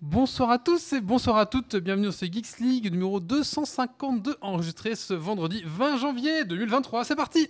Bonsoir à tous et bonsoir à toutes, bienvenue dans ce Geeks League numéro 252 enregistré ce vendredi 20 janvier 2023, c'est parti.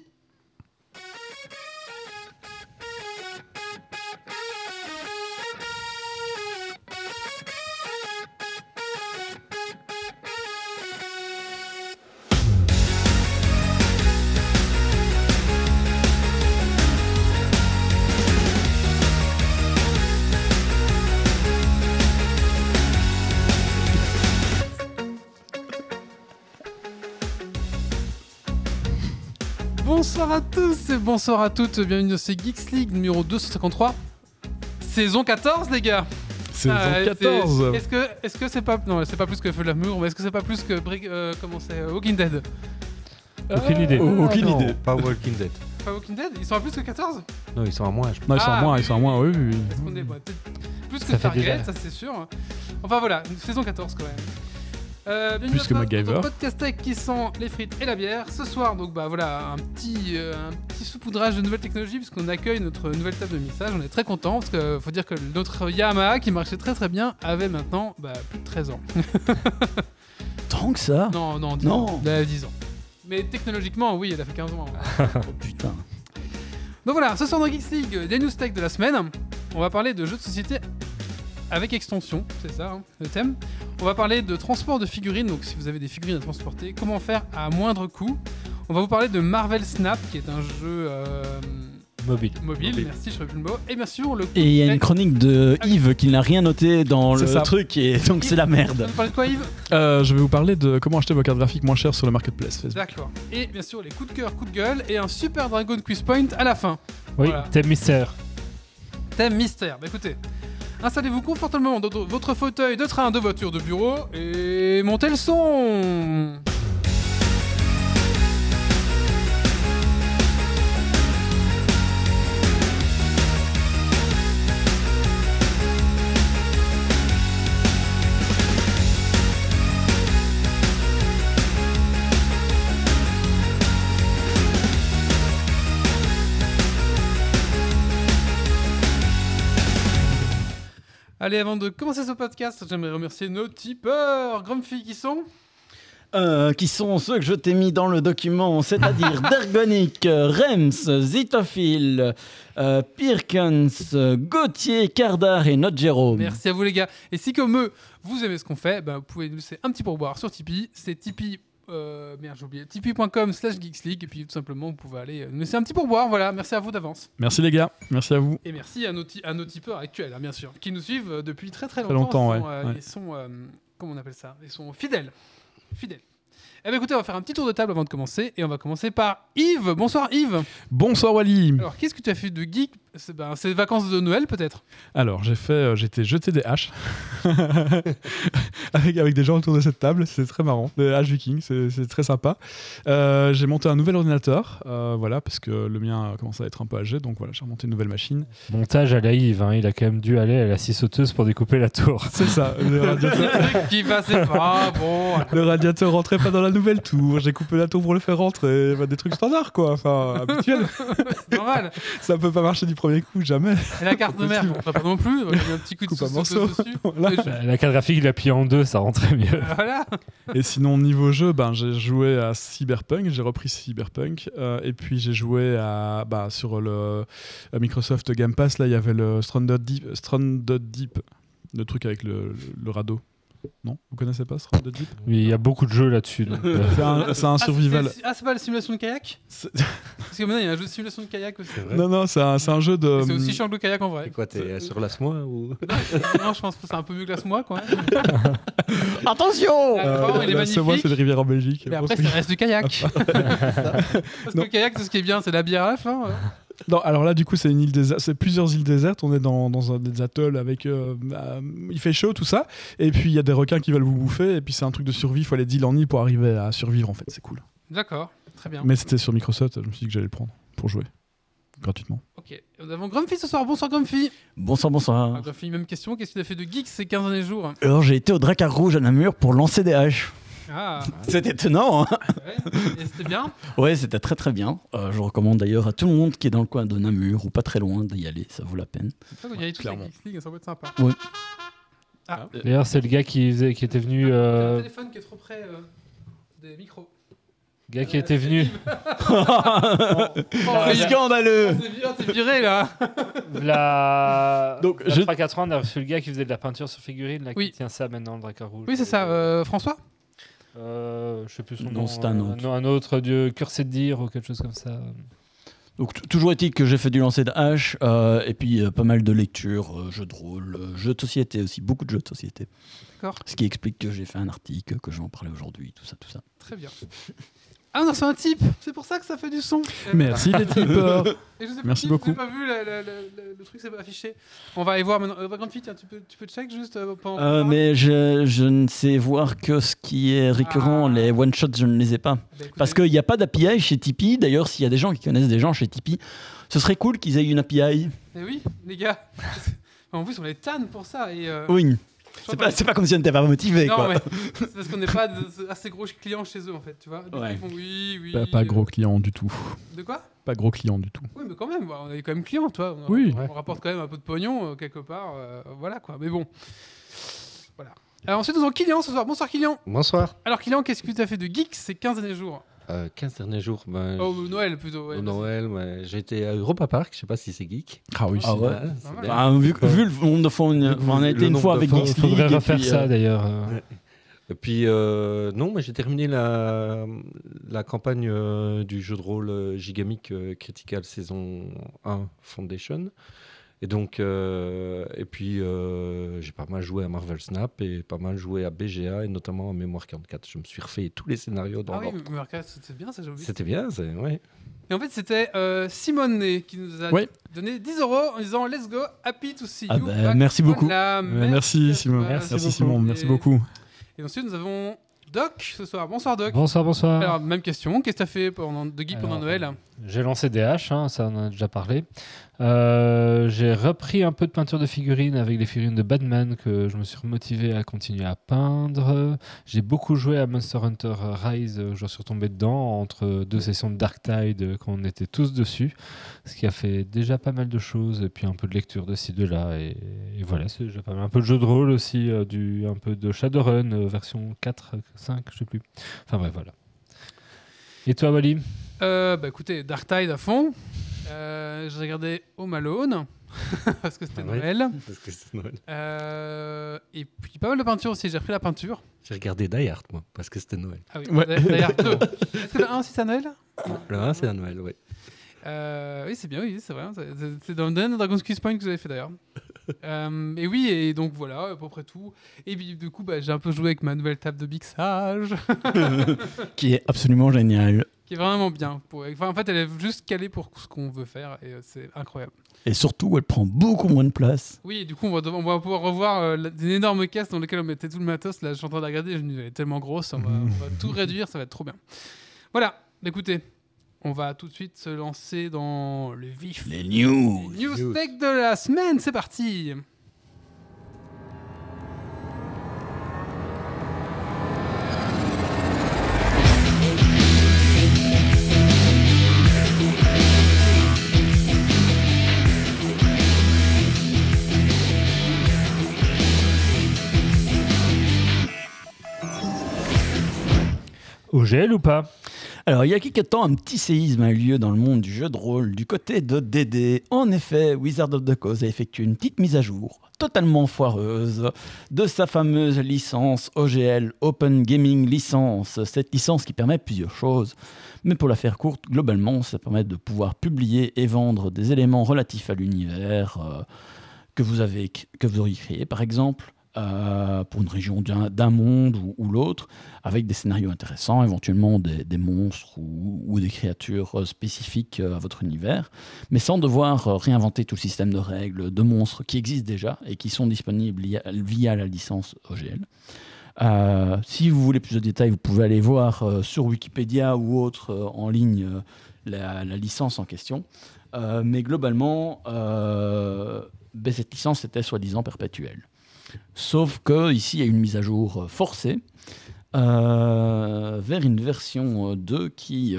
Bonsoir à tous et bonsoir à toutes, bienvenue dans ce Geeks League numéro 253, saison 14 les gars. Saison 14. Est-ce que c'est pas... Non, c'est pas plus que Feu de l'amour, mais est-ce que c'est pas plus que comment c'est Walking Dead? Aucune idée. Aucune non, idée. Pas Walking Dead. Pas Walking Dead? Ils sont à plus que 14? Non, ils sont à moins. Je pense. Non, ils sont à moins, oui. Est-ce qu'on est peut-être plus que Ça fait Target, déjà. ça c'est sûr. Enfin voilà, une saison 14 quand même. Bienvenue Plus que dans MacGyver. notre podcast tech qui sent les frites et la bière. Ce soir, donc bah voilà, un petit saupoudrage de nouvelles technologies puisqu'on accueille notre nouvelle table de mixage. On est très content parce qu'il faut dire que notre Yamaha qui marchait très très bien avait maintenant plus de 13 ans. Tant que ça. Non, 10 Non. ans. Elle a 10 ans. Mais technologiquement, oui, elle a fait 15 ans. Oh putain. Donc voilà, ce soir dans Geeks League, des news tech de la semaine. On va parler de jeux de société avec extension, c'est ça le thème. On va parler de transport de figurines, donc si vous avez des figurines à transporter, comment faire à moindre coût. On va vous parler de Marvel Snap, qui est un jeu Mobile. mobile. Merci, je le mot. Et bien sûr, le... Et il y a une chronique de Yves qui n'a rien noté dans C'est le ça. truc, et donc c'est la Tu merde. vas nous parler de quoi, Yves? Je vais vous parler de comment acheter vos cartes graphiques moins chères sur le marketplace Facebook. D'accord. Et bien sûr, les coups de cœur, coups de gueule, et un super Dragon Quiz Point à la fin. Oui, Voilà. thème mystère. Thème mystère. Bah écoutez, installez-vous confortablement dans votre fauteuil de train, de voiture, de bureau et montez le son. Allez, avant de commencer ce podcast, j'aimerais remercier nos tipeurs, Grumpy qui sont... Qui sont ceux que je t'ai mis dans le document, c'est-à-dire Dergonic, Rems, Zitophile, Pirkens, Gauthier, Cardar et Notre Jérôme. Merci à vous les gars. Et si comme eux, vous aimez ce qu'on fait, vous pouvez nous laisser un petit pourboire sur Tipeee. C'est Tipeee... merde, j'ai oublié. Tipeee.com/geeksleague. Et puis tout simplement, vous pouvez aller nous laisser un petit pourboire. Voilà, merci à vous d'avance. Merci les gars, merci à vous. Et merci à nos tipeurs actuels, hein, bien sûr, qui nous suivent depuis très très Très longtemps. longtemps, ouais. Ils sont, comment on appelle ça? Ils sont fidèles. Fidèles. Eh bien écoutez, on va faire un petit tour de table avant de commencer. Et on va commencer par Yves. Bonsoir Yves. Bonsoir Wally. Alors, qu'est-ce que tu as fait de geek? C'est les vacances de Noël peut-être? Alors j'étais jeté des haches avec des gens autour de cette table, c'est très marrant, des haches vikings, c'est très sympa. J'ai monté un nouvel ordinateur, voilà, parce que le mien commence à être un peu âgé, donc voilà, j'ai remonté une nouvelle machine. Montage à la Yves, hein. Il a quand même dû aller à la scie sauteuse pour découper la tour. C'est ça, le radiateur. Le truc qui passait pas, bon... Le radiateur rentrait pas dans la nouvelle tour, j'ai coupé la tour pour le faire rentrer, des trucs standards quoi, enfin habituels. C'est normal. Ça peut pas marcher du premier coup, jamais. Et la carte de mère, on ferait pas non plus. On a mis un petit coup de Coupe un sauce morceau. dessus. Voilà. Et La carte graphique, il a plié en deux, ça rentrait mieux. voilà. Et sinon niveau jeu, j'ai joué à Cyberpunk, j'ai repris Cyberpunk, et puis j'ai joué sur le Microsoft Game Pass, là il y avait le Stranded Deep, le truc avec le radeau. Non, vous connaissez pas Stranded Deep? Mais il y a beaucoup de jeux là-dessus. Donc, C'est un survival. C'est pas la simulation de kayak? C'est- Parce que maintenant il y a un jeu de simulation de kayak aussi. Non, c'est un jeu de. C'est aussi chiant que le kayak en vrai. Et quoi, t'es sur l'Asmois ou... Non, je pense que c'est un peu mieux que la moi quand même. Attention D'accord, il est la Semois, magnifique. c'est le rivière en Belgique. Mais après, Bon, ça reste du kayak. Parce que Non. le kayak, c'est ce qui est bien, c'est la bière à la fin. Non, alors là, du coup, c'est une île déserte, c'est plusieurs îles désertes. On est dans des atolls avec. Il fait chaud, tout ça. Et puis, il y a des requins qui veulent vous bouffer. Et puis, c'est un truc de survie. Il faut aller d'île en île pour arriver à survivre, en fait. C'est cool. D'accord, très bien. Mais c'était sur Microsoft. Je me suis dit que j'allais le prendre pour jouer gratuitement. Ok, nous avons Grumpy ce soir. Bonsoir Grumpy. Bonsoir, bonsoir. Grumpy, même question. Qu'est-ce que tu as fait de geek ces 15 derniers jours? Alors j'ai été au Drakkar Rouge à Namur pour lancer des haches. Ah, C'est étonnant, hein. ouais. Et c'était bien. Ouais, c'était très très bien. Je recommande d'ailleurs à tout le monde qui est dans le coin de Namur ou pas très loin d'y aller, ça vaut la peine. C'est ça, il y a tous Clairement. les Geeks League, ça va être sympa. Ouais. D'ailleurs, c'est le gars qui était venu. Il y a un téléphone qui est trop près des micros. Gars qui était venu. Scandaleux. T'es viré là. Donc, Donc, je- 3-4 ans, on a reçu le gars qui faisait de la peinture sur figurine, là, Oui. qui tient ça maintenant, le Drakkar rouge. Oui, c'est ça. François Je sais plus son Non, nom. c'est un autre. Un autre, Dieu, Cursé de dire ou quelque chose comme ça. Donc toujours est-il que j'ai fait du lancer de hache et puis pas mal de lectures, jeux de rôle, jeux de société aussi, beaucoup de jeux de société. D'accord. Ce qui explique que j'ai fait un article, que je vais en parler aujourd'hui, tout ça, tout ça. Très bien. Ah, on a reçu un type. C'est pour ça que ça fait du son. Merci les tipeurs. Et je sais pas Merci qui, beaucoup. J'ai pas vu le truc, c'est pas affiché. On va aller voir maintenant. Grande fille, tiens, tu peux check juste pendant. Mais je ne sais voir que ce qui est récurrent, les one-shots, je ne les ai pas. Bah, écoutez, Parce qu'il n'y a pas d'API chez Tipeee. D'ailleurs, s'il y a des gens qui connaissent des gens chez Tipeee, ce serait cool qu'ils aient une API. Eh oui, les gars. En plus, on les tanne pour ça. Et, Oui. je crois C'est pas comme si on n'était pas motivé, Non, quoi. mais c'est parce qu'on n'est pas assez gros clients chez eux, en fait, tu vois. Donc, Ouais. ils font oui. Pas gros client du tout. De quoi? Pas gros client du tout. Oui, mais quand même, on est quand même clients, toi. Oui. On rapporte quand même un peu de pognon, quelque part. Voilà, quoi. Mais bon. Voilà. Alors, ensuite, nous avons Kylian ce soir. Bonsoir, Kylian. Bonsoir. Alors, Kylian, qu'est-ce que tu as fait de geek ces 15 derniers jours? 15 derniers jours, Oh, Noël, plutôt. Ouais, au Noël, j'ai été à Europa Park, je sais pas si c'est geek. Ah oui. Ah ouais. c'est Pas bien. mal. Vu le nombre de fois, on a été Le une nombre fois de avec fois, Geeks Il faudrait League, et refaire puis, ça d'ailleurs. Et puis, non, mais j'ai terminé la campagne du jeu de rôle Gigamic Critical saison 1 Foundation. Et donc, et puis, j'ai pas mal joué à Marvel Snap et pas mal joué à BGA et notamment à Mémoire 44. Je me suis refait tous les scénarios dans Ah oui, l'ordre. mais regarde, c'est bien ça, j'ai oublié. C'était bien, ouais. Et en fait, c'était Simone qui nous a Oui. donné 10 € en disant Let's go, happy to see Ah you. bah, back. merci beaucoup. Voilà, Merci à Simon. toi. Merci Simon. Merci beaucoup. Et ensuite, nous avons Doc ce soir. Bonsoir, Doc. Bonsoir. Alors, même question. Qu'est-ce que tu as fait de geek pendant Alors, Noël? J'ai lancé des haches, hein, ça on en a déjà parlé. J'ai repris un peu de peinture de figurines avec les figurines de Batman que je me suis remotivé à continuer à peindre. J'ai beaucoup joué à Monster Hunter Rise, je suis retombé dedans entre 2 sessions de Dark Tide quand on était tous dessus, ce qui a fait déjà pas mal de choses, et puis un peu de lecture de ci, de là, et voilà, c'est déjà pas mal. Un peu de jeu de rôle aussi, un peu de Shadowrun, version 4, 5, je sais plus. Enfin bref, voilà. Et toi, Wally? Bah écoutez, Dark Tide à fond. J'ai regardé Home Alone parce que c'était Ah ouais. Noël. Parce que c'est Noël. Et puis pas mal de peinture aussi. J'ai repris la peinture. J'ai regardé Die Hard, moi, parce que c'était Noël. Ah oui, Ouais. d'ailleurs 2. Est-ce que le 1 aussi c'est à Noël? Le 1, c'est à Noël, oui. Oui, c'est bien, oui, c'est vrai. C'est dans le dernier Dragon's Quiz Point que j'avais fait d'ailleurs. Et oui, et donc voilà, à peu près tout. Et puis du coup, bah, j'ai un peu joué avec ma nouvelle table de mixage, qui est absolument génial. qui est vraiment bien. Enfin, en fait, elle est juste calée pour ce qu'on veut faire, et c'est incroyable. Et surtout, elle prend beaucoup moins de place. Oui, et du coup, on va pouvoir revoir une énorme caisse dans laquelle on mettait tout le matos. Là, je suis en train de la regarder, je me dis, elle est tellement grosse, on va tout réduire, ça va être trop bien. Voilà, écoutez, on va tout de suite se lancer dans le vif. Les news. News Tech de la semaine, c'est parti. Au gel ou pas? Alors, il y a quelques temps, un petit séisme a eu lieu dans le monde du jeu de rôle du côté de DD. En effet, Wizard of the Coast a effectué une petite mise à jour, totalement foireuse, de sa fameuse licence OGL, Open Gaming License. Cette licence qui permet plusieurs choses. Mais pour la faire courte, globalement, ça permet de pouvoir publier et vendre des éléments relatifs à l'univers que vous auriez créé, par exemple, pour une région d'un monde ou l'autre, avec des scénarios intéressants, éventuellement des monstres ou des créatures spécifiques à votre univers, mais sans devoir réinventer tout le système de règles de monstres qui existent déjà et qui sont disponibles via la licence OGL. Si vous voulez plus de détails, vous pouvez aller voir sur Wikipédia ou autre en ligne la licence en question. Mais globalement, cette licence était soi-disant perpétuelle. Sauf qu'ici, il y a une mise à jour forcée vers une version 2 qui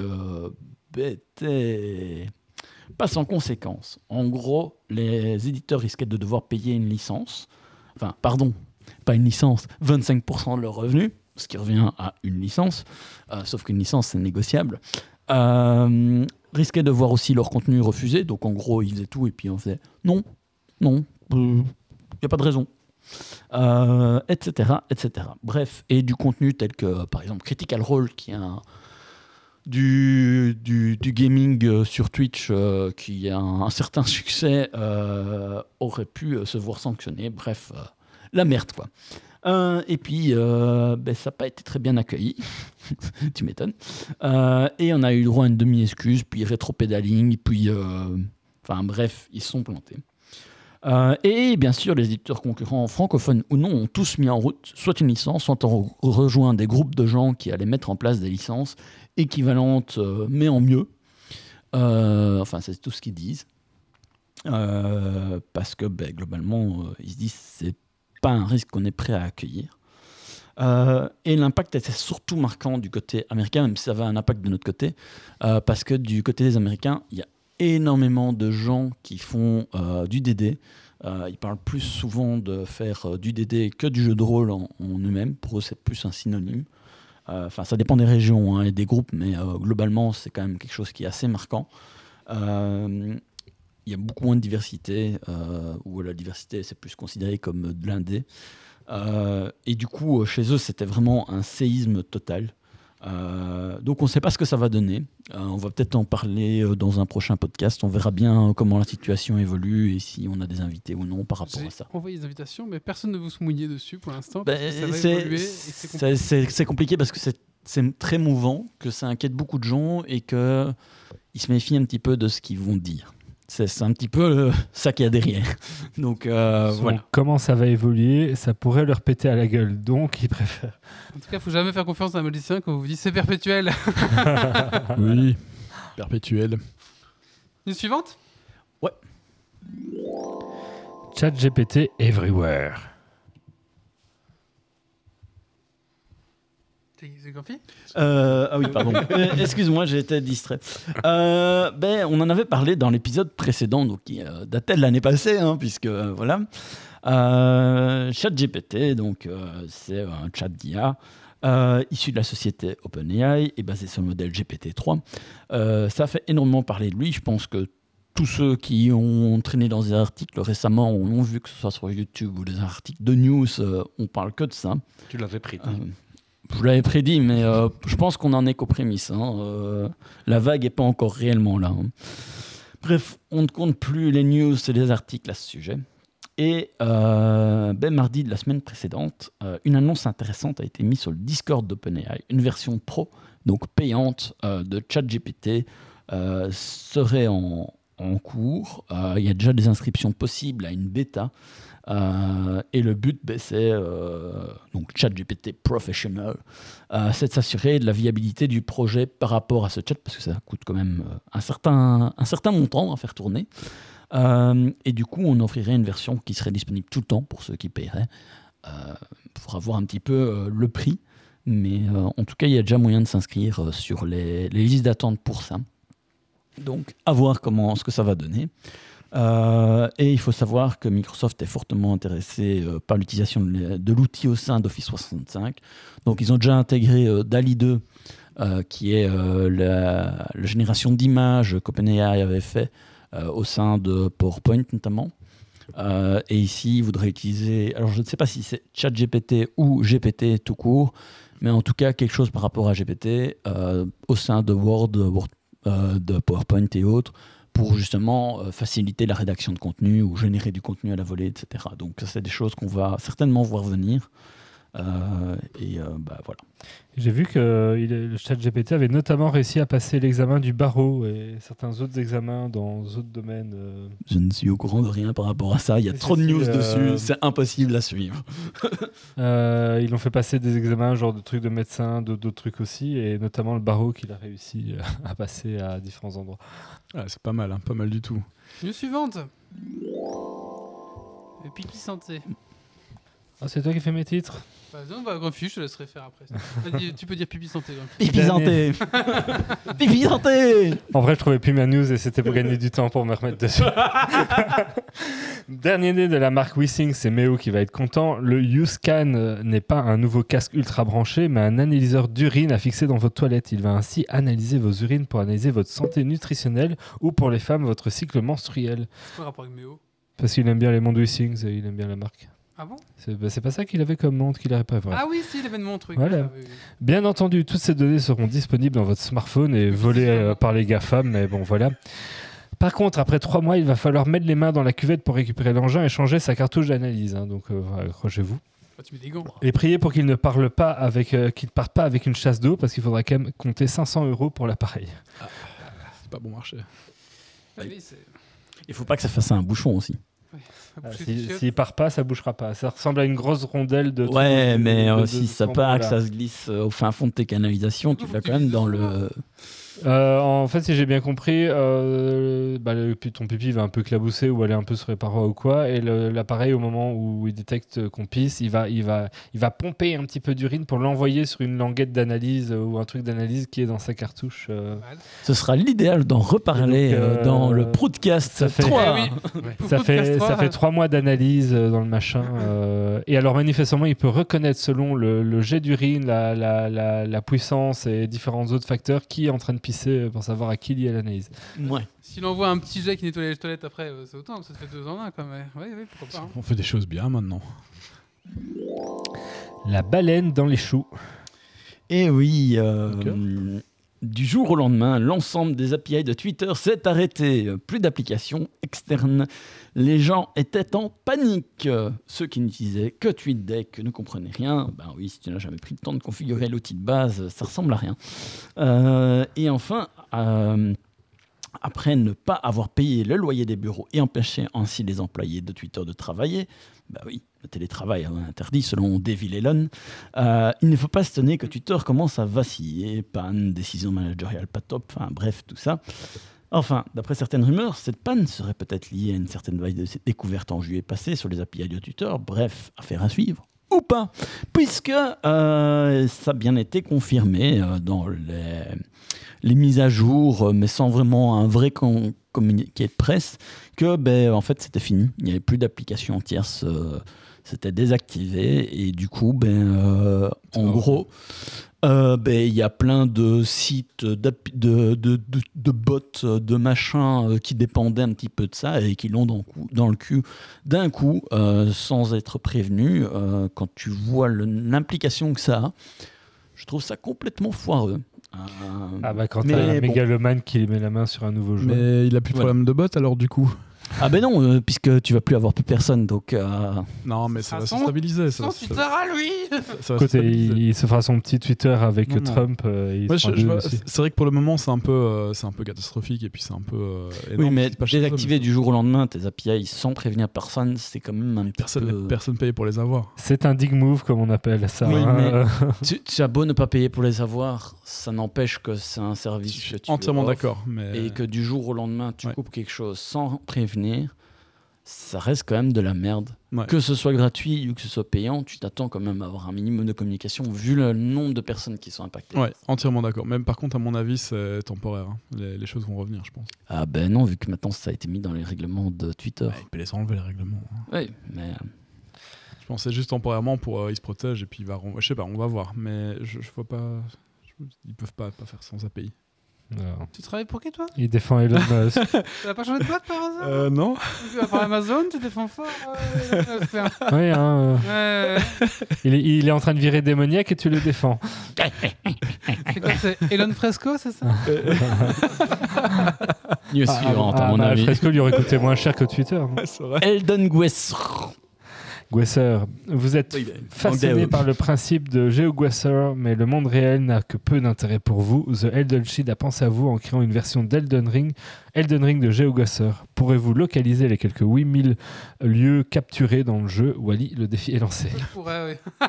était pas sans conséquence. En gros, les éditeurs risquaient de devoir payer une licence. Enfin, pardon, pas une licence, 25% de leurs revenus, ce qui revient à une licence, sauf qu'une licence c'est négociable, risquaient de voir aussi leur contenu refusé. Donc en gros, ils faisaient tout et puis on faisait non, il n'y a pas de raison. Etc. Bref, et du contenu tel que, par exemple, Critical Role, qui est du gaming sur Twitch, qui a un certain succès, aurait pu se voir sanctionner. Bref, la merde, quoi. Et puis, ça n'a pas été très bien accueilli. Tu m'étonnes. Et on a eu droit à une demi-excuse, puis rétro-pédaling, puis... bref, ils se sont plantés. Et bien sûr, les éditeurs concurrents francophones ou non ont tous mis en route soit une licence, soit ont rejoint des groupes de gens qui allaient mettre en place des licences équivalentes, mais en mieux. C'est tout ce qu'ils disent. Parce que globalement, ils se disent que c'est pas un risque qu'on est prêt à accueillir. Et l'impact était surtout marquant du côté américain, même si ça avait un impact de notre côté, parce que du côté des Américains, il y a énormément de gens qui font du DD. Ils parlent plus souvent de faire du DD que du jeu de rôle en eux-mêmes. Pour eux, c'est plus un synonyme. Ça dépend des régions et des groupes, mais globalement, c'est quand même quelque chose qui est assez marquant. Il y a beaucoup moins de diversité, où la diversité, c'est plus considéré comme de l'indé. Et du coup, chez eux, c'était vraiment un séisme total. Donc on ne sait pas ce que ça va donner. On va peut-être en parler dans un prochain podcast. On verra bien comment la situation évolue et si on a des invités ou non par rapport à ça. J'ai envoyé des invitations, mais personne ne veut se mouiller dessus pour l'instant. Parce que ça va évoluer et c'est compliqué. C'est compliqué parce que c'est très mouvant, que ça inquiète beaucoup de gens et qu'ils se méfient un petit peu de ce qu'ils vont dire. C'est un petit peu ça qu'il y a derrière. Donc voilà. Comment ça va évoluer, ça pourrait leur péter à la gueule. Donc ils préfèrent. En tout cas, il ne faut jamais faire confiance à un magicien quand on vous dit c'est perpétuel. Oui, perpétuel. News suivante ? Ouais. ChatGPT everywhere. C'est Grumpy ? Ah oui, pardon. Excuse-moi, j'ai été distrait. On en avait parlé dans l'épisode précédent, donc qui datait de l'année passée, puisque voilà. ChatGPT, donc c'est un chat d'IA issu de la société OpenAI et basé sur le modèle GPT-3. Ça a fait énormément parler de lui. Je pense que tous ceux qui ont traîné dans des articles récemment ont vu, que ce soit sur YouTube ou des articles de news, on parle que de ça. Tu l'avais pris. Je vous l'avais prédit, mais je pense qu'on en est qu'aux prémices. La vague n'est pas encore réellement là. Bref, on ne compte plus les news et les articles à ce sujet. Et mardi de la semaine précédente, une annonce intéressante a été mise sur le Discord d'OpenAI. Une version pro, donc payante, de ChatGPT serait en cours. Il y a déjà des inscriptions possibles à une bêta. Et le but, c'est donc ChatGPT Professional, c'est de s'assurer de la viabilité du projet par rapport à ce chat, parce que ça coûte quand même un certain montant à faire tourner. Et du coup, on offrirait une version qui serait disponible tout le temps pour ceux qui paieraient. Il faudra voir un petit peu le prix, mais en tout cas, il y a déjà moyen de s'inscrire sur les listes d'attente pour ça. Donc, à voir ce que ça va donner. Et il faut savoir que Microsoft est fortement intéressé par l'utilisation de l'outil au sein d'Office 365. Donc, ils ont déjà intégré DALL-E 2, qui est la génération d'images qu'OpenAI avait fait au sein de PowerPoint notamment. Et ici, ils voudraient utiliser... Alors, je ne sais pas si c'est ChatGPT ou GPT tout court, mais en tout cas, quelque chose par rapport à GPT au sein de Word, de PowerPoint et autres, pour justement faciliter la rédaction de contenu ou générer du contenu à la volée, etc. Donc, c'est des choses qu'on va certainement voir venir. Voilà. J'ai vu que le ChatGPT avait notamment réussi à passer l'examen du barreau et certains autres examens dans d'autres domaines. Je ne suis au courant de rien par rapport à ça. Il y a trop de news dessus, c'est impossible à suivre. Ils ont fait passer des examens, genre de trucs de médecin, d'autres trucs aussi, et notamment le barreau qu'il a réussi à passer à différents endroits. Ah, c'est pas mal, pas mal du tout. News suivante. Le pipi santé. Ah, c'est toi qui fais mes titres. Non, Grumpy, je te laisserai faire après. Vas-y, tu peux dire pipi santé. Grumpy. Pipi santé. Pipi santé. En vrai, je trouvais plus ma news et c'était pour gagner du temps pour me remettre dessus. Dernier né de la marque Wissing, c'est Méo qui va être content. Le YouScan n'est pas un nouveau casque ultra branché, mais un analyseur d'urine à fixer dans votre toilette. Il va ainsi analyser vos urines pour analyser votre santé nutritionnelle ou pour les femmes, votre cycle menstruel. C'est quoi le rapport avec Méo? Parce qu'il aime bien les montres Wissing, il aime bien la marque. Ah bon? C'est pas ça qu'il avait comme montre qu'il avait pas. Bref. Ah oui, si, l'événement truc. Voilà. Oui. Bien entendu, toutes ces données seront disponibles dans votre smartphone et volées par les GAFAM, mais bon, voilà. Par contre, après 3 mois, il va falloir mettre les mains dans la cuvette pour récupérer l'engin et changer sa cartouche d'analyse. Hein. Donc, voilà, accrochez-vous. Ah, tu mets des gants. Et priez pour qu'il ne parte pas avec une chasse d'eau, parce qu'il faudra quand même compter 500 € pour l'appareil. C'est pas bon marché. Oui, c'est... Il faut pas que ça fasse un bouchon aussi. S'il part pas, ça bougera pas. Ça ressemble à une grosse rondelle de... Ouais, mais de si ça trempe, part, voilà. que ça se glisse au fin fond de tes canalisations, tu vas quand même dans le... En fait, si j'ai bien compris, ton pipi va un peu clabousser ou aller un peu sur les parois ou quoi, et l'appareil, au moment où il détecte qu'on pisse, il va pomper un petit peu d'urine pour l'envoyer sur une languette d'analyse ou un truc d'analyse qui est dans sa cartouche. Ce sera l'idéal d'en reparler donc, dans le podcast ça fait- 3. Ça fait 3 mois d'analyse dans le machin. Et alors, manifestement, il peut reconnaître selon le jet d'urine, la puissance et différents autres facteurs qui est en train de pisser pour savoir à qui lier l'analyse. Ouais. S'il envoie un petit jet qui nettoie les toilettes après, c'est autant, ça te fait 2 en 1 quand même. Oui, pourquoi pas. Hein. On fait des choses bien maintenant. La baleine dans les choux. Et oui, Ok. du jour au lendemain, l'ensemble des API de Twitter s'est arrêté. Plus d'applications externes. Les gens étaient en panique. Ceux qui n'utilisaient que TweetDeck ne comprenaient rien. Ben oui, si tu n'as jamais pris le temps de configurer l'outil de base, ça ressemble à rien. Et enfin, après ne pas avoir payé le loyer des bureaux et empêcher ainsi les employés de Twitter de travailler, bah oui, le télétravail est interdit selon David Elon, il ne faut pas s'étonner que Twitter commence à vaciller, panne, décision managériale pas top, enfin bref, tout ça. Enfin, d'après certaines rumeurs, cette panne serait peut-être liée à une certaine vague de découverte en juillet passé sur les API de Twitter. Bref, affaire à suivre. Ou pas, puisque ça a bien été confirmé dans les mises à jour, mais sans vraiment un vrai communiqué de presse, que en fait c'était fini. Il n'y avait plus d'applications tierces, c'était désactivé, et du coup, en gros, il y a plein de sites, de bots, de machins qui dépendaient un petit peu de ça et qui l'ont dans le cul d'un coup, sans être prévenus. Quand tu vois l'implication que ça a, je trouve ça complètement foireux. Quand mais t'as un bon. mégalomane qui met la main sur un nouveau jeu. Mais il a plus de Voilà. problème de bot alors du coup. Ah ben non, puisque tu vas plus avoir plus personne, donc... Non, mais ça va se Sans- stabiliser. Ça Sans va se Twitter à lui. ça va se Écoute, stabiliser. il se fera son petit Twitter avec Non, non. Trump. Il Ouais, se fera deux vois- aussi. c'est vrai que pour le moment c'est un peu catastrophique et puis c'est un peu énorme. oui, mais C'est pas chez eux, désactiver mais du jour au lendemain tes API sans prévenir personne, c'est quand même un petit peu... personne paye pour les avoir. C'est un dig move, comme on appelle ça. Oui, hein. Tu as beau ne pas payer pour les avoir, ça n'empêche que c'est un service Je que suis tu entièrement offres, d'accord, mais et que du jour au lendemain, tu Ouais. coupes quelque chose sans prévenir, ça reste quand même de la merde. Ouais. Que ce soit gratuit ou que ce soit payant, tu t'attends quand même à avoir un minimum de communication vu le nombre de personnes qui sont impactées. ouais, entièrement d'accord. Même par contre, à mon avis, c'est temporaire. Hein. Les choses vont revenir, je pense. Ah ben non, vu que maintenant ça a été mis dans les règlements de Twitter. Ouais, il peut les enlever les règlements. Hein. Oui, mais... Je pense que c'est juste temporairement pour ils se protègent et puis je sais pas, on va voir. Mais je vois pas. Ils peuvent pas faire sans API. Non. Tu travailles pour qui, toi? Il défend Elon Musk. Tu vas pas changer de boîte par hasard? Non. Tu vas faire Amazon, tu défends fort. Oui, hein, Ouais. il est en train de virer démoniaque et tu le défends. C'est quoi, c'est Elon Fresco, c'est ça? News suivante, à mon avis. Fresco lui aurait coûté moins cher que Twitter. non C'est vrai. Eldon Guess. Gwesser, vous êtes Oui, fasciné Andeo. par le principe de GeoGuessr, mais le monde réel n'a que peu d'intérêt pour vous. The Elden Shield a pensé à vous en créant une version d'Elden Ring de GeoGuessr. Pourrez-vous localiser les quelques 8000 lieux capturés dans le jeu? Wally, le défi est lancé. Je pourrais, oui.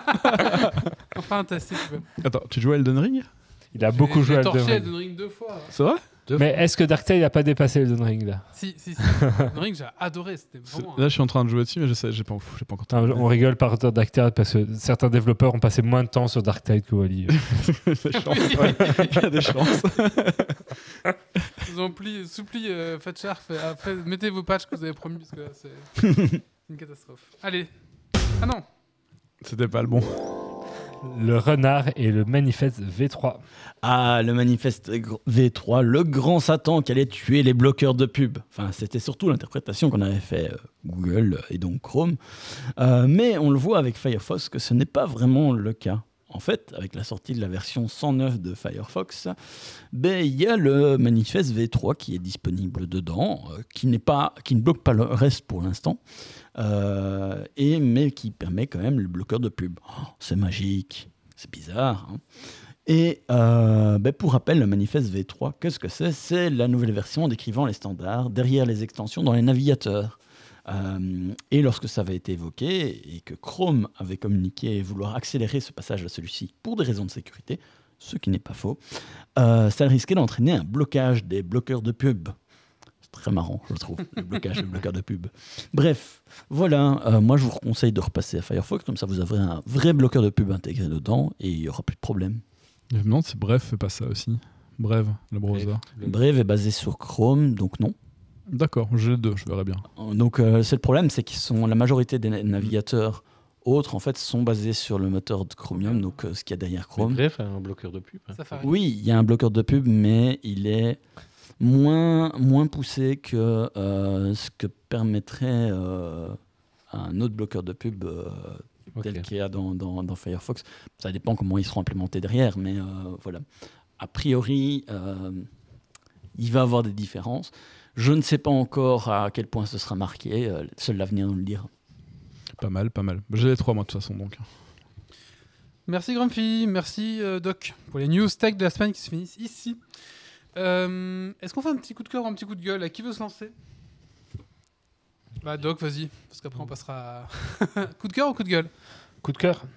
Enfin, un test, si tu veux. Attends, tu joues à Elden Ring? Il a beaucoup joué à J'ai torché Elden Ring. Elden Ring 2 fois. C'est vrai? Mais est-ce que Dark Tide n'a pas dépassé Elden Ring là? Si. Elden Ring, j'ai adoré. C'était vraiment. Là, je suis en train de jouer dessus, mais j'ai pas encore terminé. On rigole par Dark Tide parce que certains développeurs ont passé moins de temps sur Dark Tide que Wally. Il y a des chances. Ils ont soupli Fatchar, mettez vos patchs que vous avez promis parce que là, c'est une catastrophe. Allez. Ah non. C'était pas le bon. Le renard et le manifeste V3. Ah, le manifeste V3, le grand Satan qui allait tuer les bloqueurs de pub. Enfin, c'était surtout l'interprétation qu'on avait fait Google et donc Chrome. Mais on le voit avec Firefox que ce n'est pas vraiment le cas. En fait, avec la sortie de la version 109 de Firefox, il y a le manifeste V3 qui est disponible dedans, qui ne bloque pas le reste pour l'instant, mais qui permet quand même le bloqueur de pub. Oh, c'est magique, c'est bizarre. Hein. Et pour rappel, le manifeste V3, qu'est-ce que c'est ? C'est la nouvelle version décrivant les standards derrière les extensions dans les navigateurs. Et lorsque ça avait été évoqué et que Chrome avait communiqué vouloir accélérer ce passage à celui-ci pour des raisons de sécurité, ce qui n'est pas faux, ça risquait d'entraîner un blocage des bloqueurs de pub. C'est très marrant, je trouve, le blocage des bloqueurs de pub. Bref, voilà, moi je vous conseille de repasser à Firefox, comme ça vous aurez un vrai bloqueur de pub intégré dedans et il n'y aura plus de problème. Je me demande si Brave fait pas ça aussi. Brave, le browser. Brave est basé sur Chrome, donc non. D'accord, j'ai les deux, je verrai bien. Donc c'est le problème, c'est la majorité des navigateurs autres en fait sont basés sur le moteur de Chromium, donc ce qu'il y a derrière Chrome. Bref, un bloqueur de pub. Oui, il y a un bloqueur de pub, mais il est moins poussé que ce que permettrait un autre bloqueur de pub tel qu'il y a dans Firefox. Ça dépend comment ils seront implémentés derrière, mais voilà. A priori, il va y avoir des différences. Je ne sais pas encore à quel point ce sera marqué. Seul l'avenir nous le dira. Pas mal. J'ai les 3 mois de toute façon donc. Merci Grumpy, merci Doc pour les news tech de la semaine qui se finissent ici. Est-ce qu'on fait un petit coup de cœur ou un petit coup de gueule ? Qui veut se lancer ? Bah Doc, vas-y, parce qu'après on passera à... Coup de cœur ou coup de gueule ? Coup de cœur.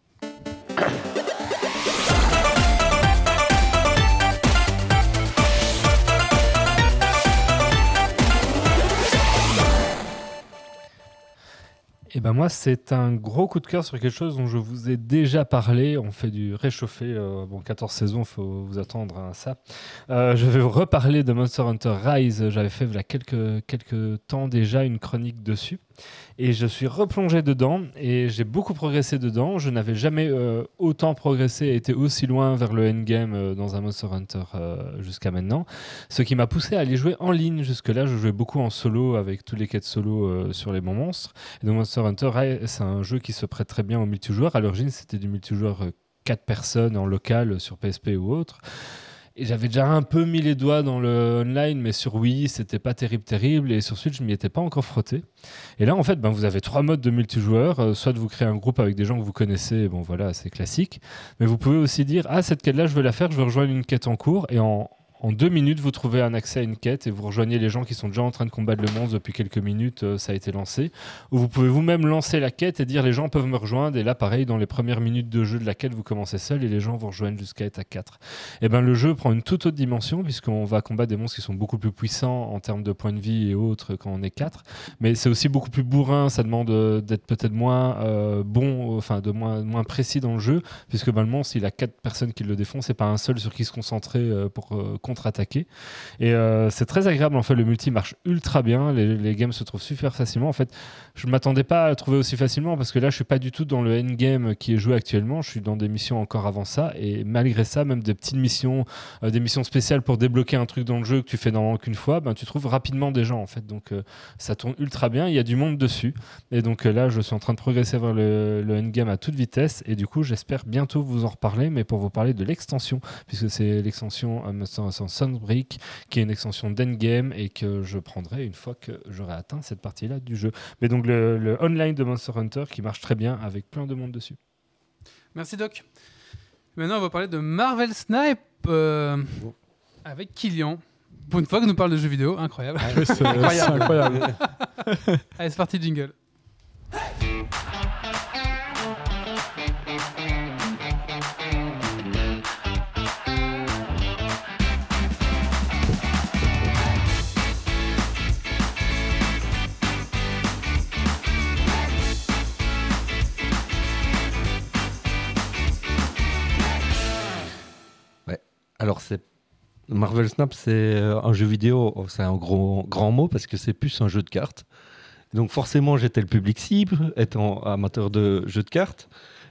Et ben moi, c'est un gros coup de cœur sur quelque chose dont je vous ai déjà parlé. On fait du réchauffé. 14 saisons, il faut vous attendre à ça. Je vais vous reparler de Monster Hunter Rise. J'avais fait il y a quelques temps déjà une chronique dessus. Et je suis replongé dedans et j'ai beaucoup progressé dedans. Je n'avais jamais autant progressé et été aussi loin vers le endgame dans un Monster Hunter jusqu'à maintenant. Ce qui m'a poussé à aller jouer en ligne. Jusque-là, je jouais beaucoup en solo avec tous les quêtes solo sur les bons monstres. Et donc Monster Hunter, c'est un jeu qui se prête très bien au multijoueur. À l'origine, c'était du multijoueur 4 personnes en local sur PSP ou autre. Et j'avais déjà un peu mis les doigts dans le online, mais sur Wii, c'était pas terrible. Et sur Switch, je m'y étais pas encore frotté. Et là, en fait, vous avez 3 modes de multijoueur. Soit vous créez un groupe avec des gens que vous connaissez, bon voilà, c'est classique. Mais vous pouvez aussi dire, cette quête-là, je veux la faire, je veux rejoindre une quête en cours. Et en 2 minutes, vous trouvez un accès à une quête et vous rejoignez les gens qui sont déjà en train de combattre le monstre depuis quelques minutes, ça a été lancé. Ou vous pouvez vous-même lancer la quête et dire les gens peuvent me rejoindre. Et là, pareil, dans les premières minutes de jeu de la quête, vous commencez seul et les gens vous rejoignent jusqu'à être à 4. Et le jeu prend une toute autre dimension puisqu'on va combattre des monstres qui sont beaucoup plus puissants en termes de points de vie et autres quand on est 4. Mais c'est aussi beaucoup plus bourrin, ça demande d'être peut-être moins moins précis dans le jeu puisque le monstre, il a 4 personnes qui le défoncent, c'est pas un seul sur qui se concentrer pour contre-attaquer. Et c'est très agréable, en fait, le multi marche ultra bien, les games se trouvent super facilement. En fait, je ne m'attendais pas à le trouver aussi facilement parce que là, je suis pas du tout dans le endgame qui est joué actuellement, je suis dans des missions encore avant ça, et malgré ça, même des petites missions, des missions spéciales pour débloquer un truc dans le jeu que tu fais normalement qu'une fois, tu trouves rapidement des gens, en fait. Donc ça tourne ultra bien, il y a du monde dessus. Et donc là, je suis en train de progresser vers le endgame à toute vitesse, et du coup, j'espère bientôt vous en reparler, mais pour vous parler de l'extension, puisque c'est l'extension Sunbreak, qui est une extension d'endgame et que je prendrai une fois que j'aurai atteint cette partie-là du jeu. Mais donc le online de Monster Hunter qui marche très bien avec plein de monde dessus. Merci Doc. Maintenant, on va parler de Marvel Snipe avec Kylian. Pour une fois que nous parle de jeux vidéo, incroyable. C'est incroyable. Allez, c'est parti, jingle. Alors, Marvel Snap, c'est un jeu vidéo, c'est un grand mot parce que c'est plus un jeu de cartes. Donc forcément, j'étais le public cible, étant amateur de jeux de cartes.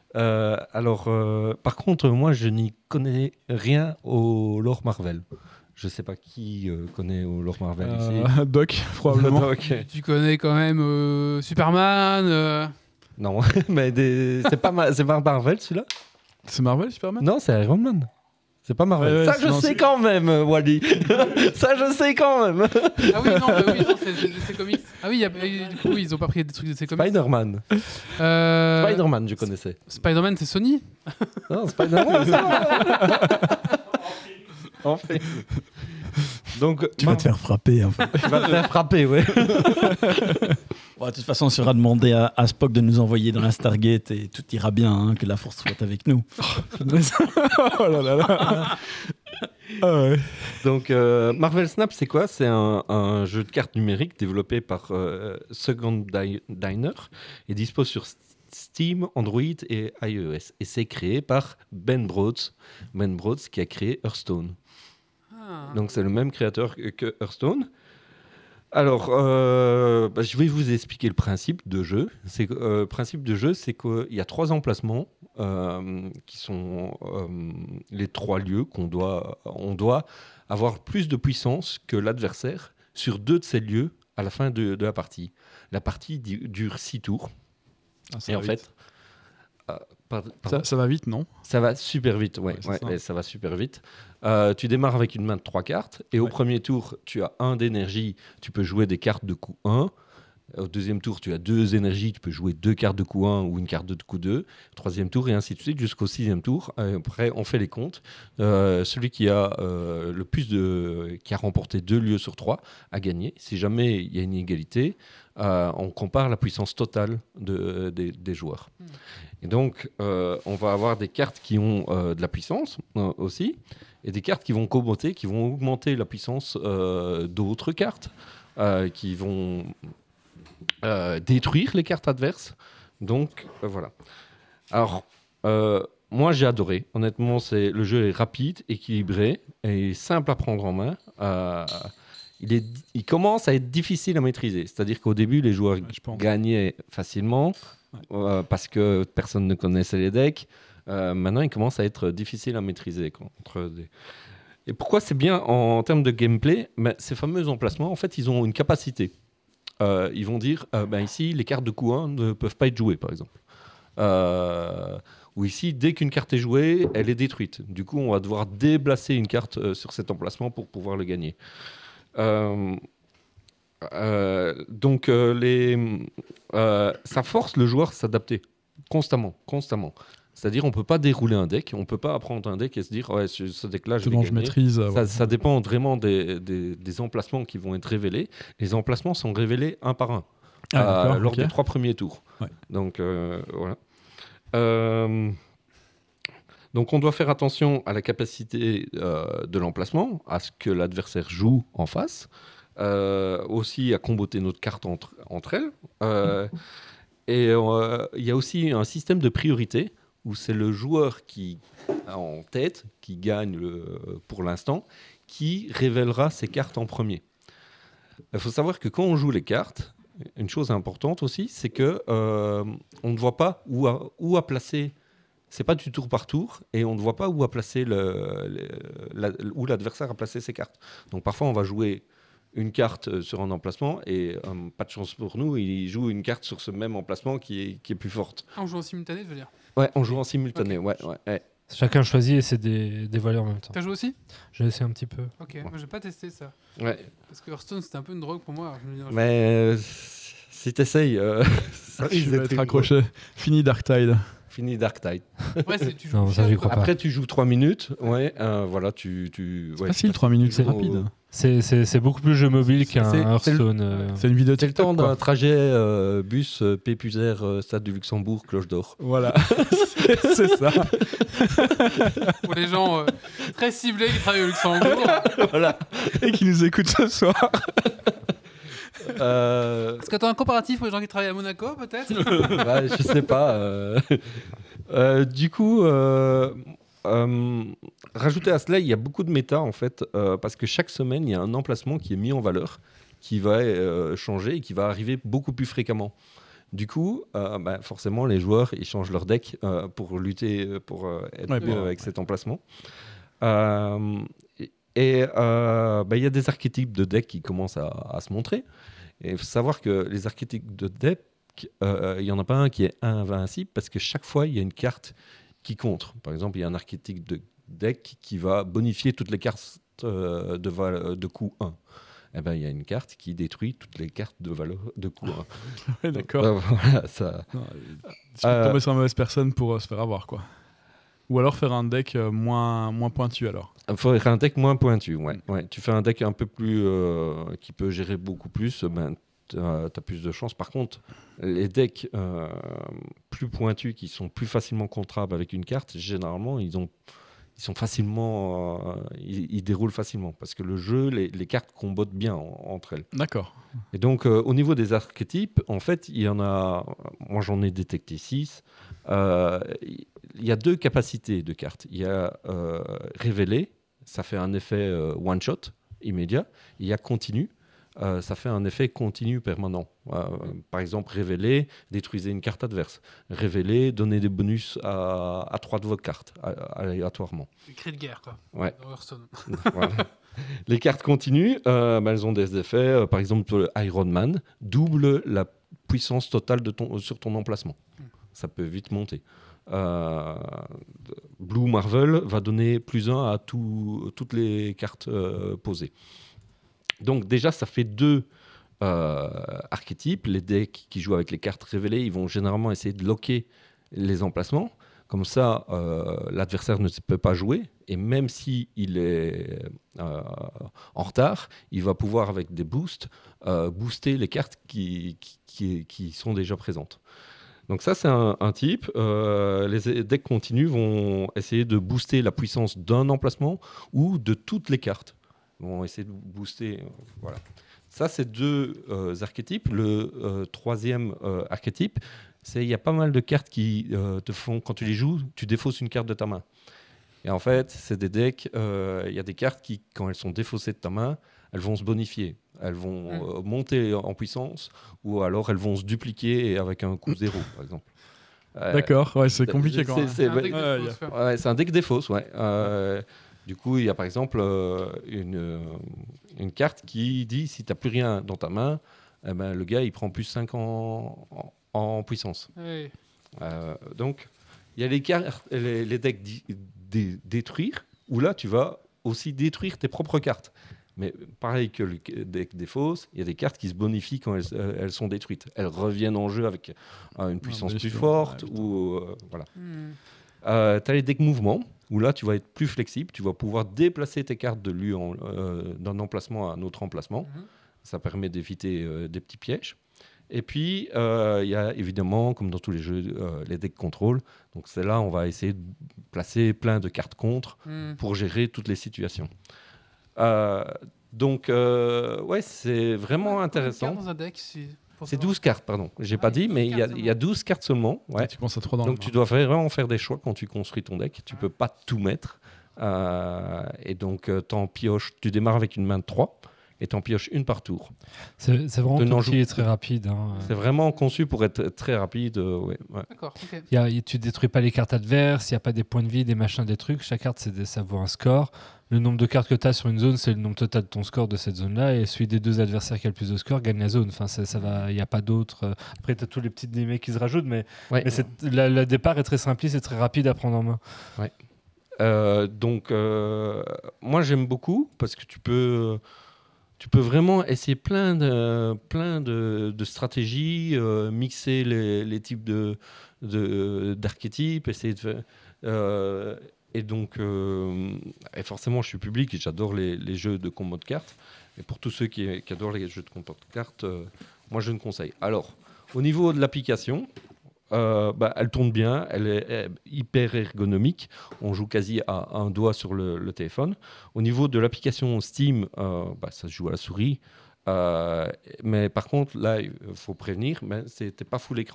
Par contre, moi, je n'y connais rien au lore Marvel. Je ne sais pas qui connaît au lore Marvel ici. Doc, probablement. Doc. Tu connais quand même Superman. Non, mais c'est pas Marvel celui-là. C'est Marvel, Superman? Non, c'est Iron Man. C'est pas Marvel. Ouais, ça, je sais quand même, Wally. Ça, je sais quand même. Ah oui, non, c'est DC Comics. Ah oui, du coup, ils ont pas pris des trucs de DC Comics. Spider-Man. Spider-Man, je connaissais. Spider-Man, c'est Sony. Non, Spider-Man, c'est en fait. Donc, Tu vas te faire frapper. En fait. Tu vas te faire frapper, ouais. Bon, de toute façon, on sera demandé à Spock de nous envoyer dans la Stargate et tout ira bien, hein, que la force soit avec nous. Oh là là là. Ah ouais. Donc, Marvel Snap, c'est quoi? C'est un jeu de cartes numériques développé par Second Diner et dispose sur Steam, Android et iOS. Et c'est créé par Ben Broads. Ben Broads qui a créé Hearthstone. Donc, c'est le même créateur que Hearthstone. Alors, je vais vous expliquer le principe de jeu. Le principe de jeu, c'est qu'il y a 3 emplacements qui sont les 3 lieux on doit avoir plus de puissance que l'adversaire sur 2 de ces lieux à la fin de la partie. La partie dure 6 tours. Et en fait, ça va vite, non? Ça va super vite, ouais, ça va super vite. Tu démarres avec une main de 3 cartes et au premier tour, tu as 1 d'énergie, tu peux jouer des cartes de coup 1. Au deuxième tour, tu as 2 énergies, tu peux jouer 2 cartes de coup 1 ou une carte de coup 2. Troisième tour et ainsi de suite jusqu'au 6e tour. Après, on fait les comptes. Celui qui a qui a remporté 2 lieux sur 3 a gagné. Si jamais il y a une égalité, on compare la puissance totale des joueurs. Et donc, on va avoir des cartes qui ont de la puissance aussi, et des cartes qui vont augmenter la puissance d'autres cartes, qui vont détruire les cartes adverses. Donc, voilà. Alors, moi, j'ai adoré. Honnêtement, le jeu est rapide, équilibré et simple à prendre en main. Il commence à être difficile à maîtriser. C'est-à-dire qu'au début, les joueurs gagnaient facilement parce que personne ne connaissait les decks. Maintenant, il commence à être difficile à maîtriser. Et pourquoi c'est bien en termes de gameplay? Ces fameux emplacements, en fait, ils ont une capacité. Ils vont dire, ici, les cartes de coup 1 ne peuvent pas être jouées, par exemple. Ou ici, dès qu'une carte est jouée, elle est détruite. Du coup, on va devoir déplacer une carte sur cet emplacement pour pouvoir le gagner. Ça force le joueur à s'adapter constamment. C'est-à-dire, on ne peut pas dérouler un deck, on ne peut pas apprendre un deck et se dire, ouais, ce deck-là, je vais gagner. Je maîtrise. Ça dépend vraiment des emplacements qui vont être révélés. Les emplacements sont révélés un par un lors des 3 premiers tours. Ouais. Donc, voilà. Donc, on doit faire attention à la capacité de l'emplacement, à ce que l'adversaire joue en face, aussi à comboter notre carte entre elles. Et il y a aussi un système de priorité où c'est le joueur qui en tête, qui gagne pour l'instant, qui révélera ses cartes en premier. Il faut savoir que quand on joue les cartes, une chose importante aussi, c'est que on ne voit pas où à placer. C'est pas du tour par tour et on ne voit pas où a placé où l'adversaire a placé ses cartes. Donc parfois on va jouer une carte sur un emplacement et pas de chance pour nous, il joue une carte sur ce même emplacement qui est plus forte. On joue en simultané, je veux dire. Ouais, on joue en simultané. Okay. Ouais. Chacun choisit et c'est dévoilé en même temps. T'as joué aussi? J'ai essayé un petit peu. Ok, moi j'ai pas testé ça. Ouais. Parce que Hearthstone c'était un peu une drogue pour moi. Mais si t'essayes, ça risque je vais d'être être accroché. Fini Dark Tide. Fini Dark Tide. Après, tu joues Non, ça, j'y crois pas. Après, tu joues 3 minutes. Ouais, voilà, c'est facile, 3 minutes, c'est rapide. C'est beaucoup plus jeu mobile qu'un Hearthstone. C'est une vidéo C'est le TikTok, temps quoi. d'un trajet bus Pépuser, Stade du Luxembourg, Cloche d'Or. Voilà, c'est ça. Pour les gens très ciblés qui travaillent au Luxembourg. Voilà. Et qui nous écoutent ce soir. Est-ce que tu as un comparatif pour les gens qui travaillent à Monaco, peut-être? Je sais pas. Du coup, rajouter à cela, il y a beaucoup de méta en fait, parce que chaque semaine, il y a un emplacement qui est mis en valeur, qui va changer et qui va arriver beaucoup plus fréquemment. Du coup, forcément, les joueurs ils changent leur deck pour lutter, pour être mieux avec cet emplacement. Il y a des archétypes de deck qui commencent à se montrer. Et il faut savoir que les archétypes de deck, il n'y en a pas un qui est invincible parce que chaque fois, il y a une carte qui contre. Par exemple, il y a un archétype de deck qui va bonifier toutes les cartes de coût 1. Eh ben, il y a une carte qui détruit toutes les cartes de valeur de coût 1. Ouais, d'accord. Voilà, ça... Tu peux tomber sur la mauvaise personne pour se faire avoir, quoi. Ou alors faire un deck moins pointu, alors. Il faut faire un deck moins pointu, ouais. Tu fais un deck un peu plus... qui peut gérer beaucoup plus, tu as plus de chance. Par contre, les decks plus pointus, qui sont plus facilement contrables avec une carte, généralement, ils sont facilement... ils déroulent facilement. Parce que le jeu, les cartes combattent bien entre elles. D'accord. Et donc, au niveau des archétypes, en fait, il y en a... Moi, j'en ai détecté 6. Il y a 2 capacités de cartes. Il y a révéler, ça fait un effet one-shot, immédiat. Il y a continu, ça fait un effet continu permanent. Par exemple, révéler, détruisez une carte adverse. Révéler, donner des bonus à 3 de vos cartes, aléatoirement. Les cris de guerre, quoi. Ouais. Dans Hearthstone. Voilà. Les cartes continues, elles ont des effets. Par exemple, Iron Man double la puissance totale sur ton emplacement. Ça peut vite monter. Blue Marvel va donner +1 à toutes les cartes posées. Donc déjà, ça fait 2 archétypes. Les decks qui jouent avec les cartes révélées, ils vont généralement essayer de locker les emplacements. Comme ça, l'adversaire ne peut pas jouer. Et même s'il est en retard, il va pouvoir, avec des boosts, booster les cartes qui sont déjà présentes. Donc ça, c'est un type. Les decks continus vont essayer de booster la puissance d'un emplacement ou de toutes les cartes. Ils vont essayer de booster... voilà. Ça, c'est 2 archétypes. Le 3e archétype, il y a pas mal de cartes qui te font, quand tu les joues, tu défausses une carte de ta main. Et en fait, c'est des decks, il y a des cartes qui, quand elles sont défaussées de ta main, elles vont se bonifier. Elles vont monter en puissance, ou alors elles vont se dupliquer avec un coût 0, par exemple. D'accord, ouais, c'est compliqué quand même. C'est un deck de fausse, quoi. Ouais, c'est un deck défausse, ouais. Du coup, il y a par exemple une carte qui dit, si tu n'as plus rien dans ta main, eh ben, le gars, il prend +5 en puissance. Oui. Donc, il y a les decks détruire, où là, tu vas aussi détruire tes propres cartes. Mais pareil que le deck défausse, il y a des cartes qui se bonifient quand elles sont détruites. Elles reviennent en jeu avec une puissance plus forte. Voilà. Tu as les decks mouvement, où là, tu vas être plus flexible. Tu vas pouvoir déplacer tes cartes d'un emplacement à un autre emplacement. Ça permet d'éviter des petits pièges. Et puis, il y a évidemment, comme dans tous les jeux, les decks contrôle. Donc, c'est là on va essayer de placer plein de cartes contre pour gérer toutes les situations. Donc, ouais, c'est vraiment intéressant. Dans un deck, c'est 12 cartes, pardon. J'ai pas dit, mais il y a 12 cartes seulement. Ouais. Tu penses à trop dans donc, tu dois vraiment faire des choix quand tu construis ton deck. Tu peux pas tout mettre. Et donc, tu démarres avec une main de 3. Et t'en pioches une par tour. C'est vraiment tout qui est très rapide. Hein. C'est vraiment conçu pour être très rapide. Ouais. D'accord, ok. Tu détruis pas les cartes adverses, il n'y a pas des points de vie, des machins, des trucs. Chaque carte, ça vaut un score. Le nombre de cartes que tu as sur une zone, c'est le nombre total de ton score de cette zone-là. Et celui des 2 adversaires qui a le plus de score gagne la zone. Enfin, il n'y a pas d'autres. Après, tu as tous les petits démés qui se rajoutent. Mais le départ est très simpliste et très rapide à prendre en main. Ouais. Donc, moi, j'aime beaucoup parce que tu peux vraiment essayer plein de stratégies, mixer les types d'archétypes, essayer de faire... et donc, et forcément, je suis public et j'adore les jeux de combat de cartes. Et pour tous ceux qui adorent les jeux de combat de cartes, moi, je ne conseille. Alors, au niveau de l'application... elle tourne bien, elle est hyper ergonomique. On joue quasi à un doigt sur le téléphone. Au niveau de l'application Steam, ça se joue à la souris. Mais par contre, là, il faut prévenir, mais c'était pas full écran.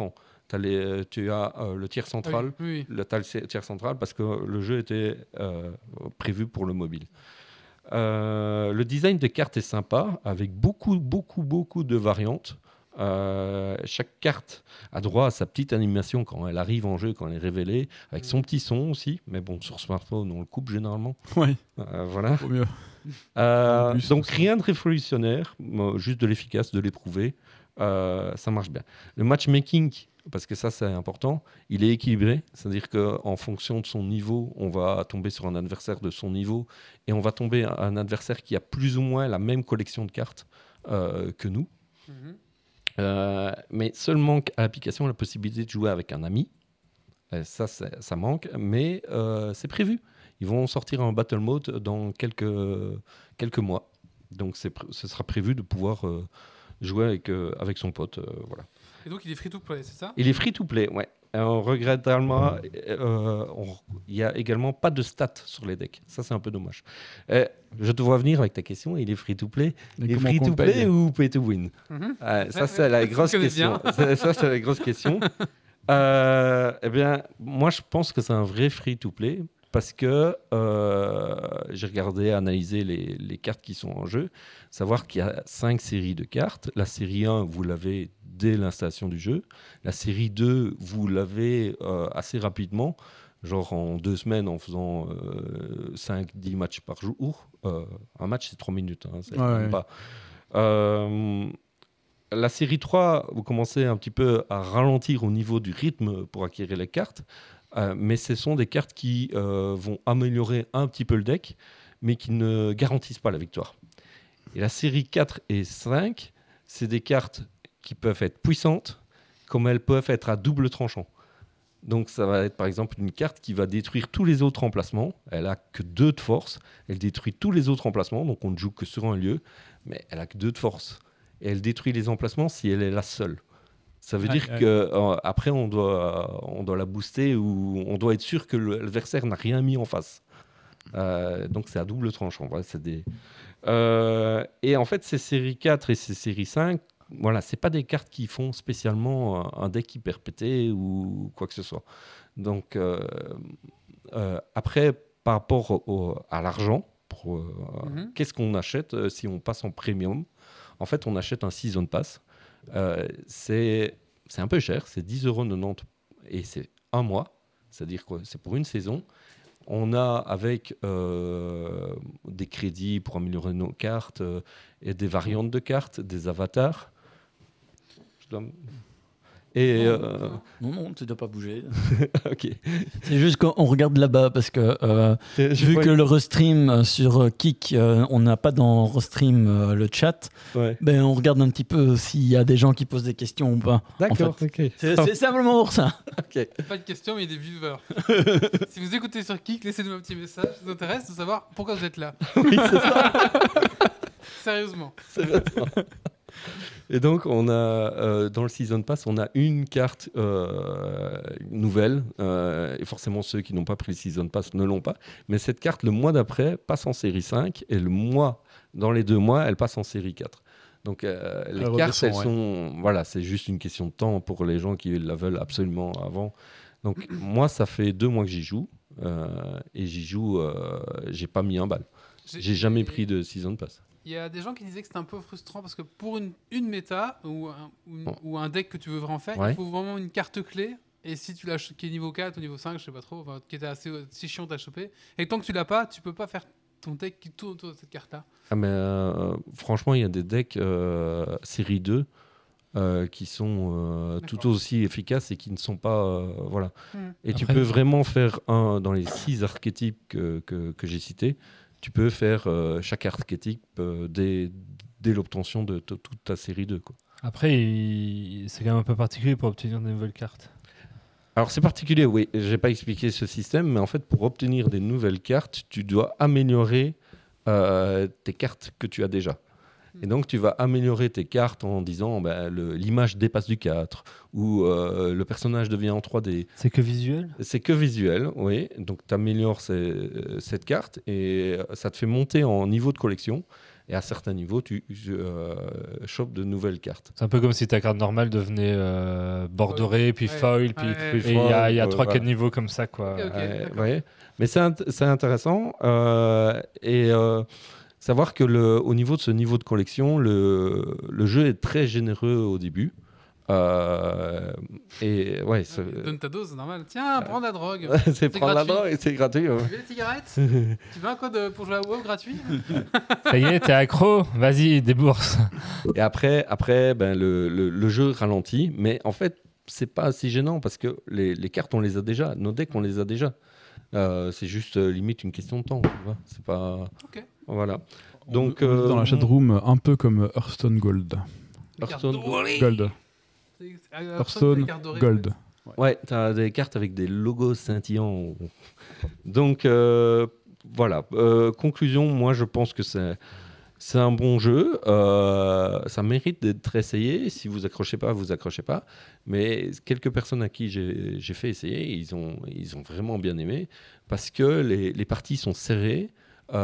tu as le tiers central. Oui. T'as le tiers central parce que le jeu était prévu pour le mobile. Le design des cartes est sympa, avec beaucoup de variantes. Chaque carte a droit à sa petite animation quand elle arrive en jeu, quand elle est révélée, avec son petit son aussi. Mais bon, sur smartphone, on le coupe généralement. Oui, Voilà. au mieux. Donc rien de révolutionnaire, juste de l'efficace, de l'éprouver. Ça marche bien. Le matchmaking, parce que ça c'est important, il est équilibré. C'est-à-dire qu'en fonction de son niveau, on va tomber sur un adversaire de son niveau et on va tomber à un adversaire qui a plus ou moins la même collection de cartes que nous. Mais seul manque à l'application la possibilité de jouer avec un ami. Ça manque, mais c'est prévu. Ils vont sortir un battle mode dans quelques mois. Donc ce sera prévu de pouvoir jouer avec son pote. Voilà. Et donc il est free to play, c'est ça? Il est free to play, ouais. On regrette tellement, il n'y a également pas de stats sur les decks. Ça, c'est un peu dommage. Je te vois venir avec ta question. Il est free to play. Mais Il est comment free qu'on to paye play ou pay to win? Ça, c'est la grosse question. Ça, c'est la grosse question. Eh bien, moi, je pense que c'est un vrai free to play parce que j'ai regardé, analysé les cartes qui sont en jeu. Savoir qu'il y a 5 séries de cartes. La série 1, vous l'avez dès l'installation du jeu. La série 2, vous l'avez assez rapidement, genre en 2 semaines en faisant 5-10 matchs par jour. Un match, c'est 3 minutes. Hein, c'est même pas. La série 3, vous commencez un petit peu à ralentir au niveau du rythme pour acquérir les cartes, mais ce sont des cartes qui vont améliorer un petit peu le deck, mais qui ne garantissent pas la victoire. Et la série 4 et 5, c'est des cartes qui peuvent être puissantes, comme elles peuvent être à double tranchant. Donc ça va être par exemple une carte qui va détruire tous les autres emplacements. Elle a que 2 de force. Elle détruit tous les autres emplacements, donc on ne joue que sur un lieu, mais elle a que 2 de force. Et elle détruit les emplacements si elle est la seule. Ça veut dire qu'après, on doit la booster ou on doit être sûr que l'adversaire n'a rien mis en face. Donc c'est à double tranchant. Voilà, et en fait, ces séries 4 et ces séries 5, voilà, c'est pas des cartes qui font spécialement un deck hyper pété ou quoi que ce soit. Donc après, par rapport à l'argent, qu'est-ce qu'on achète si on passe en premium? En fait, on achète un Season Pass. C'est un peu cher, c'est 10,90€ et c'est un mois. C'est-à-dire que c'est pour une saison. On a avec des crédits pour améliorer nos cartes et des variantes de cartes, des avatars. Et Non, tu dois pas bouger. ok. C'est juste qu'on regarde là-bas parce que vu que le restream sur Kik, on n'a pas dans restream le chat, ben on regarde un petit peu s'il y a des gens qui posent des questions ou pas. D'accord, en fait. ok. C'est simplement pour ça. Okay. Pas de questions, mais des viewers. Si vous écoutez sur Kik, laissez-nous un petit message. Ça nous intéresse de savoir pourquoi vous êtes là. Oui, c'est ça. Sérieusement. C'est bien ça. Et donc, on a dans le Season Pass, on a une carte nouvelle. Et forcément, ceux qui n'ont pas pris le Season Pass ne l'ont pas. Mais cette carte, le mois d'après, passe en série 5. Et dans les 2 mois, elle passe en série 4. Donc, les cartes, elles sont... Voilà, c'est juste une question de temps pour les gens qui la veulent absolument avant. Donc, moi, ça fait 2 mois que j'y joue. Et j'y joue... j'ai pas mis un bal. J'ai jamais pris de Season Pass. Il y a des gens qui disaient que c'était un peu frustrant parce que pour une méta ou un deck que tu veux vraiment faire, il faut vraiment une carte clé. Et si tu l'as qui est niveau 4 ou niveau 5, je sais pas trop, qui était assez chiant à choper. Et tant que tu l'as pas, tu peux pas faire ton deck qui tourne autour de cette carte-là. Ah mais franchement, il y a des decks série 2 qui sont tout aussi efficaces et qui ne sont pas... voilà. Et tu peux vraiment faire dans les 6 archétypes que j'ai cités. Tu peux faire chaque archétype dès l'obtention de toute ta série 2. Quoi. Après, c'est quand même un peu particulier pour obtenir des nouvelles cartes. Alors c'est particulier, oui. Je n'ai pas expliqué ce système, mais en fait, pour obtenir des nouvelles cartes, tu dois améliorer tes cartes que tu as déjà. Et donc, tu vas améliorer tes cartes en disant l'image dépasse du 4 ou le personnage devient en 3D. C'est que visuel ? C'est que visuel, oui. Donc, tu améliores cette carte et ça te fait monter en niveau de collection. Et à certains niveaux, tu chopes de nouvelles cartes. C'est un peu comme si ta carte normale devenait bord doré, puis foil, puis et il y a 3-4 niveaux comme ça, quoi. Ok, Ouais. Mais c'est intéressant. Savoir que au niveau de ce niveau de collection, le jeu est très généreux au début. Donne ta dose, c'est normal. Tiens, prends de la drogue. c'est prendre la drogue et c'est gratuit. Ouais. Tu veux des cigarettes? Tu veux un code pour jouer à WoW gratuit? Ça y est, t'es accro? Vas-y, débourse. Et après le jeu ralentit, mais en fait, c'est pas si gênant parce que les cartes, on les a déjà, nos decks, on les a déjà. C'est juste limite une question de temps. Tu vois, c'est pas. Ok. Voilà. Donc, on est dans la chatroom, un peu comme Hearthstone Gold. Hearthstone Gold. Hearthstone Gold. Ouais, t'as des cartes avec des logos scintillants. Donc, voilà. Conclusion, moi, je pense que c'est un bon jeu. Ça mérite d'être essayé. Si vous accrochez pas, vous accrochez pas. Mais quelques personnes à qui j'ai fait essayer, ils ont vraiment bien aimé parce que les parties sont serrées. Il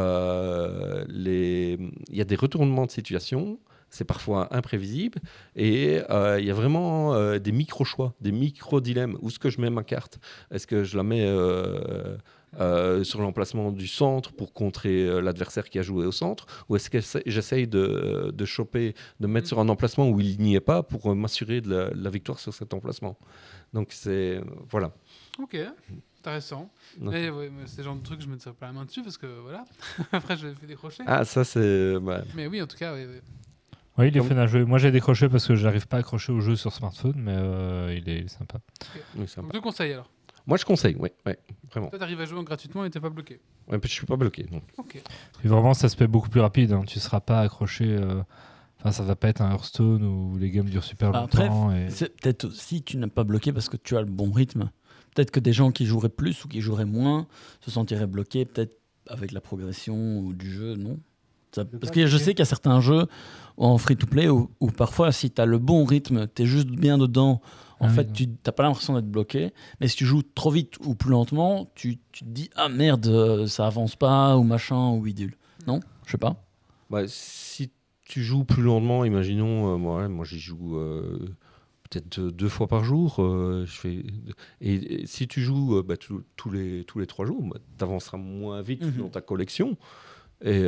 y a des retournements de situation. C'est parfois imprévisible et il y a vraiment des micro-choix, des micro-dilemmes. Où est-ce que je mets ma carte? Est-ce que je la mets sur l'emplacement du centre pour contrer l'adversaire qui a joué au centre? Ou est-ce que j'essaye de choper, de mettre sur un emplacement où il n'y est pas pour m'assurer de la victoire sur cet emplacement? Donc c'est... voilà. Ok, intéressant. Mais c'est le genre de truc que je ne mettrais pas la main dessus parce que voilà, après je vais faire décrocher. Ah, ça c'est... Mais oui, en tout cas, oui. Oui, il est fun à jouer. Moi, j'ai décroché parce que j'arrive pas à accrocher au jeu sur smartphone, mais il est sympa. Okay. Oui, sympa. Donc, deux conseils alors. Moi, je conseille, oui, vraiment. Toi, t'arrives à jouer gratuitement et t'es pas bloqué. Ouais, je suis pas bloqué, non. Ok. Et vraiment, ça se fait beaucoup plus rapide. Hein. Tu seras pas accroché. Enfin, ça va pas être un Hearthstone où les games durent super longtemps. Après, c'est peut-être aussi tu n'as pas bloqué parce que tu as le bon rythme. Peut-être que des gens qui joueraient plus ou qui joueraient moins se sentiraient bloqués, peut-être avec la progression du jeu, non? Parce que je sais qu'il y a certains jeux en free-to-play où parfois, si tu as le bon rythme, tu es juste bien dedans, en fait, tu n'as pas l'impression d'être bloqué. Mais si tu joues trop vite ou plus lentement, tu te dis « Ah merde, ça avance pas » ou machin ou bidule. Non? Je sais pas. Bah, si tu joues plus lentement, imaginons, moi j'y joue peut-être 2 fois par jour. Et si tu joues tous les 3 jours, tu avanceras moins vite dans ta collection. Et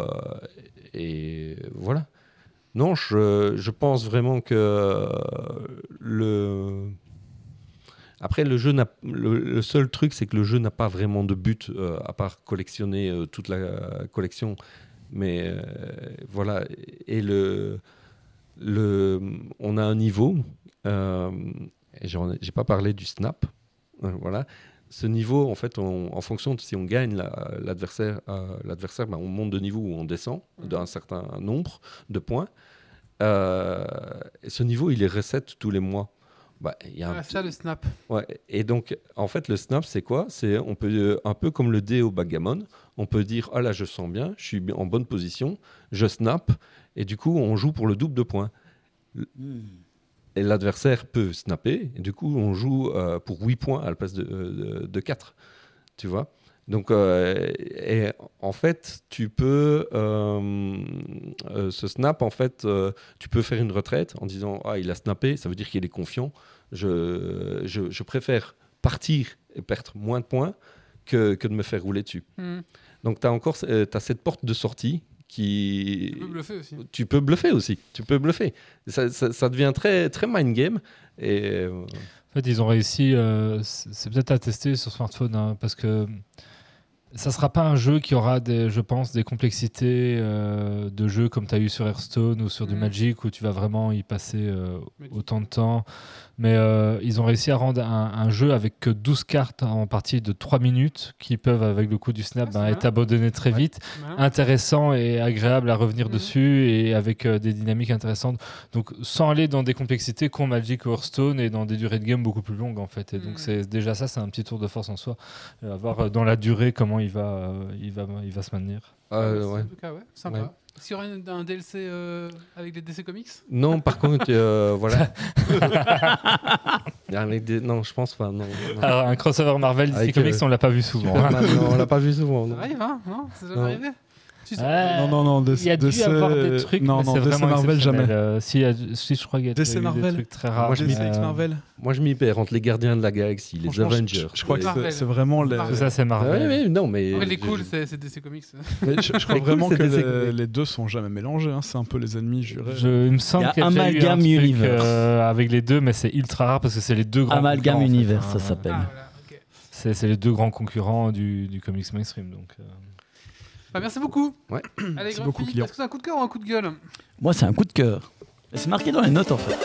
voilà. Non, je pense vraiment que après le jeu le seul truc, c'est que le jeu n'a pas vraiment de but à part collectionner toute la collection. Mais voilà. Et on a un niveau. Et j'ai pas parlé du snap. Voilà. Ce niveau, en fait, en fonction de si on gagne l'adversaire, on monte de niveau ou on descend d'un certain nombre de points. Et ce niveau, il est reset tous les mois. Ça, le snap. Ouais. Et donc, en fait, le snap, c'est quoi? On peut, un peu comme le dé au backgammon, on peut dire « Ah là, je sens bien, je suis en bonne position, je snap. » Et du coup, on joue pour le double de points. Et l'adversaire peut snapper, et du coup, on joue pour 8 points à la place de 4. Tu vois? Donc, et en fait, tu peux... ce snap, en fait, tu peux faire une retraite en disant « Ah, il a snappé, ça veut dire qu'il est confiant. Je préfère partir et perdre moins de points que de me faire rouler dessus. » Donc, tu as cette porte de sortie qui... Tu peux bluffer aussi. Tu peux bluffer. Ça devient très, très mind game. Et, En fait, ils ont réussi... c'est peut-être à tester sur smartphone, hein, parce que ça ne sera pas un jeu qui aura, je pense, des complexités de jeu comme tu as eu sur Hearthstone ou sur du Magic, où tu vas vraiment y passer autant de temps. Mais ils ont réussi à rendre un jeu avec que 12 cartes en partie de 3 minutes qui peuvent, avec le coup du snap, être abandonnées très vite. Intéressant et agréable à revenir dessus et avec des dynamiques intéressantes. Donc, sans aller dans des complexités qu'ont Magic ou Hearthstone et dans des durées de game beaucoup plus longues, en fait. Et donc, déjà ça, c'est un petit tour de force en soi. Voir dans la durée comment il va se maintenir. En tout cas, sympa. Ouais. Est-ce qu'il y aura un DLC avec les DC Comics? Non, par contre, voilà. Non, je pense pas. Non. Alors, un crossover Marvel DC Comics, on l'a pas vu souvent. Non, on l'a pas vu souvent. Ça arrive, hein? Non, c'est jamais arrivé. Si, ça- Non, Il y a dû avoir des trucs, Non, mais non, c'est DC vraiment Marvel, exceptionnel. jamais. Si, je crois qu'il y a DC eu des Marvel. trucs très rares. Moi, je mais, dis DC Marvel. Moi, je m'y perds entre les Gardiens de la Galaxie, les Franchement, Avengers. Je crois que Marvel. c'est vraiment les. Marvel. Tout ça, c'est Ah Marvel. ouais, non, mais. Ouais, les cool, c'est DC Comics. Mais je crois Les vraiment cool, que c'est DC. les deux sont jamais mélangés. Hein. C'est un peu les ennemis jurés. Il me semble Il y a qu'il y a déjà eu un Amalgam truc, Universe. avec les deux, mais c'est ultra rare parce que c'est les deux grands Amalgam concurrents, en fait, Universe, hein. ça s'appelle. Ah, voilà, ok. C'est les deux grands concurrents du comics mainstream. Donc, Bah, merci beaucoup. Ouais. Allez, Merci Grumpy, beaucoup, client. est-ce que c'est un coup de cœur ou un coup de gueule? Moi, c'est un coup de cœur. Et c'est marqué dans les notes, en fait.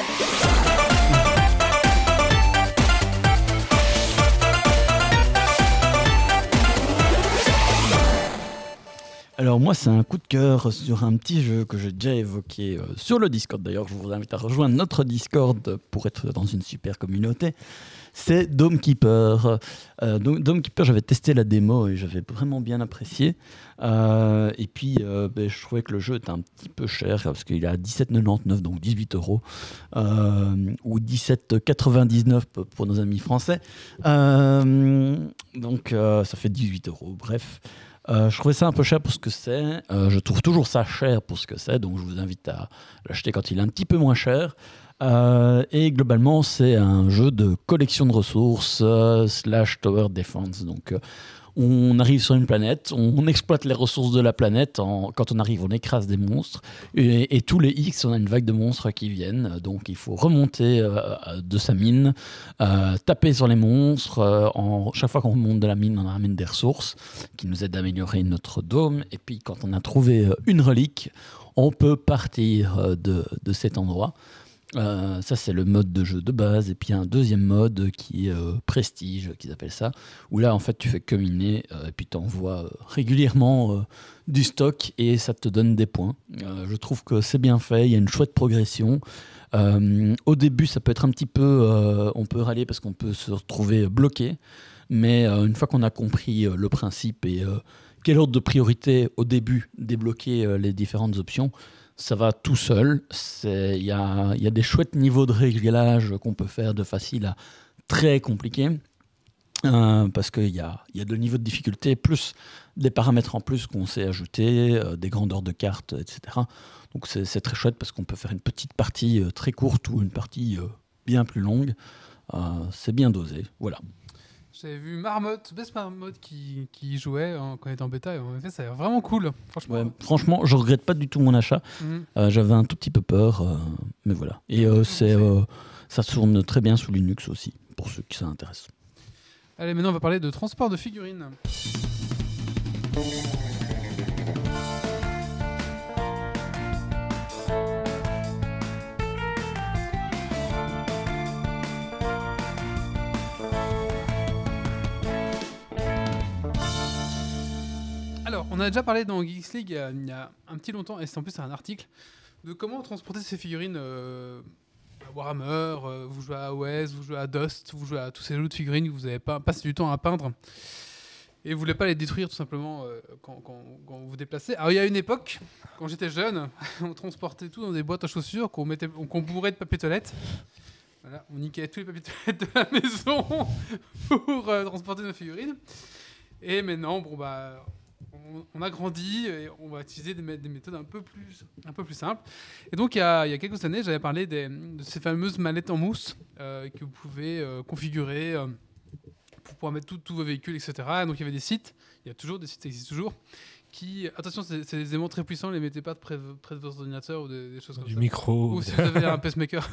Alors moi, c'est un coup de cœur sur un petit jeu que j'ai déjà évoqué sur le Discord. D'ailleurs, je vous invite à rejoindre notre Discord pour être dans une super communauté. C'est Dome Keeper. Dome Keeper, j'avais testé la démo et j'avais vraiment bien apprécié. Et puis, je trouvais que le jeu était un petit peu cher parce qu'il est à 17,99, donc 18 €, ou 17,99 pour nos amis français. Donc, ça fait 18 €. Bref. Je trouvais ça un peu cher pour ce que c'est. Je trouve toujours ça cher pour ce que c'est, donc je vous invite à l'acheter quand il est un petit peu moins cher. Et globalement, c'est un jeu de collection de ressources / tower defense. Donc, on arrive sur une planète, on exploite les ressources de la planète. Quand on arrive, on écrase des monstres. Et tous les X, on a une vague de monstres qui viennent. Donc, il faut remonter de sa mine, taper sur les monstres. Chaque fois qu'on remonte de la mine, on ramène des ressources qui nous aident à améliorer notre dôme. Et puis, quand on a trouvé une relique, on peut partir de cet endroit. Ça, c'est le mode de jeu de base. Et puis, il y a un deuxième mode qui est Prestige, qu'ils appellent ça, où là, en fait, tu fais que miner et puis tu envoies régulièrement du stock et ça te donne des points. Je trouve que c'est bien fait, il y a une chouette progression. Au début, ça peut être un petit peu... on peut râler parce qu'on peut se retrouver bloqué, mais une fois qu'on a compris le principe et quel ordre de priorité au début, débloquer les différentes options, ça va tout seul. Il y a des chouettes niveaux de réglage qu'on peut faire de facile à très compliqué. Parce qu'il y a de niveaux de difficulté, plus des paramètres en plus qu'on sait ajouter, des grandeurs de cartes, etc. Donc c'est très chouette parce qu'on peut faire une petite partie très courte ou une partie bien plus longue. C'est bien dosé. Voilà. J'avais vu Best Marmotte qui jouait quand il était en bêta, et en effet, ça a l'air vraiment cool. Franchement. Ouais, franchement, je regrette pas du tout mon achat. J'avais un tout petit peu peur, mais voilà. Et ça tourne très bien sous Linux aussi, pour ceux qui ça intéresse. Allez, maintenant on va parler de transport de figurines. Alors, on a déjà parlé dans Geeks League il y a un petit longtemps, et c'est en plus un article, de comment transporter ces figurines à Warhammer, vous jouez à AOS, vous jouez à Dust, vous jouez à tous ces jeux de figurines que vous avez passé du temps à peindre, et vous voulez pas les détruire tout simplement quand vous vous déplacez. Alors il y a une époque, quand j'étais jeune, on transportait tout dans des boîtes à chaussures qu'on bourrait de papier toilette. Voilà, on niquait tous les papiers toilettes de la maison pour transporter nos figurines. Et maintenant, on a grandi et on va utiliser des méthodes un peu plus simples. Et donc, il y a quelques années, j'avais parlé de ces fameuses mallettes en mousse que vous pouvez configurer pour pouvoir mettre tous vos véhicules, etc. Et donc, il y avait des sites, il y a toujours des sites, ça existe toujours, qui, attention, c'est des aimants très puissants, ne les mettez pas près de votre ordinateur ou des choses comme ça. du micro. Ou si vous avez un pacemaker.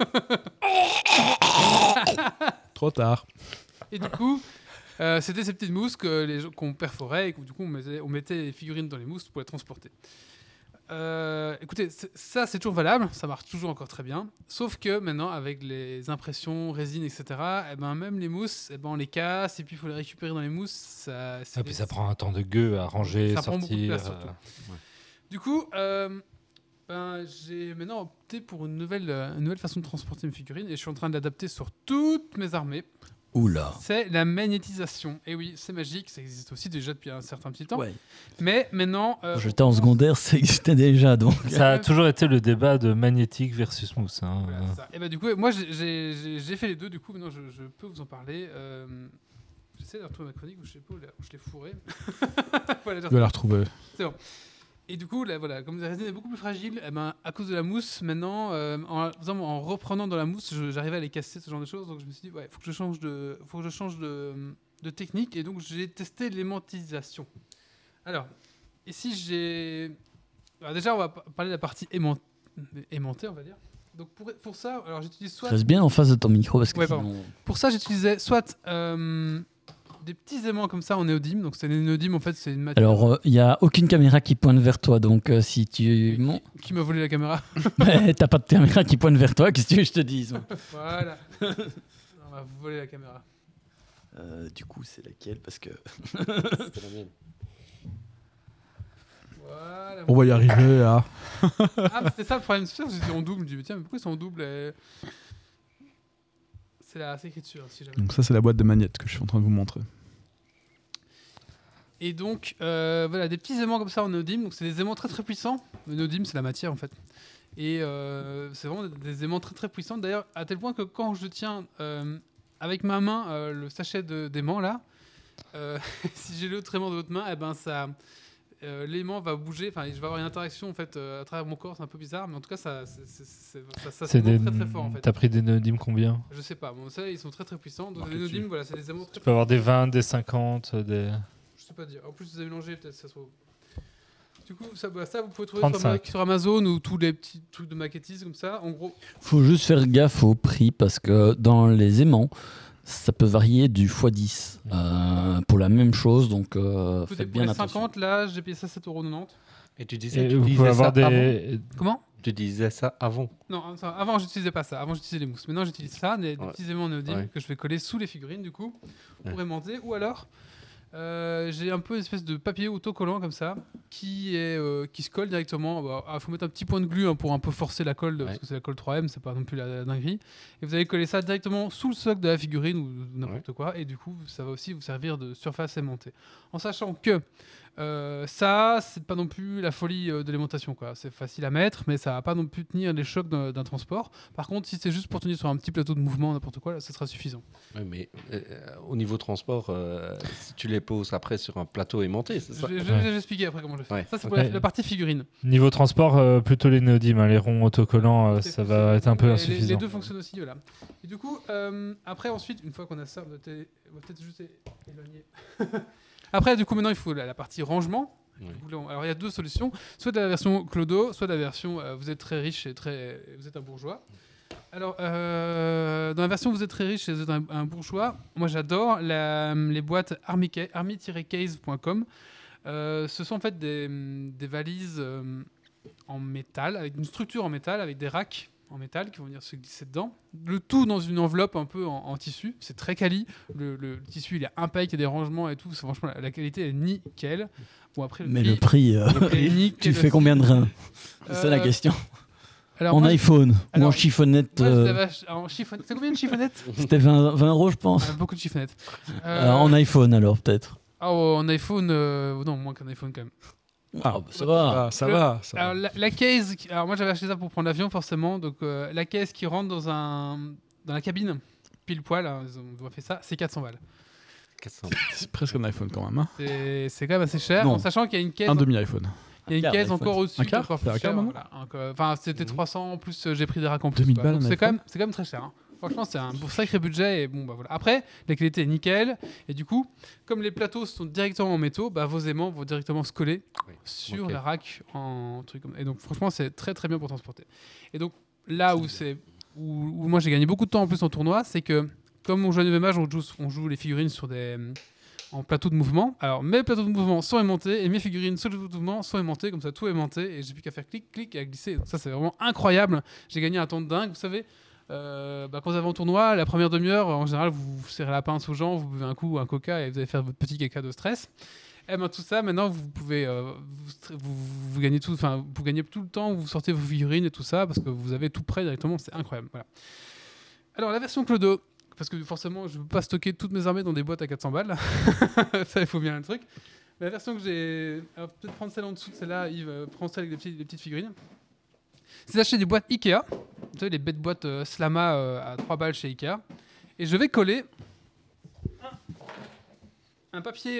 Trop tard. Et du coup... c'était ces petites mousses qu'on perforait et que du coup on mettait les figurines dans les mousses pour les transporter. Écoutez, ça c'est toujours valable, ça marche toujours encore très bien. Sauf que maintenant avec les impressions, résine, etc., même les mousses, on les casse et puis il faut les récupérer dans les mousses. Puis ça prend un temps de gueux à ranger, ça sortir. prend beaucoup de place, surtout. Du coup, j'ai maintenant opté pour une nouvelle façon de transporter mes figurines et je suis en train de l'adapter sur toutes mes armées. Oula. C'est la magnétisation. Et oui, c'est magique, ça existe aussi déjà depuis un certain petit temps. Ouais. Mais maintenant... Quand j'étais en secondaire, ça existait déjà. Donc. Ça a toujours été le débat de magnétique versus mousse. Hein. Voilà, et du coup, moi j'ai fait les deux, du coup maintenant je peux vous en parler. J'essaie de retrouver ma chronique où je sais pas où je l'ai fourré. Voilà, Tu vas la retrouver. Et du coup, là, voilà, comme la résine est beaucoup plus fragile, eh ben, à cause de la mousse, maintenant, en reprenant dans la mousse, j'arrivais à les casser, ce genre de choses. Donc je me suis dit, ouais, faut que je change de technique. Et donc j'ai testé l'aimantisation. Alors, ici j'ai. Alors, déjà, on va parler de la partie aimantée, on va dire. Donc pour ça, alors j'utilise soit. Reste bien en face de ton micro parce que Ouais, sinon... Pour ça, j'utilisais soit des petits aimants comme ça en néodyme. Donc c'est des néodymes, en fait, c'est une matière. Alors, il n'y a aucune caméra qui pointe vers toi, donc si tu... Qui m'a volé la caméra. Mais t'as pas de caméra qui pointe vers toi, qu'est-ce que tu veux que je te dise? Voilà. On m'a volé la caméra. Du coup, c'est laquelle? Parce que... C'était la mienne. Voilà. On va y arriver à. Ah, mais c'était ça le problème. C'est sûr que c'était en double. Je me dis, mais tiens, mais pourquoi c'est en double C'est écrit dessus, si jamais. Donc ça, c'est la boîte de magnettes que je suis en train de vous montrer. Et donc, voilà, des petits aimants comme ça en néodyme. Donc, c'est des aimants très très puissants. Le néodyme, c'est la matière en fait. Et c'est vraiment des aimants très très puissants. D'ailleurs, à tel point que quand je tiens avec ma main le sachet d'aimant là, si j'ai l'autre aimant de votre main, eh ben ça. L'aimant va bouger, enfin je vais avoir une interaction en fait à travers mon corps, c'est un peu bizarre, mais en tout cas ça C'est des... très très fort en fait. T'as pris des néodymes combien? Je sais pas, bon ça ils sont très très puissants. Donc les néodymes, voilà, c'est des aimants très Tu peux avoir des 20, des 50, des... Je sais pas dire. En plus vous avez mélangé peut-être ça soit. Du coup ça vous pouvez trouver 35. sur Amazon ou tous les petits trucs de maquettisme comme ça. En gros. Faut juste faire gaffe au prix parce que dans les aimants, ça peut varier du x10 pour la même chose, donc Écoutez, faites pour bien les attention. 50 là, j'ai payé ça 7,90 €. Et tu disais, Et vous pouvez avoir des... Comment? Tu disais ça avant. Non, avant j'utilisais pas ça. Avant j'utilisais les mousses. Maintenant j'utilise ça, des Ouais. petits aimants néodymes Ouais. que je vais coller sous les figurines du coup pour Ouais. aimanter. Ou alors j'ai un peu une espèce de papier autocollant comme ça qui se colle directement. Il faut mettre un petit point de glu pour un peu forcer la colle parce Ouais. que c'est la colle 3M, c'est pas non plus la dinguerie. Et vous allez coller ça directement sous le socle de la figurine ou n'importe quoi. Et du coup ça va aussi vous servir de surface aimantée. En sachant que ça, c'est pas non plus la folie de l'aimantation, quoi. C'est facile à mettre, mais ça va pas non plus tenir les chocs d'un transport. Par contre, si c'est juste pour tenir sur un petit plateau de mouvement, n'importe quoi, là, ça sera suffisant. Ouais, mais au niveau transport, si tu les poses après sur un plateau aimanté, c'est ça? Je vais expliquer après comment je fais. Ouais. Ça, c'est pour Ouais. la partie figurine. Niveau transport, plutôt les néodymes, hein, les ronds autocollants, ça va être un peu Les insuffisant. deux fonctionnent aussi, voilà. Et du coup, après, ensuite, une fois qu'on a ça, on va peut-être juste éloigner. Après, du coup, maintenant, il faut la partie rangement. Oui. Alors, il y a deux solutions. Soit de la version Clodo, soit de la version vous êtes très riche et vous êtes un bourgeois. Alors, dans la version vous êtes très riche et vous êtes un bourgeois, moi j'adore les boîtes army-case.com. Ce sont en fait des valises en métal, avec une structure en métal, avec des racks en métal qui vont venir se glisser dedans. Le tout dans une enveloppe un peu en tissu. C'est très quali. Le tissu, il est impec, il y a des rangements et tout. Franchement, la qualité est nickel. Bon, après, Mais le prix, prix est nickel tu fais aussi. combien de reins? C'est la question. Alors, En moi, iPhone ou alors, en chiffonnette, moi, je l'avais en chiffonnette. C'est combien une chiffonnette? c'était 20 €, je pense. Beaucoup de chiffonnettes. En iPhone alors, peut-être. En iPhone, non, moins qu'un iPhone quand même. Ah, bah, ça va. Ça va. Alors, la case, alors moi j'avais acheté ça pour prendre l'avion forcément, donc la caisse qui rentre dans la cabine, pile poil, hein, ils ont fait ça, c'est 400 balles. 400. C'est presque un iPhone quand même. Hein. C'est quand même assez cher, Non. en sachant qu'il y a une caisse, Un demi-iPhone. il y a une quart caisse d'iPhone. encore au-dessus, Un quart encore C'est plus un quart cher, maintenant voilà. Enfin, c'était 300 en plus, j'ai pris des racks en plus. 2000 quoi. balles, Donc, un c'est quand iPhone. même très cher. Hein. Franchement, c'est un sacré budget et bon bah voilà. Après, la qualité est nickel et du coup, comme les plateaux sont directement en métaux, bah, vos aimants vont directement se coller Oui. sur Ok. la rack en truc comme. Et donc franchement, c'est très très bien pour transporter. Et donc là où moi j'ai gagné beaucoup de temps en plus en tournoi, c'est que comme on joue à 9e âge, on joue les figurines sur en plateau de mouvement. Alors mes plateaux de mouvement sont aimantés et mes figurines sur le plateau de mouvement sont aimantées, comme ça tout est aimanté et j'ai plus qu'à faire clic clic et à glisser. Donc, ça c'est vraiment incroyable. J'ai gagné un temps de dingue, vous savez. Quand vous avez un tournoi, la première demi-heure, en général, vous serrez la pince aux gens, vous buvez un coup, un coca et vous allez faire votre petit caca de stress. Et ben tout ça, maintenant, vous pouvez, vous gagnez tout, enfin, vous gagnez tout le temps, vous sortez vos figurines et tout ça parce que vous avez tout prêt directement, c'est incroyable. Voilà. Alors la version Clodo, parce que forcément, je ne peux pas stocker toutes mes armées dans des boîtes à 400 balles. Ça, il faut bien le truc. Mais la version que j'ai, alors peut-être prendre celle en dessous de celle-là, Yves, prends celle avec des petites figurines. C'est d'acheter des boîtes Ikea. Vous savez, les bêtes boîtes Slama à 3 balles chez Ikea. Et je vais coller un papier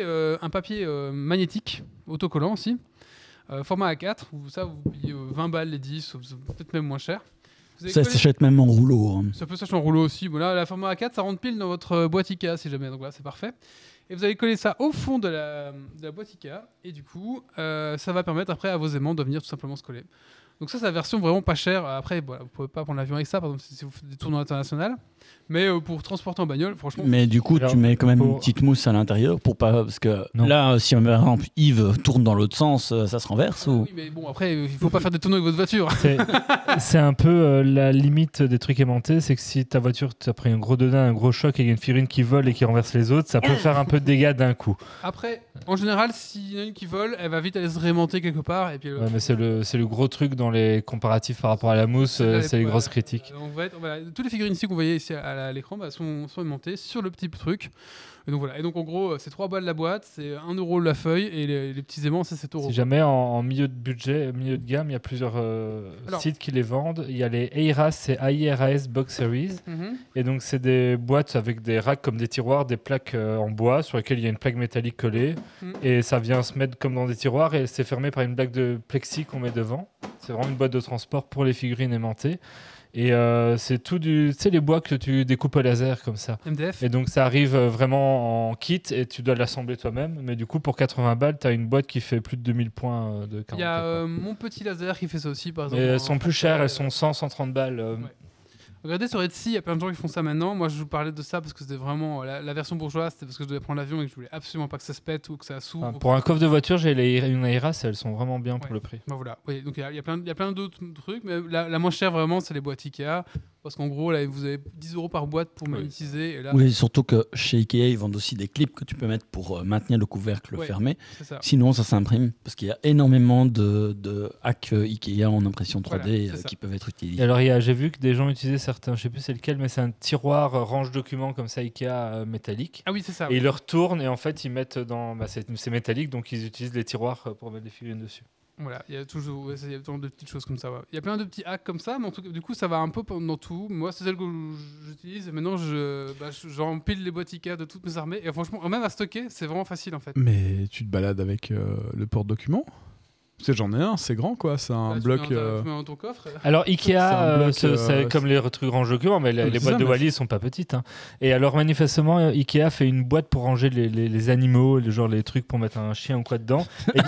magnétique, autocollant aussi, format A4, où ça vous payez 20 balles les 10, ou peut-être même moins cher. Ça s'achète même en rouleau. Ça peut s'acheter en rouleau aussi. Voilà, la format A4, ça rentre pile dans votre boîte IKEA si jamais, donc voilà, c'est parfait. Et vous allez coller ça au fond de la boîte IKEA, et du coup, ça va permettre après à vos aimants de venir tout simplement se coller. Donc ça, c'est la version vraiment pas chère. Après, voilà, vous pouvez pas prendre l'avion avec ça, par exemple, si vous faites des tournois internationaux. Mais pour transporter en bagnole, franchement... Mais du coup, Alors, tu mets quand même une petite mousse à l'intérieur pour pas... Parce que Non. là, si par exemple Yves tourne dans l'autre sens, ça se renverse ou... Oui, mais bon, après, il faut pas faire des tournois avec votre voiture. C'est un peu la limite des trucs aimantés, c'est que si ta voiture t'as pris un gros dedans, un gros choc et qu'il y a une figurine qui vole et qui renverse les autres, ça peut faire un peu de dégâts d'un coup. Après, en général, s'il y en a une qui vole, elle va vite aller se réaimanter quelque part. Et puis, Ouais, mais c'est le gros truc dans les comparatifs par rapport à la mousse, c'est les grosses critiques. Voilà, toutes les figurines ici que vous voyez ici à l'écran sont aimantées sur le petit truc. Et donc voilà. Et donc en gros, c'est 3 balles la boîte, c'est 1 euro la feuille et les petits aimants, c'est 7 euros. Si jamais en milieu de budget, milieu de gamme, il y a plusieurs sites qui les vendent. Il y a les AIRAS, c'est AIRAS Box Series. Et donc c'est des boîtes avec des racks comme des tiroirs, des plaques en bois sur lesquelles il y a une plaque métallique collée. Et ça vient se mettre comme dans des tiroirs et c'est fermé par une plaque de plexi qu'on met devant. C'est vraiment une boîte de transport pour les figurines aimantées. Et c'est tout tu sais, les bois que tu découpes au laser comme ça. MDF. Et donc ça arrive vraiment en kit et tu dois l'assembler toi-même. Mais du coup, pour 80 balles, tu as une boîte qui fait plus de 2000 points de 40. Il y a mon petit laser qui fait ça aussi, par exemple. Mais elles sont plus chères, elles sont 100, 130 balles. Ouais. Regardez sur Etsy, il y a plein de gens qui font ça maintenant. Moi, je vous parlais de ça parce que c'était vraiment la version bourgeoise. C'était parce que je devais prendre l'avion et que je voulais absolument pas que ça se pète ou que ça s'ouvre. Enfin, pour un coffre de voiture, j'ai une AIRAS, elles sont vraiment bien pour le prix. Bah voilà. Oui, donc il y a plein d'autres trucs, mais la moins chère vraiment, c'est les boîtes Ikea. Parce qu'en gros, là, vous avez 10 euros par boîte pour magnétiser. Et là, Oui, surtout que chez Ikea, ils vendent aussi des clips que tu peux mettre pour maintenir le couvercle fermé. c'est ça. Sinon, ça s'imprime parce qu'il y a énormément de hacks Ikea en impression 3D Voilà, c'est ça. qui peuvent être utilisés. Et alors, j'ai vu que des gens utilisaient certains, je sais plus c'est lequel, mais c'est un tiroir range documents comme ça, Ikea métallique. Ah oui, c'est ça. Et ils le retournent et en fait, ils mettent dans. C'est métallique, donc ils utilisent les tiroirs pour mettre des figurines dessus. Voilà, il y a toujours de petites choses comme ça. Ouais. Il y a plein de petits hacks comme ça, mais en tout cas, du coup, ça va un peu dans tout. Moi, c'est celle que j'utilise. Maintenant, j'empile les boîtes Ikea de toutes mes armées. Et franchement, même à stocker, c'est vraiment facile en fait. Mais tu te balades avec le porte-document? Parce que j'en ai un, c'est grand quoi, c'est un Là, bloc. tu mets dans ton coffre. Alors C'est Ikea, un bloc, c'est comme les trucs range documents, mais mais les c'est boîtes ça, de mais Wally sont pas petites. Hein. Et alors manifestement, Ikea fait une boîte pour ranger les animaux, genre les trucs pour mettre un chien ou quoi dedans, et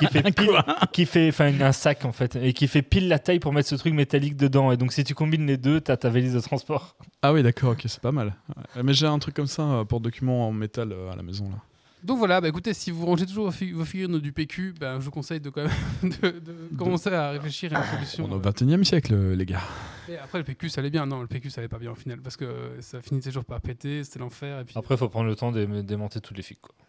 qui fait un sac en fait, et qui fait pile la taille pour mettre ce truc métallique dedans. Et donc si tu combines les deux, t'as ta valise de transport. Ah oui, d'accord, ok, c'est pas mal. Ouais. Mais j'ai un truc comme ça, porte-document en métal à la maison là. Donc voilà, écoutez, si vous rangez toujours vos figurines du PQ, je vous conseille de, quand même de commencer à réfléchir à une solution. On est au 21e siècle, les gars. Et après, le PQ, ça allait bien. Non, le PQ, ça allait pas bien au final, parce que ça finissait toujours par péter, c'était l'enfer. Et puis... Après, il faut prendre le temps de démonter tous les fils. Quoi.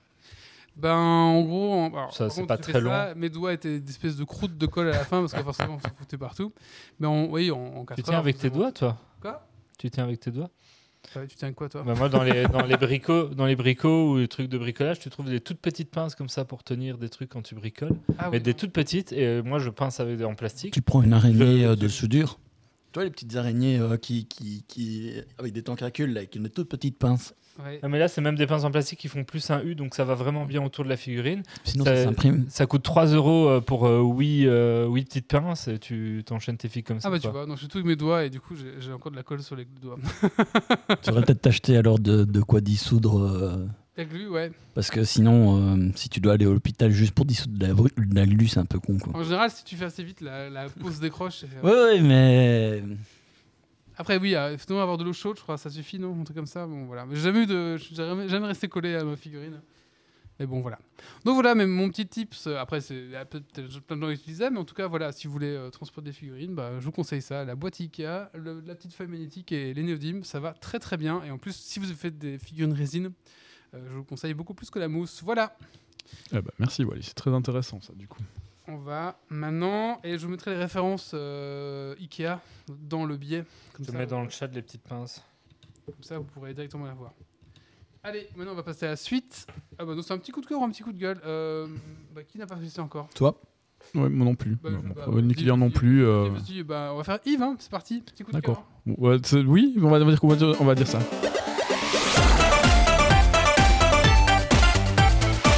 En gros, alors, ça, par c'est contre, pas j'ai fait très long. ça, mes doigts étaient des espèces de croûtes de colle à la fin, parce que forcément, on s'en foutait partout. Mais en 4 Tu tiens avec tes doigts, toi? Quoi? Tu tiens avec tes doigts? Tu tiens quoi, toi? Moi, dans les bricots ou les trucs de bricolage, tu trouves des toutes petites pinces comme ça pour tenir des trucs quand tu bricoles. Ah, Mais oui, des non. toutes petites, et moi, je pince en plastique. Tu prends une araignée Je- de soudure. Toi, les petites araignées qui avec des tentacules, là, avec une toute petite pince. Ouais. Ah, mais là, c'est même des pinces en plastique qui font plus un U, donc ça va vraiment bien autour de la figurine. Sinon, ça s'imprime. Ça coûte 3 € pour 8 petites pinces, et tu t'enchaînes tes fils comme ça. Ah tu quoi. vois, donc je fais tout avec mes doigts et du coup j'ai encore de la colle sur les doigts. Tu devrais peut-être t'acheter alors de quoi dissoudre. La glu, ouais. Parce que sinon, si tu dois aller à l'hôpital juste pour dissoudre de la glu, c'est un peu con, quoi. En général, si tu fais assez vite, la peau se décroche. Ouais, mais... Après, oui, il faut avoir de l'eau chaude, je crois, ça suffit, non? Un truc comme ça. Bon, voilà. Mais je suis jamais resté collé à ma figurine. Mais bon, voilà. Donc voilà, mais mon petit tips, après, il y a peut-être plein de gens qui l'utilisaient, mais en tout cas, voilà, si vous voulez transporter des figurines, je vous conseille ça. La boîte Ikea, la petite feuille magnétique et les néodymes, ça va très très bien. Et en plus, si vous faites des figurines résine, je vous conseille beaucoup plus que la mousse. Voilà. Merci Wally, c'est très intéressant ça du coup. On va maintenant, et je vous mettrai les références Ikea dans le billet. Comme Je ça, mets dans le chat les petites pinces. Comme ça, vous pourrez directement la voir. Allez, maintenant on va passer à la suite. Donc c'est un petit coup de cœur ou un petit coup de gueule. Qui n'a pas fait ça encore? Toi? Ouais, moi non plus. Ni vas-y, client non vas-y, plus. vas-y, on va faire Yves, hein, c'est parti. Petit coup de D'accord. cœur. Ouais, oui, on va dire ça.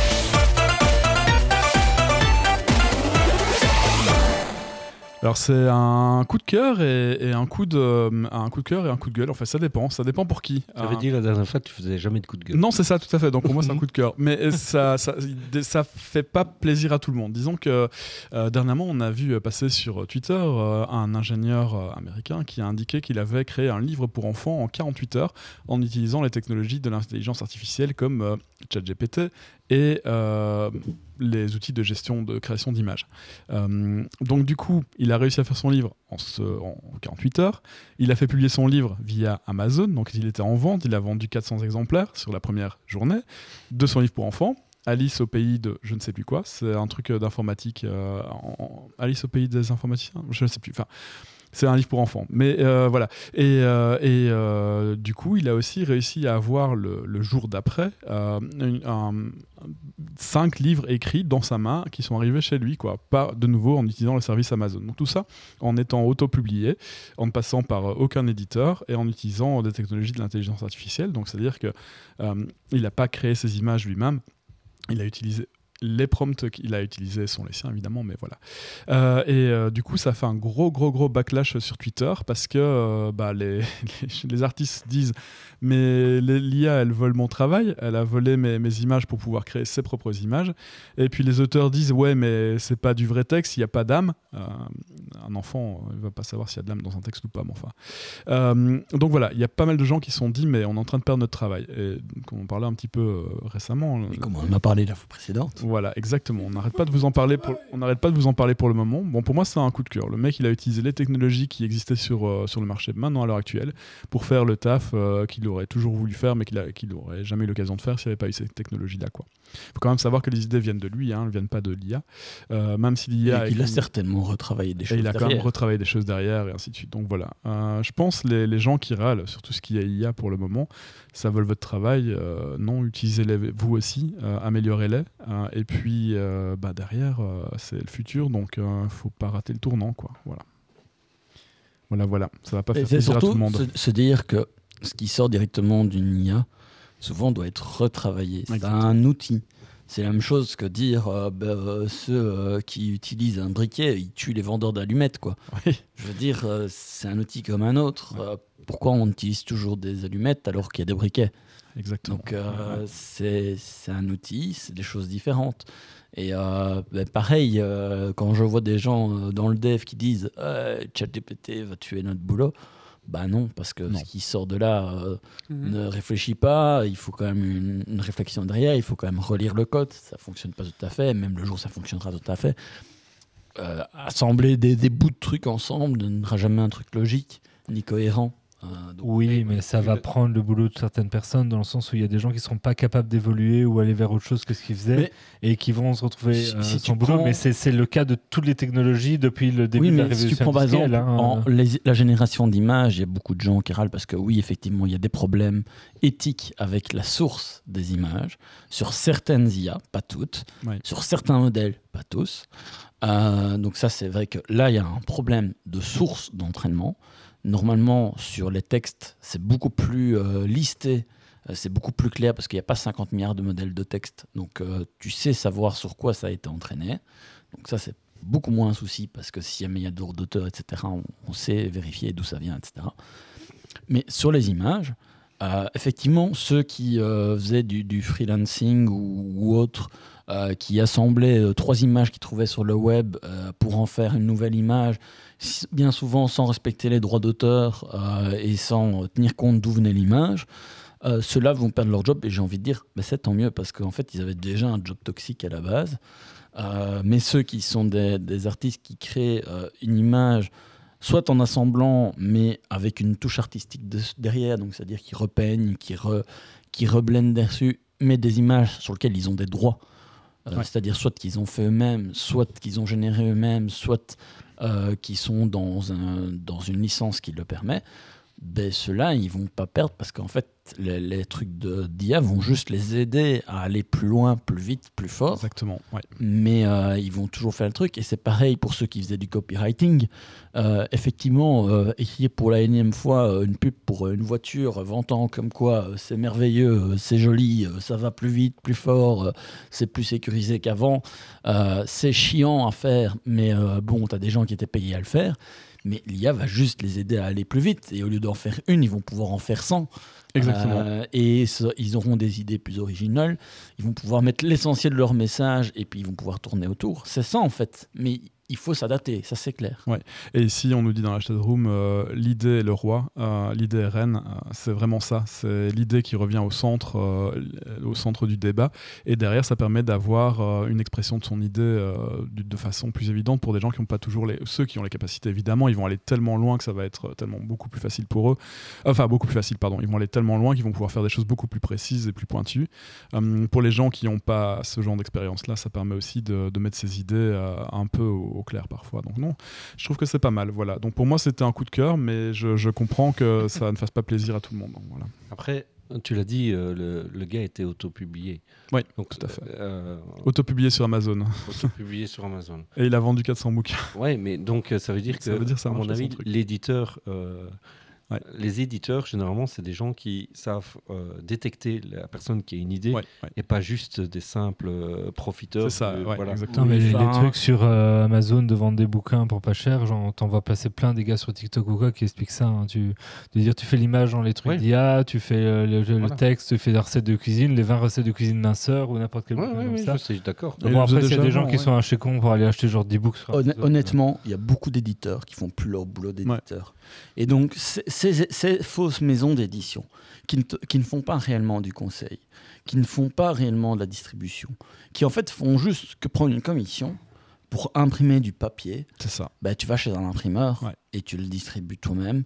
Alors c'est un coup de cœur et un coup de gueule. En fait, ça dépend pour qui. Ça veut dire la dernière fois que tu faisais jamais de coup de gueule. Non, c'est ça, tout à fait. Donc pour moi, c'est un coup de cœur. Mais ça fait pas plaisir à tout le monde. Disons que dernièrement, on a vu passer sur Twitter un ingénieur américain qui a indiqué qu'il avait créé un livre pour enfants en 48 heures en utilisant les technologies de l'intelligence artificielle comme ChatGPT et les outils de gestion de création d'images. Donc du coup, il a réussi à faire son livre en 48 heures. Il a fait publier son livre via Amazon, donc il était en vente, il a vendu 400 exemplaires sur la première journée de son livre pour enfants. Alice au pays de je ne sais plus quoi, c'est un truc d'informatique. Alice au pays des informaticiens, je ne sais plus. Enfin, c'est un livre pour enfants. Mais voilà. Et du coup, il a aussi réussi à avoir le jour d'après 5 livres écrits dans sa main qui sont arrivés chez lui, quoi. Pas de nouveau en utilisant le service Amazon. Donc tout ça en étant auto-publié, en ne passant par aucun éditeur et en utilisant des technologies de l'intelligence artificielle. Donc c'est-à-dire que il n'a pas créé ses images lui-même. Il a utilisé les prompts qu'il a utilisés sont les siens évidemment, mais voilà. Du coup, ça fait un gros backlash sur Twitter parce que les artistes disent mais l'IA elle vole mon travail, elle a volé mes images pour pouvoir créer ses propres images. Et puis les auteurs disent ouais mais c'est pas du vrai texte, il n'y a pas d'âme. Un enfant il va pas savoir s'il y a de l'âme dans un texte ou pas, mais enfin. Donc voilà, il y a pas mal de gens qui se sont dit mais on est en train de perdre notre travail. Et comme on parlait un petit peu récemment. Et comme on en a parlé la fois précédente. Voilà, exactement. On n'arrête pas de vous en parler pour le moment. Bon, pour moi, c'est un coup de cœur. Le mec, il a utilisé les technologies qui existaient sur le marché maintenant à l'heure actuelle pour faire le taf qu'il aurait toujours voulu faire, mais qu'il n'aurait jamais eu l'occasion de faire s'il n'y avait pas eu ces technologies-là, quoi. Faut quand même savoir que les idées viennent de lui, elles viennent pas de l'IA. Même si l'IA. Il a certainement retravaillé des choses derrière. Il a quand même retravaillé des choses derrière et ainsi de suite. Donc voilà. Je pense les gens qui râlent sur tout ce qui est IA pour le moment, ça vole votre travail. Non, utilisez-les vous aussi, améliorez-les. Et puis derrière, c'est le futur, donc faut pas rater le tournant, quoi. Voilà. Ça va pas faire plaisir à tout le monde. C'est surtout se dire que ce qui sort directement d'une IA, souvent doit être retravaillé. C'est un outil. C'est la même chose que dire ceux qui utilisent un briquet, ils tuent les vendeurs d'allumettes, quoi. Oui. Je veux dire, c'est un outil comme un autre. Pourquoi on utilise toujours des allumettes alors qu'il y a des briquets ? Exactement. Donc c'est un outil, c'est des choses différentes. Et pareil, quand je vois des gens dans le dev qui disent ChatGPT va tuer notre boulot, bah non, parce que ce qui sort de là ne réfléchit pas, il faut quand même une réflexion derrière, il faut quand même relire le code, ça fonctionne pas tout à fait, même le jour ça fonctionnera tout à fait. Assembler des bouts de trucs ensemble ne donnera jamais un truc logique ni cohérent. Oui, mais ça va prendre le boulot de certaines personnes dans le sens où il y a des gens qui ne seront pas capables d'évoluer ou aller vers autre chose que ce qu'ils faisaient et qui vont se retrouver sans boulot. Mais c'est le cas de toutes les technologies depuis le début de la révolution si tu prends par exemple industrielle. la génération d'images, il y a beaucoup de gens qui râlent parce que oui, effectivement, il y a des problèmes éthiques avec la source des images sur certaines IA, pas toutes, sur certains modèles, pas tous. Donc ça, c'est vrai que là, il y a un problème de source d'entraînement. Normalement, sur les textes, c'est beaucoup plus listé, c'est beaucoup plus clair parce qu'il n'y a pas 50 milliards de modèles de texte. Donc, tu sais savoir sur quoi ça a été entraîné. Donc ça, c'est beaucoup moins un souci parce que si jamais il y a droit d'auteur, etc., on sait vérifier d'où ça vient, etc. Mais sur les images, effectivement, ceux qui faisaient du freelancing ou autre, qui assemblaient 3 images qu'ils trouvaient sur le web pour en faire une nouvelle image, bien souvent sans respecter les droits d'auteur et sans tenir compte d'où venait l'image, ceux-là vont perdre leur job et j'ai envie de dire c'est tant mieux parce qu'en fait ils avaient déjà un job toxique à la base. Mais ceux qui sont des artistes qui créent une image soit en assemblant mais avec une touche artistique derrière, donc c'est-à-dire qu'ils repeignent, qu'ils reblendent dessus, mais des images sur lesquelles ils ont des droits. C'est-à-dire soit qu'ils ont fait eux-mêmes, soit qu'ils ont généré eux-mêmes, soit qui sont dans une licence qui le permet, ceux-là, ils vont pas perdre parce qu'en fait, fait, les trucs d'IA vont juste les aider à aller plus loin, plus vite, plus fort. Exactement. Ouais. Mais ils vont toujours faire le truc. Et c'est pareil pour ceux qui faisaient du copywriting. Effectivement, écrire pour la énième fois une pub pour une voiture vantant comme quoi c'est merveilleux, c'est joli, ça va plus vite, plus fort, c'est plus sécurisé qu'avant. C'est chiant à faire, mais bon, tu as des gens qui étaient payés à le faire. Mais l'IA va juste les aider à aller plus vite. Et au lieu d'en faire une, ils vont pouvoir en faire 100. Exactement. Ils auront des idées plus originales. Ils vont pouvoir mettre l'essentiel de leur message et puis ils vont pouvoir tourner autour. C'est ça en fait. Mais il faut s'adapter, ça c'est clair. Ouais. Et ici, on nous dit dans la chatroom, l'idée est le roi, l'idée est reine. C'est vraiment ça. C'est l'idée qui revient au centre du débat. Et derrière, ça permet d'avoir une expression de son idée de façon plus évidente pour des gens qui n'ont pas toujours ceux qui ont les capacités. Évidemment, ils vont aller tellement loin que ça va être tellement beaucoup plus facile pour eux. Enfin, beaucoup plus facile, pardon. Ils vont aller tellement loin qu'ils vont pouvoir faire des choses beaucoup plus précises et plus pointues. Pour les gens qui n'ont pas ce genre d'expérience-là, ça permet aussi de mettre ses idées un peu au clair parfois. Donc non, je trouve que c'est pas mal. Voilà. Donc pour moi, c'était un coup de cœur, mais je comprends que ça ne fasse pas plaisir à tout le monde. Donc, voilà. Après, tu l'as dit, le gars était auto-publié. Oui, donc, tout à fait. Auto-publié sur Amazon. Auto-publié sur Amazon. Et il a vendu 400 bouquins. Oui, mais donc ça veut dire que, ça à mon avis, l'éditeur... Ouais. Les éditeurs, généralement, c'est des gens qui savent détecter la personne qui a une idée et pas juste des simples profiteurs. C'est ça, voilà. exactement. Non, mais les trucs sur Amazon de vendre des bouquins pour pas cher, genre t'en vois passer plein des gars sur TikTok ou quoi qui expliquent ça. Hein. Tu fais l'image dans les trucs d'IA, tu fais le texte, tu fais des recettes de cuisine, les 20 recettes de cuisine minceur ou n'importe quel bouquin comme ça. Je sais, d'accord. Bon, après, il y a des gens qui sont chez con pour aller acheter genre 10 books. Honnêtement, il y a beaucoup d'éditeurs qui font plus leur boulot d'éditeur. Et donc, ces fausses maisons d'édition qui ne font pas réellement du conseil, qui ne font pas réellement de la distribution, qui en fait font juste que prendre une commission pour imprimer du papier. C'est ça. Bah, tu vas chez un imprimeur et tu le distribues toi-même.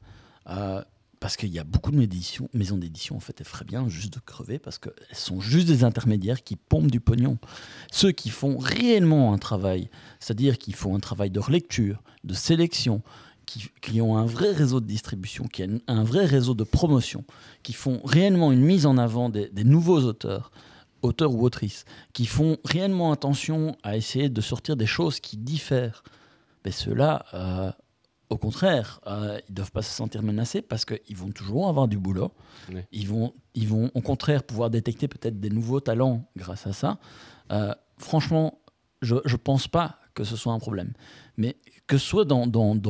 Parce qu'il y a beaucoup de maisons d'édition, en fait, elles feraient bien juste de crever parce qu'elles sont juste des intermédiaires qui pompent du pognon. Ceux qui font réellement un travail, c'est-à-dire qui font un travail de relecture, de sélection, qui ont un vrai réseau de distribution, qui ont un vrai réseau de promotion, qui font réellement une mise en avant des nouveaux auteurs ou autrices, qui font réellement attention à essayer de sortir des choses qui diffèrent. Mais ceux-là, au contraire, ils ne doivent pas se sentir menacés parce qu'ils vont toujours avoir du boulot. Oui. Ils vont au contraire pouvoir détecter peut-être des nouveaux talents grâce à ça. Franchement, je ne pense pas que ce soit un problème. Mais que ce soit dans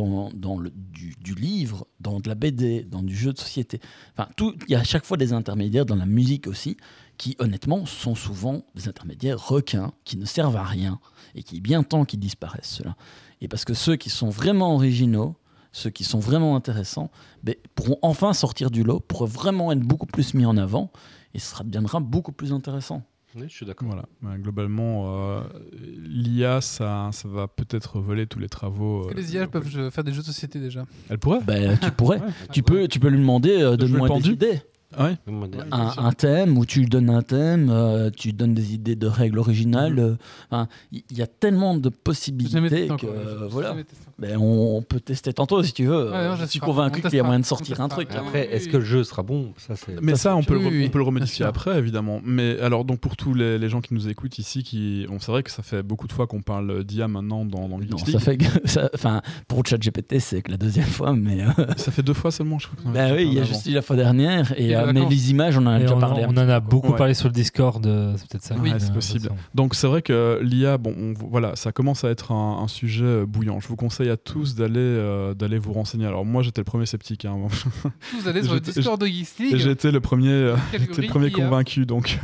du livre, dans de la BD, dans du jeu de société, il y a à chaque fois des intermédiaires dans la musique aussi, qui honnêtement sont souvent des intermédiaires requins, qui ne servent à rien, et qui est bien temps qu'ils disparaissent, ceux-là. Et parce que ceux qui sont vraiment originaux, ceux qui sont vraiment intéressants, pourront enfin sortir du lot, pourront vraiment être beaucoup plus mis en avant, et ça deviendra beaucoup plus intéressant. Oui, je suis d'accord. Voilà. Globalement, l'IA, ça va peut-être voler tous les travaux. Les IA peuvent faire des jeux de société déjà. Elles pourraient. Tu pourrais. Tu peux lui demander de donner des idées. Ouais. Un thème où tu lui donnes un thème, tu donnes des idées de règles originales. Il y a tellement de possibilités que voilà. On peut tester tantôt si tu veux. Je suis convaincu qu'il y a moyen de sortir un truc. Après, est-ce que le jeu sera bon? Mais ça, on peut le remodifier après, évidemment. Mais alors, donc pour tous les gens qui nous écoutent ici, c'est vrai que ça fait beaucoup de fois qu'on parle d'IA maintenant dans Geeks League. Pour ChatGPT, c'est que la deuxième fois, mais ça fait 2 fois seulement, je crois. Oui, il y a juste eu la fois dernière. Mais les images, on en a déjà parlé. On en a beaucoup parlé sur le Discord, c'est peut-être ça. Oui, c'est possible. Donc c'est vrai que l'IA, ça commence à être un sujet bouillant. Je vous conseille à tous d'aller vous renseigner. Alors moi, j'étais le premier sceptique. Hein. Vous allez sur le Discord de Geeks League. J'ai été le premier convaincu. Donc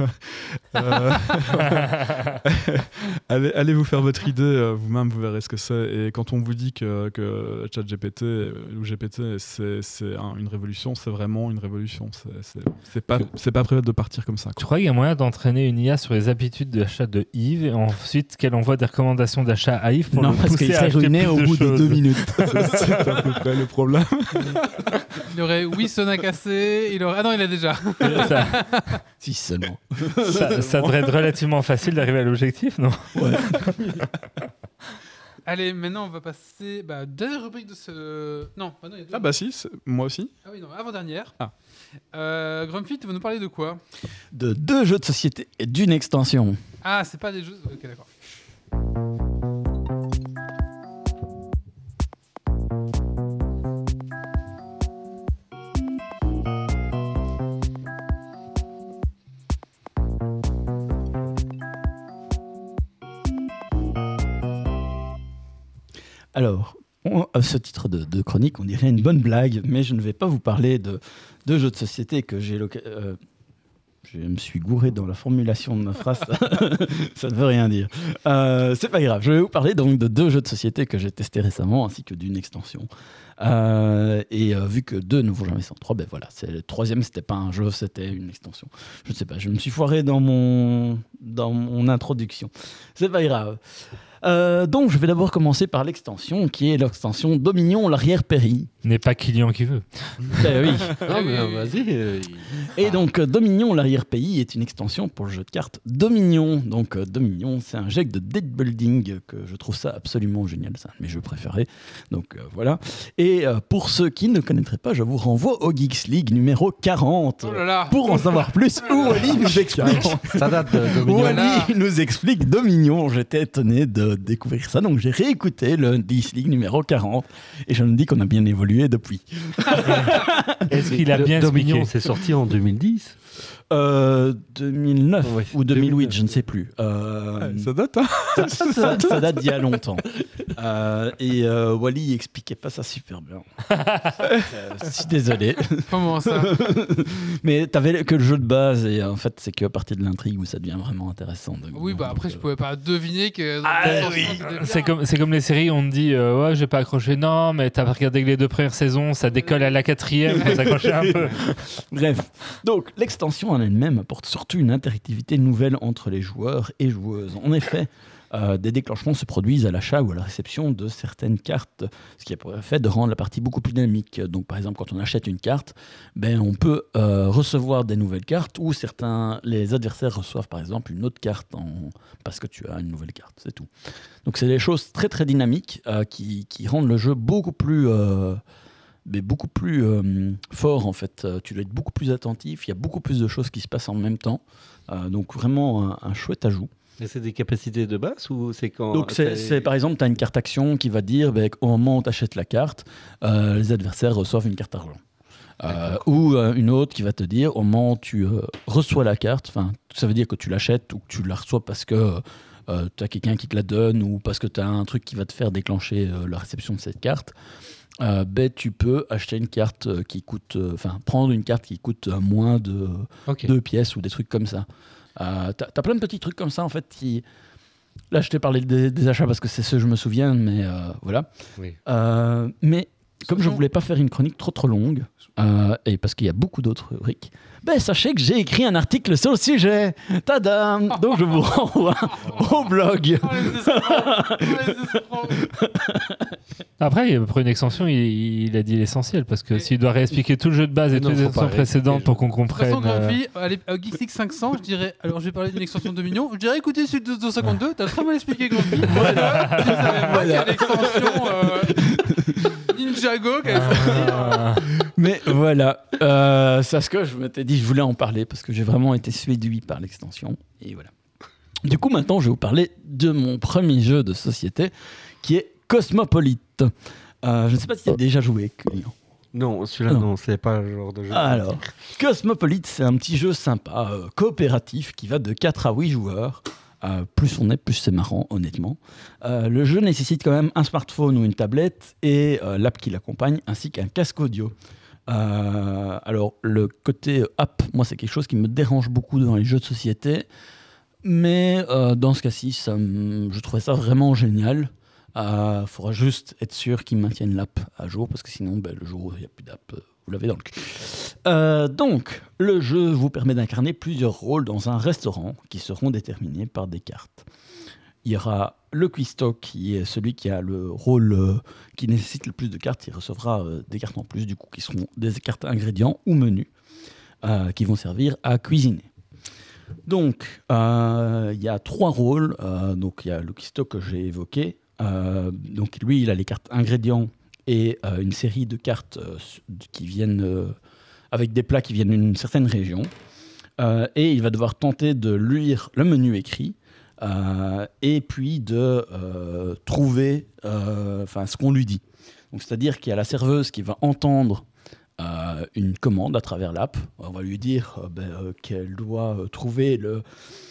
allez vous faire votre idée vous-même, vous verrez ce que c'est. Et quand on vous dit que ChatGPT ou GPT, c'est une révolution, c'est vraiment une révolution. C'est pas prévu de partir comme ça. Tu crois qu'il y a moyen d'entraîner une IA sur les habitudes d'achat de Yves et ensuite qu'elle envoie des recommandations d'achat à Yves pour le pousser à acheter plus au bout de 2 minutes. C'est à peu près le problème. Il aurait sonne cassé. Il aurait... Ah non, il a déjà. Si seulement. Ça devrait être relativement facile d'arriver à l'objectif, non? Ouais. Allez, maintenant on va passer dernière rubrique de ce. Non, il y a deux. Ah bah si, moi aussi. Ah oui, non, avant-dernière. Ah. Grumpy, tu vas nous parler de quoi? De 2 jeux de société et d'une extension. Ah, c'est pas des jeux. Ok, d'accord. Alors, à ce titre de chronique, on dirait une bonne blague, mais je ne vais pas vous parler de jeux de société que j'ai je me suis gouré dans la formulation de ma phrase, ça ne veut rien dire. C'est pas grave, je vais vous parler donc de 2 jeux de société que j'ai testés récemment, ainsi que d'une extension. Vu que 2 ne vont jamais sans 3, ben voilà, le 3e c'était pas un jeu, c'était une extension. Je ne sais pas, je me suis foiré dans mon introduction. C'est pas grave. Donc je vais d'abord commencer par l'extension, qui est l'extension Dominion l'arrière-pays. N'est pas Kylian qui veut. Ben oui. Non, mais vas-y. Et donc Dominion l'arrière-pays est une extension pour le jeu de cartes Dominion. Donc Dominion, c'est un jeu de deck building que je trouve ça absolument génial, c'est un de mes jeux préférés. Donc voilà. Et pour ceux qui ne connaîtraient pas, je vous renvoie au Geeks League numéro 40. Oh là là. Pour en savoir plus, où Wally nous explique. Ça date de Dominion. Wally nous explique Dominion. J'étais étonné de découvrir ça, donc j'ai réécouté le Geeks League numéro 40 et je me dis qu'on a bien évolué depuis. Est-ce qu'il a bien Dominion, expliqué? c'est sorti en 2010. 2009 Ouais, ou 2008, 2009. je ne sais plus. Ça date, hein. Ça date d'il y a longtemps. Wally expliquait pas ça super bien. Je suis désolé. Comment ça? Mais t'avais que le jeu de base et en fait c'est qu'à partir de l'intrigue où ça devient vraiment intéressant. Oui, après je pouvais pas deviner que. oui. C'est comme les séries, on te dit ouais, j'ai pas accroché. Non, mais t'as regardé que les 2 premières saisons, ça décolle à la 4e, faut s'accrocher un peu. Bref, donc l'extension en elle-même apporte surtout une interactivité nouvelle entre les joueurs et joueuses. En effet, des déclenchements se produisent à l'achat ou à la réception de certaines cartes, ce qui a pour effet de rendre la partie beaucoup plus dynamique. Donc par exemple, quand on achète une carte, on peut recevoir des nouvelles cartes ou les adversaires reçoivent par exemple une autre carte parce que tu as une nouvelle carte, c'est tout. Donc c'est des choses très très dynamiques qui rendent le jeu beaucoup plus fort en fait. Tu dois être beaucoup plus attentif, il y a beaucoup plus de choses qui se passent en même temps. Donc vraiment un chouette ajout. Et c'est des capacités de base ou c'est quand Donc c'est par exemple, tu as une carte action qui va dire au moment où tu achètes la carte, les adversaires reçoivent une carte argent. Ou une autre qui va te dire au moment où tu reçois la carte, ça veut dire que tu l'achètes ou que tu la reçois parce que tu as quelqu'un qui te la donne ou parce que tu as un truc qui va te faire déclencher la réception de cette carte. Tu peux acheter une carte qui coûte, prendre une carte qui coûte moins de 2 pièces ou des trucs comme ça. T'as plein de petits trucs comme ça en fait qui... Là je t'ai parlé des achats parce que c'est ce que je me souviens, mais voilà. Oui. Mais comme je voulais pas faire une chronique trop longue, et parce qu'il y a beaucoup d'autres rubriques, sachez que j'ai écrit un article sur le sujet. Tadam. Donc je vous renvoie au blog. Après, pour une extension, il a dit l'essentiel, parce que s'il doit réexpliquer tout le jeu de base et toutes les extensions précédentes pour qu'on De toute comprenne... façon, Grumpy, à Geeks League 500, je dirais. Alors, je vais parler d'une extension de Dominion. Je dirais, écoutez, suite 252, t'as très mal expliqué, Grumpy. Voilà. Je savais pas qu'il y a l'extension Ninjago qui avait sorti. Mais voilà, c'est ce que je m'étais dit, je voulais en parler parce que j'ai vraiment été séduit par l'extension. Et voilà. Du coup, maintenant, je vais vous parler de mon premier jeu de société qui est Cosmopolite. Je ne sais pas si tu as déjà joué, Client. Non, celui-là, non, c'est pas le genre de jeu. Alors, Cosmopolite, c'est un petit jeu sympa, coopératif, qui va de 4 à 8 joueurs. Plus on est, plus c'est marrant, honnêtement. Le jeu nécessite quand même un smartphone ou une tablette et l'app qui l'accompagne, ainsi qu'un casque audio. Alors, le côté app, moi, c'est quelque chose qui me dérange beaucoup dans les jeux de société. Mais dans ce cas-ci, je trouvais ça vraiment génial. Il faudra juste être sûr qu'ils maintiennent l'app à jour, parce que sinon, le jour où il n'y a plus d'app, vous l'avez dans le cul. Donc, le jeu vous permet d'incarner plusieurs rôles dans un restaurant qui seront déterminés par des cartes. Il y aura le cuistot qui est celui qui a le rôle qui nécessite le plus de cartes. Il recevra des cartes en plus, du coup, qui seront des cartes ingrédients ou menus qui vont servir à cuisiner. Donc, il y a 3 rôles. Donc, il y a le cuistot que j'ai évoqué. Donc lui, il a les cartes ingrédients et une série de cartes qui viennent avec des plats qui viennent d'une certaine région. Et il va devoir tenter de lire le menu écrit et puis de trouver ce qu'on lui dit. Donc, c'est-à-dire qu'il y a la serveuse qui va entendre une commande à travers l'app. On va lui dire qu'elle doit trouver le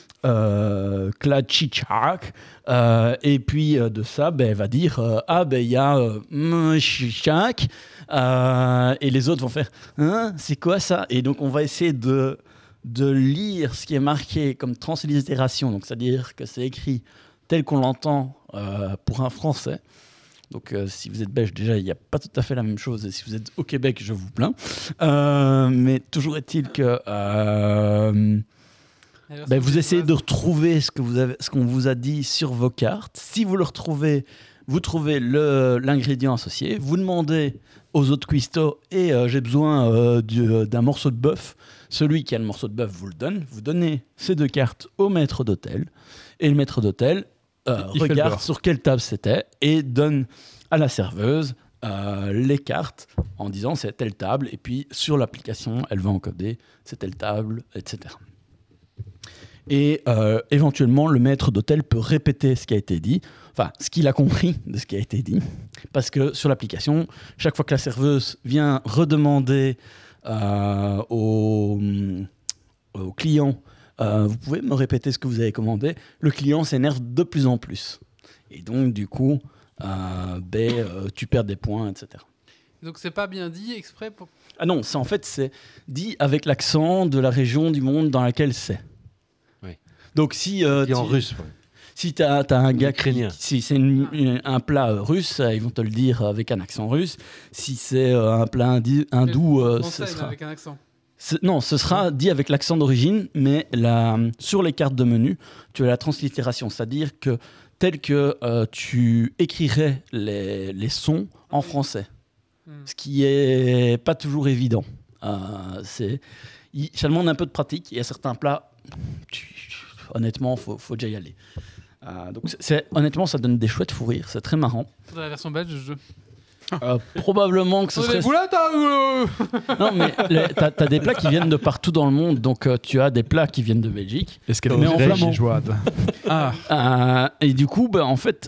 Klachichak, et puis de ça, elle va dire il y a Chichak, et les autres vont faire c'est quoi ça? Et donc on va essayer de lire ce qui est marqué comme translittération, donc c'est-à-dire que c'est écrit tel qu'on l'entend pour un français. Donc si vous êtes belge, déjà, il n'y a pas tout à fait la même chose. Et si vous êtes au Québec, je vous plains. Mais toujours est-il que vous essayez de retrouver ce qu'on vous a dit sur vos cartes. Si vous le retrouvez, vous trouvez l'ingrédient associé. Vous demandez aux autres cuistots et j'ai besoin d'un morceau de bœuf. Celui qui a le morceau de bœuf vous le donne. Vous donnez ces 2 cartes au maître d'hôtel. Et le maître d'hôtel regarde sur quelle table c'était et donne à la serveuse les cartes en disant c'est telle table. Et puis sur l'application, elle va encoder c'est telle table, etc. Et éventuellement, le maître d'hôtel peut répéter ce qui a été dit, enfin, ce qu'il a compris de ce qui a été dit, parce que sur l'application, chaque fois que la serveuse vient redemander au client vous pouvez me répéter ce que vous avez commandé, le client s'énerve de plus en plus. Et donc, du coup, tu perds des points, etc. Donc, c'est pas bien dit exprès pour... Ah non, c'est dit avec l'accent de la région du monde dans laquelle c'est. Oui. Donc, si en russe, ouais. Si tu as un gars ukrainien, si c'est un plat russe, ils vont te le dire avec un accent russe. Si c'est un plat hindou, ce sera avec un accent. Non, ce sera dit avec l'accent d'origine, mais sur les cartes de menu, tu as la translittération, c'est-à-dire que tel que tu écrirais les sons en français, ce qui est pas toujours évident. Ça demande un peu de pratique. Il y a certains plats, honnêtement, faut déjà y aller. Donc honnêtement, ça donne des chouettes fous rires, c'est très marrant. Dans la version belge du jeu. Probablement que ce serait... Non, mais t'as des plats qui viennent de partout dans le monde, donc tu as des plats qui viennent de Belgique. Est-ce qu'elle mais en flamand. Et du coup, en fait,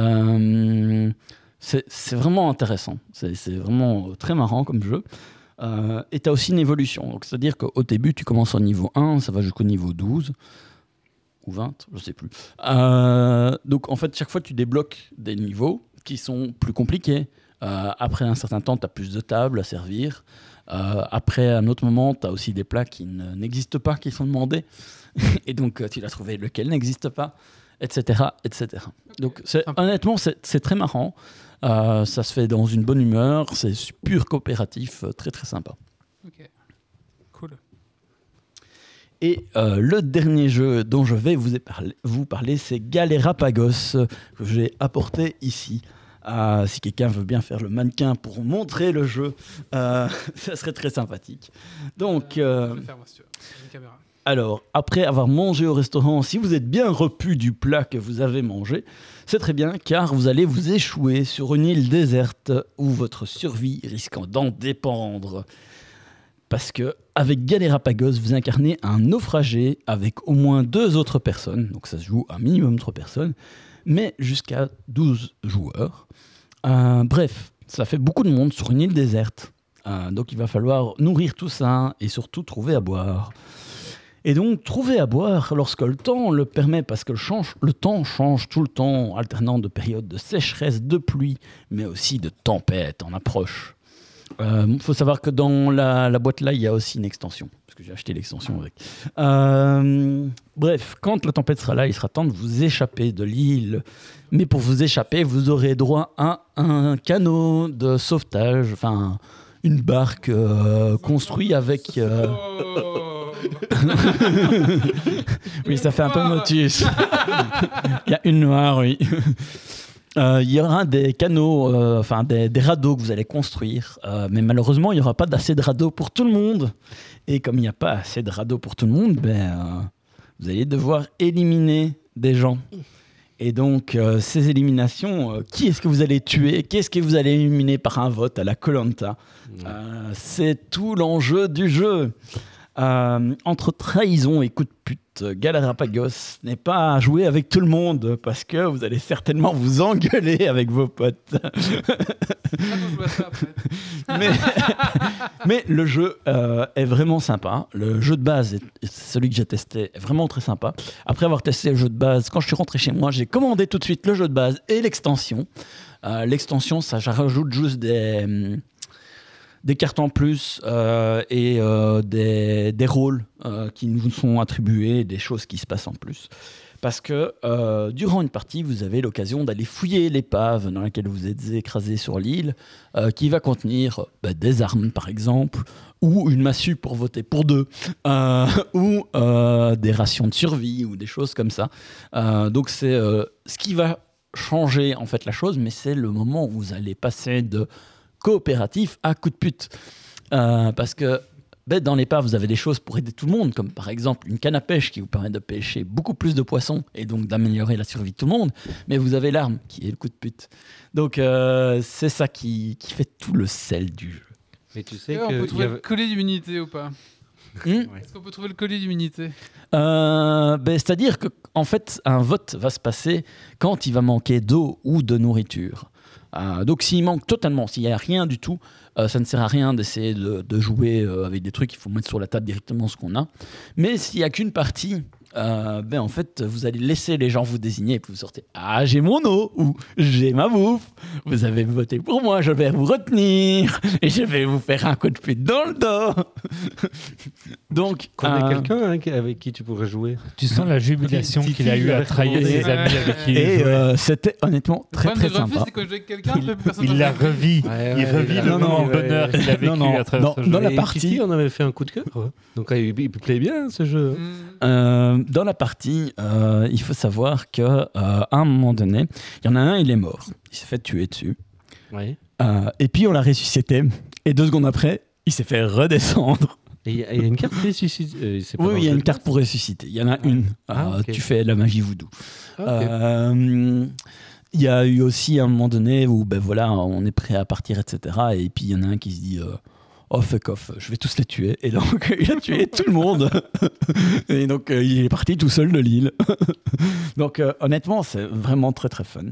c'est vraiment intéressant. C'est vraiment très marrant comme jeu. Et t'as aussi une évolution. Donc, c'est-à-dire qu'au début, tu commences au niveau 1, ça va jusqu'au niveau 12. Ou 20, je sais plus. Donc, en fait, chaque fois, tu débloques des niveaux qui sont plus compliqués. Après un certain temps, tu as plus de tables à servir. Après un autre moment, tu as aussi des plats qui n'existent pas, qui sont demandés. Et donc, tu dois trouver lequel n'existe pas, etc. etc. Okay. Donc, honnêtement, c'est très marrant. Ça se fait dans une bonne humeur. C'est pur coopératif, très très sympa. Ok, cool. Et le dernier jeu dont je vais vous parler, c'est Galerapagos, que j'ai apporté ici. Si quelqu'un veut bien faire le mannequin pour montrer le jeu, ça serait très sympathique. Donc, je vais le faire, moi, si tu veux. J'ai une caméra. Alors, après avoir mangé au restaurant, si vous êtes bien repu du plat que vous avez mangé, c'est très bien, car vous allez vous échouer sur une île déserte où votre survie risque d'en dépendre. Parce que avec Galerapagos, vous incarnez un naufragé avec au moins 2 autres personnes, donc ça se joue à minimum 3 personnes, mais jusqu'à 12 joueurs. Bref, ça fait beaucoup de monde sur une île déserte. Donc il va falloir nourrir tout ça et surtout trouver à boire. Et donc trouver à boire lorsque le temps le permet, parce que le temps change tout le temps, alternant de périodes de sécheresse, de pluie, mais aussi de tempêtes en approche. Faut savoir que dans la boîte là, il y a aussi une extension, parce que j'ai acheté l'extension avec. Bref, quand la tempête sera là, il sera temps de vous échapper de l'île. Mais pour vous échapper, vous aurez droit à un canot de sauvetage, enfin une barque construite avec... Oui, ça fait un peu motus. Il y a une noire, oui. Il y aura des canots, des radeaux que vous allez construire, mais malheureusement, il n'y aura pas assez de radeaux pour tout le monde. Et comme il n'y a pas assez de radeaux pour tout le monde, vous allez devoir éliminer des gens. Et donc, ces éliminations, qui est-ce que vous allez tuer? Qu'est-ce que vous allez éliminer par un vote à la Koh-Lanta? C'est tout l'enjeu du jeu. Entre trahison et coup de pute, Galarapagos n'est pas à jouer avec tout le monde parce que vous allez certainement vous engueuler avec vos potes. Mais le jeu est vraiment sympa. Le jeu de base, celui que j'ai testé, est vraiment très sympa. Après avoir testé le jeu de base, quand je suis rentré chez moi, j'ai commandé tout de suite le jeu de base et l'extension. L'extension, ça rajoute juste des cartes en plus et des rôles qui nous sont attribués, des choses qui se passent en plus. Parce que durant une partie, vous avez l'occasion d'aller fouiller l'épave dans laquelle vous êtes écrasé sur l'île, qui va contenir des armes, par exemple, ou une massue pour voter pour 2, ou des rations de survie, ou des choses comme ça. Donc c'est ce qui va changer en fait la chose, mais c'est le moment où vous allez passer de coopératif à coup de pute. Parce que dans l'épave, vous avez des choses pour aider tout le monde, comme par exemple une canne à pêche qui vous permet de pêcher beaucoup plus de poissons et donc d'améliorer la survie de tout le monde. Mais vous avez l'arme qui est le coup de pute. Donc c'est ça qui fait tout le sel du jeu. Mais tu sais on que peut trouver le collier d'immunité ou pas? Est-ce qu'on peut trouver le collier d'immunité? C'est-à-dire que en fait, un vote va se passer quand il va manquer d'eau ou de nourriture. Donc s'il manque totalement, s'il n'y a rien du tout, ça ne sert à rien d'essayer de jouer avec des trucs. Il faut mettre sur la table directement ce qu'on a. Mais s'il n'y a qu'une partie, en fait, vous allez laisser les gens vous désigner et puis vous sortez « Ah, j'ai mon eau » ou « J'ai ma bouffe ». Vous avez voté pour moi, je vais vous retenir et je vais vous faire un coup de pute dans le dos. Donc, connais quelqu'un avec qui tu pourrais jouer? Tu sens la jubilation qu'il a eu à trahir ses amis avec qui il jouait. C'était honnêtement très très sympa. C'est quand je joue avec quelqu'un, Il la revit. Il revit le moment de bonheur qu'il a vécu à travers ce jeu. Dans la partie, on avait fait un coup de cœur. Donc il plaît bien ce jeu. Dans la partie, il faut savoir qu'à un moment donné, il y en a un, il est mort. Il s'est fait tuer dessus. Ouais. Et puis on l'a ressuscité. Et 2 secondes après, il s'est fait redescendre. Et il y a une carte pour ressusciter. Oui, il y a une carte pour ressusciter. Il y en a une. Okay. Tu fais la magie voodoo. Okay. Il y a eu aussi un moment donné où on est prêt à partir, etc. Et puis il y en a un qui se dit oh fuck off, je vais tous les tuer. Et donc il a tué tout le monde. Et donc il est parti tout seul de l'île. Donc honnêtement, c'est vraiment très très fun.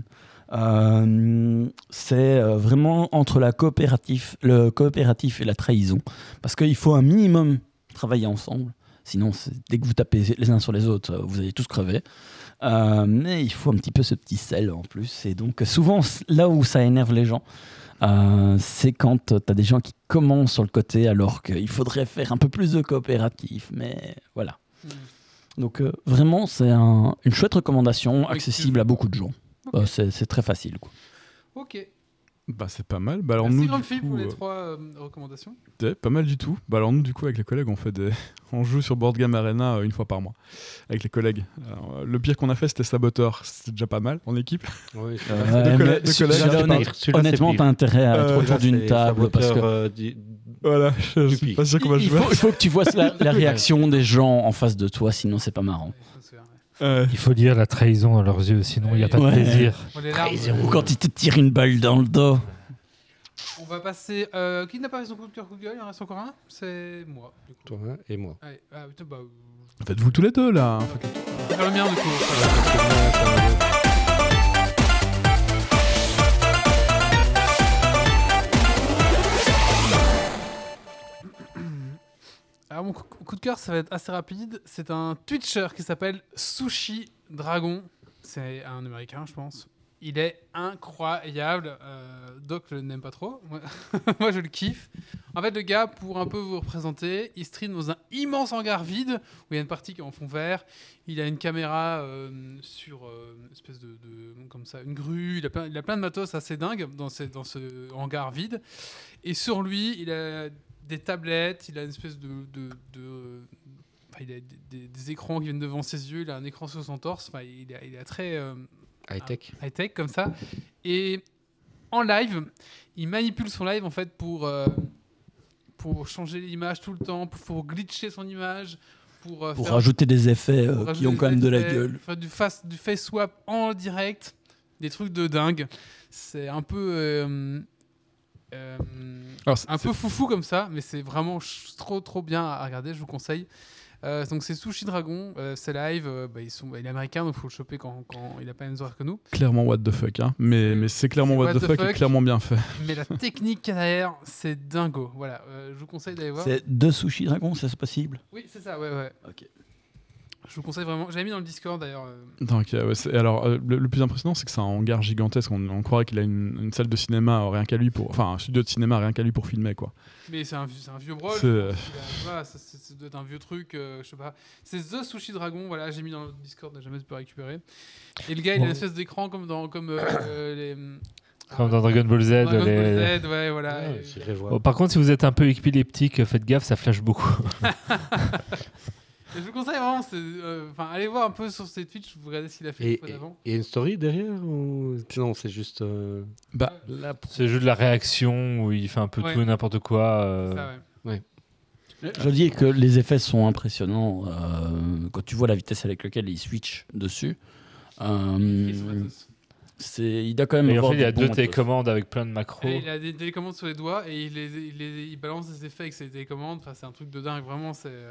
C'est vraiment entre le coopératif et la trahison. Parce qu'il faut un minimum travailler ensemble. Sinon, dès que vous tapez les uns sur les autres, vous allez tous crever. Mais il faut un petit peu ce petit sel en plus. Et donc souvent, là où ça énerve les gens, c'est quand tu as des gens qui commencent sur le côté alors qu'il faudrait faire un peu plus de coopératif. Mais voilà. Donc vraiment, c'est une chouette recommandation accessible à beaucoup de gens. Okay. C'est très facile, quoi. Ok. Bah c'est pas mal. Bah, alors, merci nous, Grumpy pour les 3 recommandations. Pas mal du tout. Bah alors nous du coup avec les collègues on joue sur Board Game Arena une fois par mois avec les collègues. Alors, le pire qu'on a fait c'était Saboteur, c'était déjà pas mal en équipe. Oui, honnêtement t'as intérêt à être autour d'une table parce que voilà, je suis pas sûr qu'on va jouer. Il faut que tu vois la réaction des gens en face de toi, sinon c'est pas marrant. Il faut dire la trahison dans leurs yeux, sinon il n'y a pas de plaisir. Ou quand ils te tirent une balle dans le dos. On va passer. Qui n'a pas fait son coup de cœur, coup de gueule? Il en reste encore un? C'est moi. Toi et moi. Allez, Faites-vous tous les deux là. Je vais faire le mien du coup. Alors mon coup de cœur, ça va être assez rapide. C'est un Twitcher qui s'appelle Sushi Dragon. C'est un américain, je pense. Il est incroyable. Doc le n'aime pas trop. Moi, je le kiffe. En fait, le gars, pour un peu vous représenter, il stream dans un immense hangar vide où il y a une partie qui est en fond vert. Il a une caméra sur une espèce de comme ça, une grue. Il a plein de matos assez dingue dans ce hangar vide. Et sur lui, il a des tablettes. Il a une espèce il a des écrans qui viennent devant ses yeux. Il a un écran sur son torse. Enfin, il a très high-tech comme ça. Et en live, il manipule son live en fait pour changer l'image tout le temps, pour glitcher son image, pour Pour faire rajouter des effets pour qui rajouter ont des quand même de la effets, gueule. faire du face swap en direct, des trucs de dingue. C'est un peu Alors, un peu foufou comme ça, mais c'est vraiment trop bien à regarder. Je vous conseille. Donc c'est Sushi Dragon, c'est live. Il est américain, donc il faut le choper quand il a pas les mêmes horaires que nous. clairement what the fuck, hein. Mais c'est clairement C'est what the fuck et clairement bien fait. Mais la technique qu'il y a derrière, c'est dingo. Voilà, je vous conseille d'aller voir. C'est 2 Sushi Dragons, ça c'est possible? Oui, c'est ça, ouais. Ok. Je vous conseille vraiment. J'avais mis dans le Discord d'ailleurs. Donc, alors, le plus impressionnant, c'est que c'est un hangar gigantesque. On croirait qu'il a une salle de cinéma rien qu'à lui enfin, un studio de cinéma rien qu'à lui pour filmer, quoi. Mais c'est un vieux brol. C'est- Voilà, ça doit être un vieux truc, je sais pas. C'est The Sushi Dragon, voilà, j'ai mis dans le Discord, n'a jamais pu récupérer. Et le gars, il a une espèce d'écran comme dans les. Comme dans Dragon Ball Z. Dragon les- Ball Z, ouais, voilà. Ouais, Et- j'irai voir. Bon, par contre, si vous êtes un peu épileptique, faites gaffe, ça flash beaucoup. et je vous conseille vraiment, allez voir un peu sur ses Twitch, vous regardez ce qu'il a fait Et une fois d'avant. il y a une story derrière ou... Non, c'est juste... Bah, C'est juste de la réaction où il fait un peu Ouais. tout et n'importe quoi. Ça, ouais. Je dis que les effets sont impressionnants quand tu vois la vitesse avec laquelle il switch dessus. Et son matos. Il doit quand même Et en avoir fait, il y a des 2 bons télécommandes avec plein de macros. Et il a des télécommandes sur les doigts et il balance des effets avec ses télécommandes. Enfin, c'est un truc de dingue, vraiment.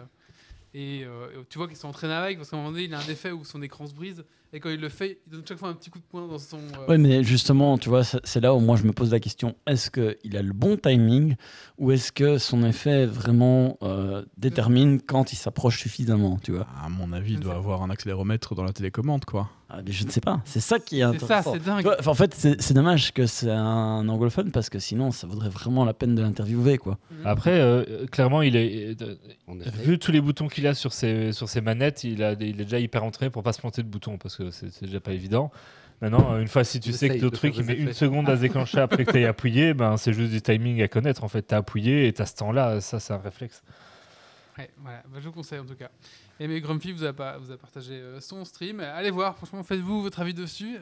Tu vois qu'ils sont entraînés avec parce qu'à un moment donné, il a un effet où son écran se brise et quand il le fait, il donne chaque fois un petit coup de poing dans son. Oui, mais justement, tu vois, c'est là où moi je me pose la question, est-ce qu'il a le bon timing ou est-ce que son effet vraiment détermine quand il s'approche suffisamment, tu vois? à mon avis, Je il ne doit sais avoir un accéléromètre dans la télécommande, quoi. Ah, mais je ne sais pas, c'est ça qui est C'est ça, intéressant. c'est dingue. Tu vois, enfin, en fait, c'est dommage que c'est un anglophone parce que sinon, ça vaudrait vraiment la peine de l'interviewer, quoi. Après, clairement, il est. On essaye. Vu tous les boutons qu'il a sur ses manettes, il est déjà hyper entraîné pour pas se planter de boutons parce que c'est déjà pas évident. Maintenant, une fois si tu On sais que essaye le de truc faire il des met une effets. seconde à se déclencher après que tu aies appuyé, ben, c'est juste du timing à connaître. En fait, tu as appuyé et tu as ce temps-là, ça c'est un réflexe. Ouais, voilà. Bah, je vous conseille en tout cas. Et mais Grumpy vous a partagé son stream. Allez voir, franchement, faites-vous votre avis dessus.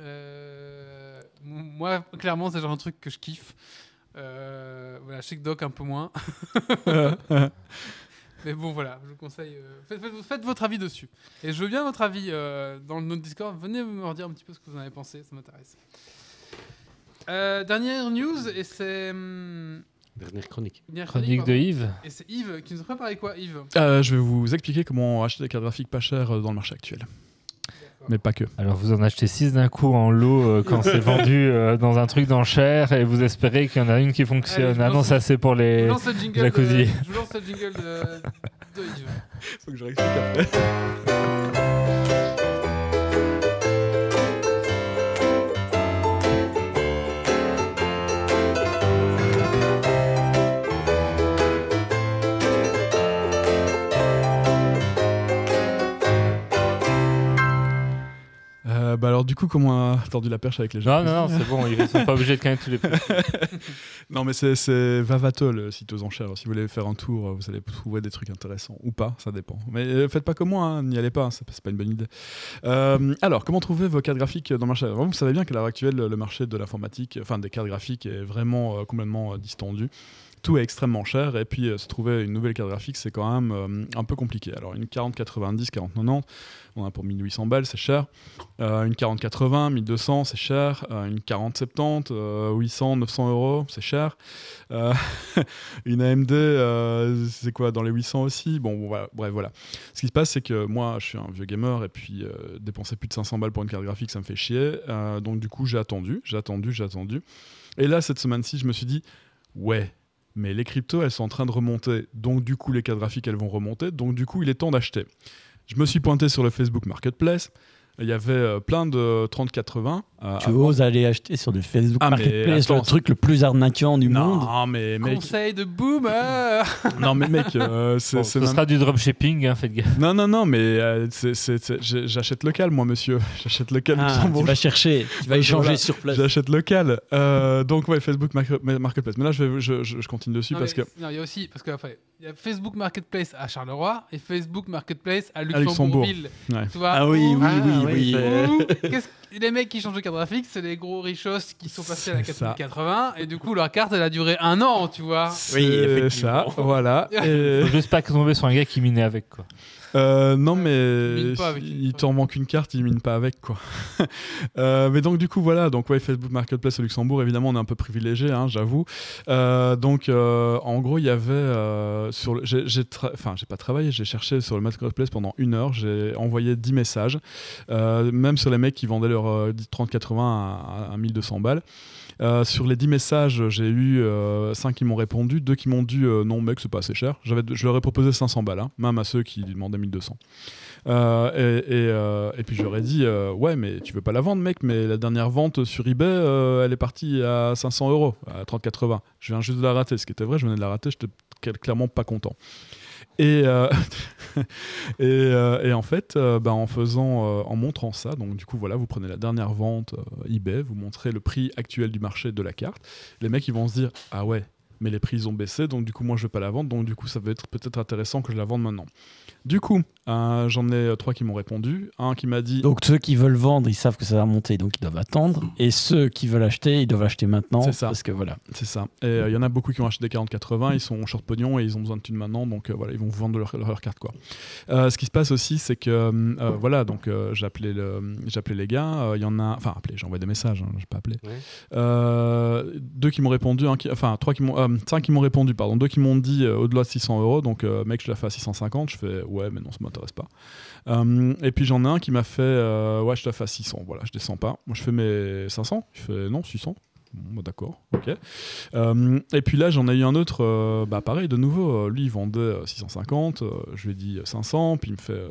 Moi, clairement, c'est genre un truc que je kiffe. Voilà, chez Doc un peu moins. Mais bon, voilà, je vous conseille. Faites votre avis dessus. Et je veux bien votre avis dans notre Discord. Venez me redire un petit peu ce que vous en avez pensé, ça m'intéresse. Dernière news, et c'est. Dernière chronique. dernière Chronique pardon. de Yves. Et c'est Yves qui nous a préparé quoi, Yves? Je vais vous expliquer comment acheter des cartes graphiques pas chères dans le marché actuel. Mais pas que. Alors vous en achetez 6 d'un coup en lot quand c'est vendu dans un truc d'enchère et vous espérez qu'il y en a une qui fonctionne. Allez, je Ah non, lance- ça c'est pour Je les vous lance le jingle jacuzzi. je vous lance le jingle de Yves. Faut que je réexplique après. Alors du coup, comment on a tendu la perche avec les gens? Non, c'est bon, ils sont pas obligés de connaître tous les prix. Non, mais c'est Vavatol, le site aux enchères. Si vous voulez faire un tour, vous allez trouver des trucs intéressants. Ou pas, ça dépend. Mais faites pas comme moi, hein, n'y allez pas, c'est pas une bonne idée. Alors, comment trouver vos cartes graphiques dans le marché? Vraiment, vous savez bien qu'à l'heure actuelle, le marché de l'informatique, enfin des cartes graphiques, est vraiment complètement distendu. Tout est extrêmement cher et puis se trouver une nouvelle carte graphique, c'est quand même un peu compliqué. Alors une 4090, 4090, on a pour 1800 balles, c'est cher. Une 4080, 1200, c'est cher. Une 4070, 800, 900 euros, c'est cher. Une AMD, c'est quoi, dans les 800 aussi. Bon, voilà, bref, voilà. Ce qui se passe, c'est que moi, je suis un vieux gamer et puis dépenser plus de 500 balles pour une carte graphique, ça me fait chier. Donc du coup, j'ai attendu. Et là, cette semaine-ci, je me suis dit, ouais, mais les cryptos, elles sont en train de remonter. Donc, du coup, les cartes graphiques, elles vont remonter. Donc, du coup, il est temps d'acheter. Je me suis pointé sur le Facebook Marketplace. Il y avait plein de 3080. Tu oses aller acheter sur du Facebook Ah, mais Marketplace, attends, le truc le plus arnaquant du monde. Non, mais mec. Conseil de boomer. Non, mais mec, c'est Bon, ce même- sera du dropshipping, hein, faites gaffe. Non, mais j'achète local, moi, monsieur. J'achète local. Ah, tu Luxembourg. vas chercher, tu vas échanger Voilà. sur place. J'achète local. Donc, ouais, Facebook Marketplace. Mais là, je continue dessus Non, parce mais- que. non, il y a aussi parce que enfin, il y a Facebook Marketplace à Charleroi et Facebook Marketplace à Luxembourg. Luxembourgville. Ouais. Tu vois, Ah oui, où- oui, oui, oui, oui. c'est- où- les mecs qui changent de carte graphique, c'est les gros richos qui sont passés à la C'est ça. 4080 et du coup leur carte elle a duré 1 an, tu vois. C'est ça, voilà. Et... Faut juste pas tomber sur un gars qui minait avec, quoi. non, Il mais mine pas avec. il t'en manque une carte, il mine pas avec, quoi. Mais donc, du coup, voilà. Donc, ouais, Facebook Marketplace au Luxembourg, évidemment, on est un peu privilégié, hein, j'avoue. Donc, en gros, il y avait. J'ai pas travaillé, j'ai cherché sur le Marketplace pendant 1 heure. J'ai envoyé 10 messages, même sur les mecs qui vendaient leur 3080 à 1200 balles. Sur les 10 messages, j'ai eu 5 qui m'ont répondu, 2 qui m'ont dit non mec c'est pas assez cher. Je leur ai proposé 500 balles, hein, même à ceux qui demandaient 1200. Et puis j'aurais dit ouais mais tu veux pas la vendre mec, mais la dernière vente sur eBay elle est partie à 500 € à 30,80. Je viens juste de la rater, ce qui était vrai, je venais de la rater, j'étais clairement pas content. Et en fait, en montrant ça, donc du coup voilà, vous prenez la dernière vente eBay, vous montrez le prix actuel du marché de la carte. Les mecs ils vont se dire ah ouais, mais les prix ils ont baissé, donc du coup moi je vais pas la vendre, donc du coup ça va être peut-être intéressant que je la vende maintenant. Du coup, j'en ai 3 qui m'ont répondu, un qui m'a dit Donc ceux qui veulent vendre, ils savent que ça va monter, donc ils doivent attendre. Et ceux qui veulent acheter, ils doivent acheter maintenant. C'est ça. Parce que voilà. c'est ça. Et il y en a beaucoup qui ont acheté des 40-80, ils sont short pognon et ils ont besoin de thunes maintenant, donc voilà, ils vont vous vendre leur carte quoi. Ce qui se passe aussi, c'est que voilà, donc j'ai appelé les gars, il y en a, enfin appelé, j'ai envoyé des messages, hein, j'ai pas appelé. Ouais. 2 qui m'ont répondu, 5 qui m'ont répondu, pardon, 2 qui m'ont dit au-delà de 600 €, donc mec je la fais à 650, je fais ouais mais non ça m'intéresse pas. Et puis j'en ai un qui m'a fait ouais je la fais à 600, voilà je descends pas. Moi je fais mes 500, je fais non 600. Bon, bah, d'accord, ok. Et puis là, j'en ai eu un autre, pareil, de nouveau. Lui, il vendait 650, je lui ai dit 500, puis il me fait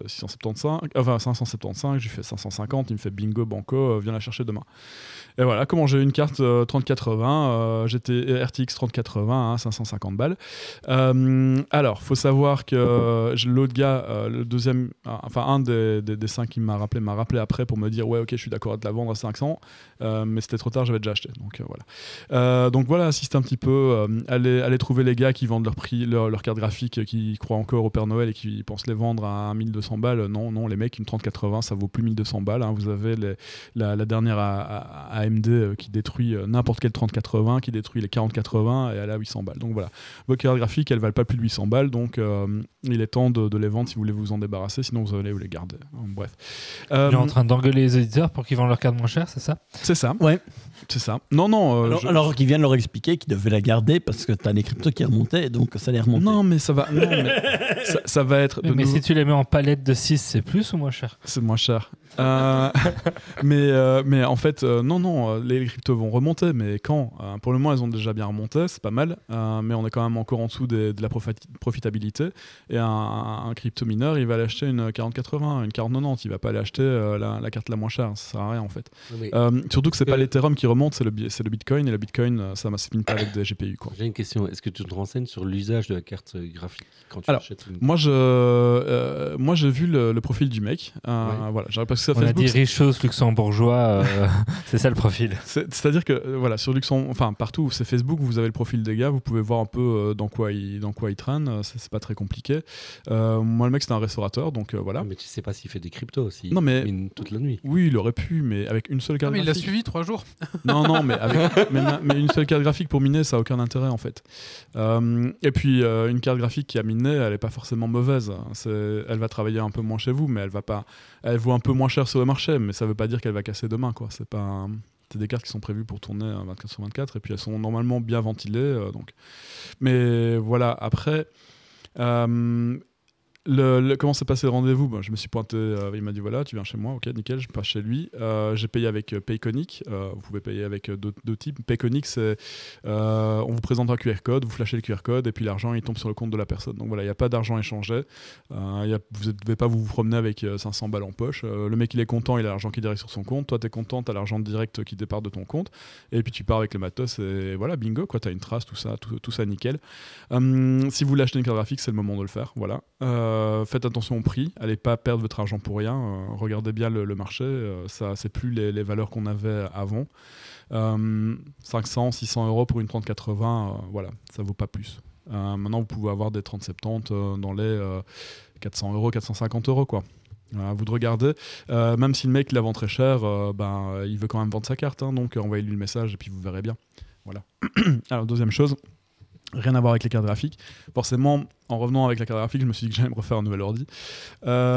575, je lui fais 550, il me fait bingo, banco, viens la chercher demain. Et voilà, comment j'ai eu une carte 3080, j'étais RTX 3080, 550 balles. Alors, faut savoir que l'autre gars, le deuxième, un des 5 qui m'a rappelé après pour me dire ouais, ok, je suis d'accord à te la vendre à 500, mais c'était trop tard, j'avais déjà acheté. Donc voilà. Donc voilà, assiste un petit peu, allez trouver les gars qui vendent leur carte graphique, qui croient encore au Père Noël et qui pensent les vendre à 1200 balles. Non, les mecs, une 3080, ça vaut plus 1200 balles. Hein. Vous avez la dernière AMD qui détruit n'importe quelle 3080, qui détruit les 4080 et elle est à 800 balles. Donc voilà, vos cartes graphiques, elles valent pas plus de 800 balles, donc il est temps de les vendre si vous voulez vous en débarrasser, sinon vous allez vous les garder. Bref. Tu es en train d'engueuler les éditeurs pour qu'ils vendent leurs cartes moins chères, c'est ça? C'est ça. Ouais. C'est ça. Non. Alors qu'ils viennent leur expliquer qu'ils devaient la garder parce que t'as les cryptos qui remontaient, donc ça les remontait. Non, mais ça va. Non, mais ça va être. Mais si tu les mets en palette de 6, c'est plus ou moins cher? C'est moins cher. Mais en fait, non, les cryptos vont remonter, mais quand pour le moment, elles ont déjà bien remonté, c'est pas mal, mais on est quand même encore en dessous de la profitabilité. Et un crypto mineur, il va aller acheter une 4080, une 4090, il va pas aller acheter la carte la moins chère, ça sert à rien en fait. Mais Surtout que c'est pas l'Ethereum qui remonte, c'est le Bitcoin, et le Bitcoin, ça ne spinne pas avec des GPU, quoi. j'ai une question. Est-ce que tu te renseignes sur l'usage de la carte graphique quand tu Alors, achètes une... Moi, j'ai vu le profil du mec. Voilà, j'aurais pas que ça On a dit richos luxembourgeois, c'est ça le profil. C'est-à-dire que voilà, sur Luxembourg, enfin partout où c'est Facebook, vous avez le profil des gars, vous pouvez voir un peu dans quoi ils traînent. C'est pas très compliqué. Moi, le mec, c'est un restaurateur, donc voilà. Mais tu sais pas s'il fait des cryptos aussi. Non, mais- Il mine toute la nuit. Oui, il aurait pu, mais avec une seule Ah, carte mais il l'a graphique. suivi 3 jours. Non, mais une seule carte graphique pour miner, ça a aucun intérêt en fait. Et puis une carte graphique qui a miné, elle est pas forcément mauvaise. Elle va travailler un peu moins chez vous, mais elle vaut un peu moins cher sur le marché, mais ça veut pas dire qu'elle va casser demain, quoi. C'est des cartes qui sont prévues pour tourner 24/24 et puis elles sont normalement bien ventilées, donc. Mais voilà, après. Comment s'est passé le rendez-vous? Je me suis pointé, il m'a dit voilà, tu viens chez moi, ok, nickel, je passe chez lui. J'ai payé avec Payconic, vous pouvez payer avec d'autres types. Payconic, c'est on vous présente un QR code, vous flashez le QR code et puis l'argent il tombe sur le compte de la personne. Donc voilà, il n'y a pas d'argent échangé, vous ne devez pas vous promener avec 500 balles en poche. Le mec il est content, il a l'argent qui est direct sur son compte, toi t'es content, t'as l'argent direct qui départ de ton compte et puis tu pars avec le matos et voilà, bingo, quoi, t'as une trace, tout ça nickel. Si vous voulez acheter une carte graphique, c'est le moment de le faire, voilà. Faites attention au prix, allez pas perdre votre argent pour rien, regardez bien le marché, ça c'est plus les valeurs qu'on avait avant. 500, 600 € pour une 3080, voilà, ça vaut pas plus. Maintenant vous pouvez avoir des 3070 dans les 400 €, 450 € quoi. À vous de regarder. Même si le mec la vend très cher, il veut quand même vendre sa carte. Hein, donc envoyez-lui le message et puis vous verrez bien. Voilà. Alors, deuxième chose. Rien à voir avec les cartes graphiques. Forcément, en revenant avec la carte graphique, je me suis dit que j'allais me refaire un nouvel ordi. Bon,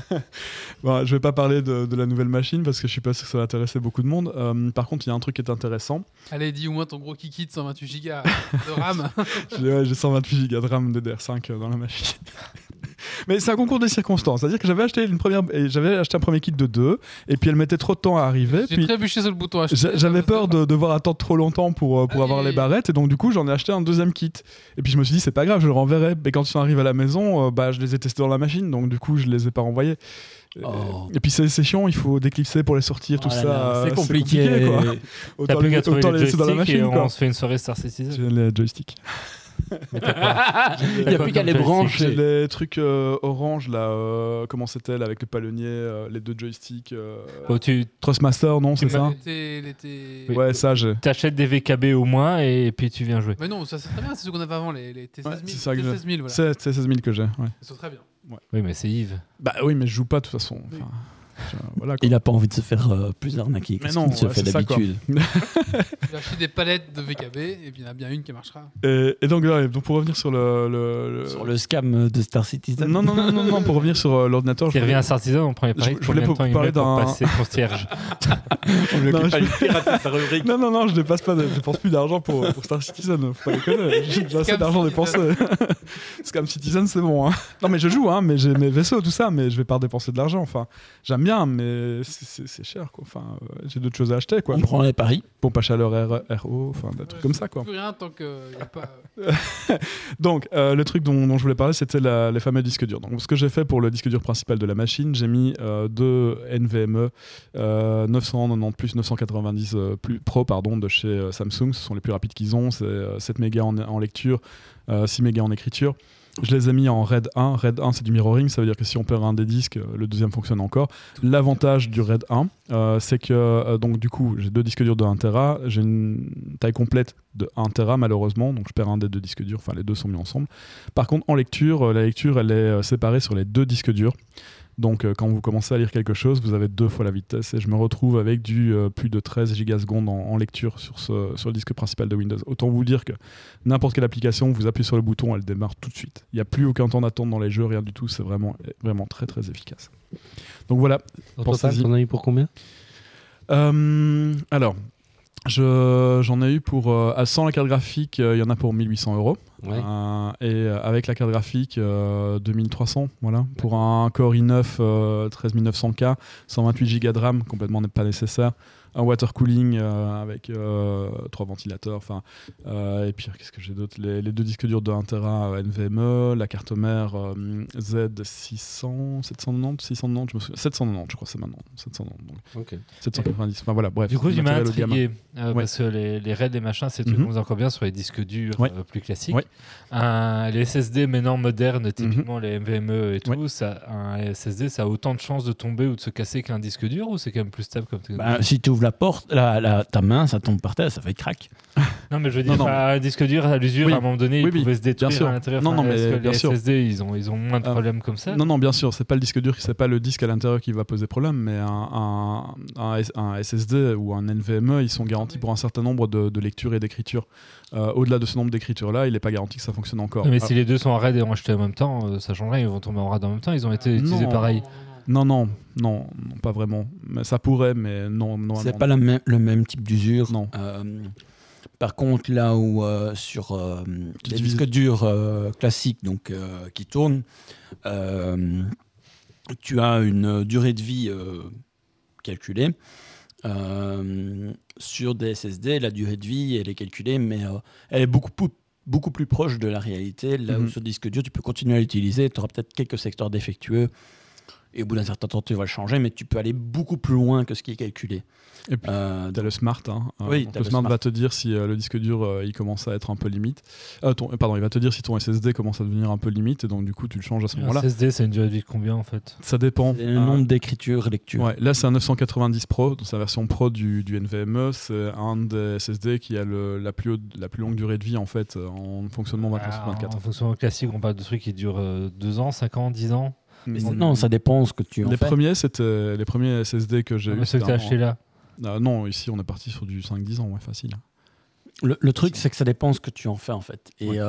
je vais pas parler de la nouvelle machine parce que je suis pas sûr que ça va intéresser beaucoup de monde. Par contre, il y a un truc qui est intéressant. Allez, dis au moins ton gros kiki de 128 Go de RAM. J'ai 128 Go de RAM DDR5 dans la machine. Mais c'est un concours de circonstances. C'est-à-dire que j'avais acheté un premier kit de 2 et puis elle mettait trop de temps à arriver. J'ai Puis trébuché sur le bouton acheter. j'avais peur de devoir attendre trop longtemps pour avoir les barrettes et donc du coup j'en ai acheté un deuxième kit. Et puis je me suis dit c'est pas grave, je le renverrai. Mais quand ils sont arrivés à la maison, je les ai testés dans la machine donc du coup je les ai pas renvoyés. Et puis c'est chiant, il faut déclipser pour les sortir, tout ça. C'est compliqué. Quoi. T'as plus qu'à trouver les laisser dans la joysticks et machine. on se fait une soirée Star Citizen. J'ai les joysticks. Mais t'as quoi Il n'y a plus qu'à les J'ai brancher. les trucs orange là, comment c'était là, avec le palonnier, les deux joysticks. Bon, tu Trustmaster, non, c'est ça L'été. Ouais, ça j'ai. t'achètes des VKB au moins et puis tu viens jouer. Mais non, ça c'est très bien, c'est ce qu'on avait avant, les T16 000. Ouais, c'est ça que j'ai. T16 000, voilà. C'est 16 000 que j'ai. Ouais. Ils sont très bien. Oui, mais c'est Yves. Bah oui, mais je joue pas de toute façon. Oui. Enfin, voilà, quoi. Il a pas envie de se faire plus arnaquer que Mais ce non, qu'il se ouais, fait c'est ça, quoi. d'habitude. J'ai acheté des palettes de VKB et puis il y en a bien une qui marchera. Et donc, donc pour revenir sur le... Sur le scam de Star Citizen. Non, pour revenir sur l'ordinateur. Qui revient à Star Citizen, on prend les paris. je voulais combien de temps il parler met pour d'un- passer concierge. On lui Non, occupe je- pas une pirate sa rubrique. Non, je dépense pas, je dépense plus d'argent pour Star Citizen. Faut pas déconner. J'ai déjà assez Scam d'argent dépensé. Scam Citizen, c'est bon. Hein. Non, mais je joue, hein, mais j'ai mes vaisseaux, tout ça, mais je vais pas dépenser de l'argent. Enfin, j'aime bien, mais c'est cher, quoi. Enfin, j'ai d'autres choses à acheter, quoi. On prend les paris. Pompe à chaleur RO, enfin, des trucs comme ça, quoi. Plus rien tant qu'il n'y a pas. Donc, le truc dont je voulais parler, c'était les fameux disques durs. Donc, ce que j'ai fait pour le disque dur principal de la machine, j'ai mis deux NVMe 990 plus 990 plus Pro de chez Samsung. Ce sont les plus rapides qu'ils ont. C'est 7 mégas en lecture, 6 mégas en écriture. Je les ai mis en RAID 1. RAID 1, c'est du mirroring. Ça veut dire que si on perd un des disques, le deuxième fonctionne encore. L'avantage du RAID 1, c'est que donc, du coup, j'ai deux disques durs de 1 Tera. J'ai une taille complète de 1 Tera, malheureusement. Donc, je perds un des deux disques durs. Enfin, les deux sont mis ensemble. Par contre, en lecture, la lecture, elle est séparée sur les deux disques durs. Donc, quand vous commencez à lire quelque chose, vous avez 2 fois la vitesse. Et je me retrouve avec du plus de 13 gigasecondes en lecture sur le disque principal de Windows. Autant vous dire que n'importe quelle application, vous appuyez sur le bouton, elle démarre tout de suite. Il n'y a plus aucun temps d'attente dans les jeux, rien du tout. C'est vraiment très, très efficace. Donc voilà. En total, Pensez-y. t'en as eu pour combien? Alors, j'en ai eu pour... sans la carte graphique, il y en a pour 1 800 €. Ouais. Et avec la carte graphique, 2300, voilà. Pour un Core i9 13900K, 128 Go de RAM, complètement pas nécessaire. Un water cooling avec 3 ventilateurs. Et puis, qu'est-ce que j'ai d'autre, les deux disques durs de 1 Tera NVMe, la carte mère Z600, 790, 690, je me souviens. 790, je crois, c'est maintenant. 790, donc Ok. 790. Enfin voilà, bref. Du coup, tu m'as matériel haut de gamme. intrigué Ouais. parce que les RAID et machin, c'est trucs Mhm. qu'on faisait encore bien sur les disques durs Ouais. plus classiques. Ouais. Les SSD maintenant modernes, typiquement les NVMe et tout, Ouais. un SSD, ça a autant de chances de tomber ou de se casser qu'un disque dur ou c'est quand même plus stable comme technologie? Si tu ouvres la porte, ta main, ça tombe par terre, ça fait crack. Non, mais je veux dire, Non, non. un disque dur à l'usure, Oui. à un moment donné, Oui, il pouvait se détruire bien sûr. à l'intérieur. Non, non, mais est-ce que bien les sûr. SSD, ils ont moins de problèmes comme ça? Non, bien sûr, c'est pas le disque dur, c'est pas le disque à l'intérieur qui va poser problème, mais un SSD ou un NVMe, ils sont garantis pour un certain nombre de lectures et d'écritures. Au-delà de ce nombre d'écritures-là, il n'est pas garanti que ça fonctionne encore. Mais Alors, si les deux sont en RAID et en acheté en même temps, ça changerait, ils vont tomber en RAID en même temps, ils ont été utilisés Non. pareil. non, pas vraiment. Mais ça pourrait, mais non. C'est non. pas le même type d'usure. Non. Par contre, là où sur les divises. disques durs classiques donc, qui tournent, tu as une durée de vie calculée. Sur des SSD, la durée de vie, elle est calculée, mais elle est beaucoup plus proche de la réalité. Là où Mhm. sur disque dur, tu peux continuer à l'utiliser, tu auras peut-être quelques secteurs défectueux, et au bout d'un certain temps, tu vas le changer, mais tu peux aller beaucoup plus loin que ce qui est calculé. Et puis, t'as le Smart. Hein. Oui, Donc t'as le le Smart Smart. va te dire si le disque dur il commence à être un peu limite. Il va te dire si ton SSD commence à devenir un peu limite, et donc du coup, tu le changes à ce Un moment-là. SSD, c'est une durée de vie de combien en fait? Ça dépend. C'est le nombre d'écritures, lectures. Ouais, là, c'est un 990 Pro, donc c'est la version Pro du NVMe. C'est un des SSD qui a la plus longue durée de vie en fait en fonctionnement 24 sur 24. En fonctionnement classique, on parle de trucs qui durent 2 ans, 5 ans, 10 ans. Non, ça dépend ce que tu en Les fais. premiers, c'était les premiers SSD que j'ai eu. Mais ceux que t'as acheté là. Non, ici, on est parti sur du 5-10 ans, ouais, facile. Le truc, c'est que ça dépend ce que tu en fais, en fait. Et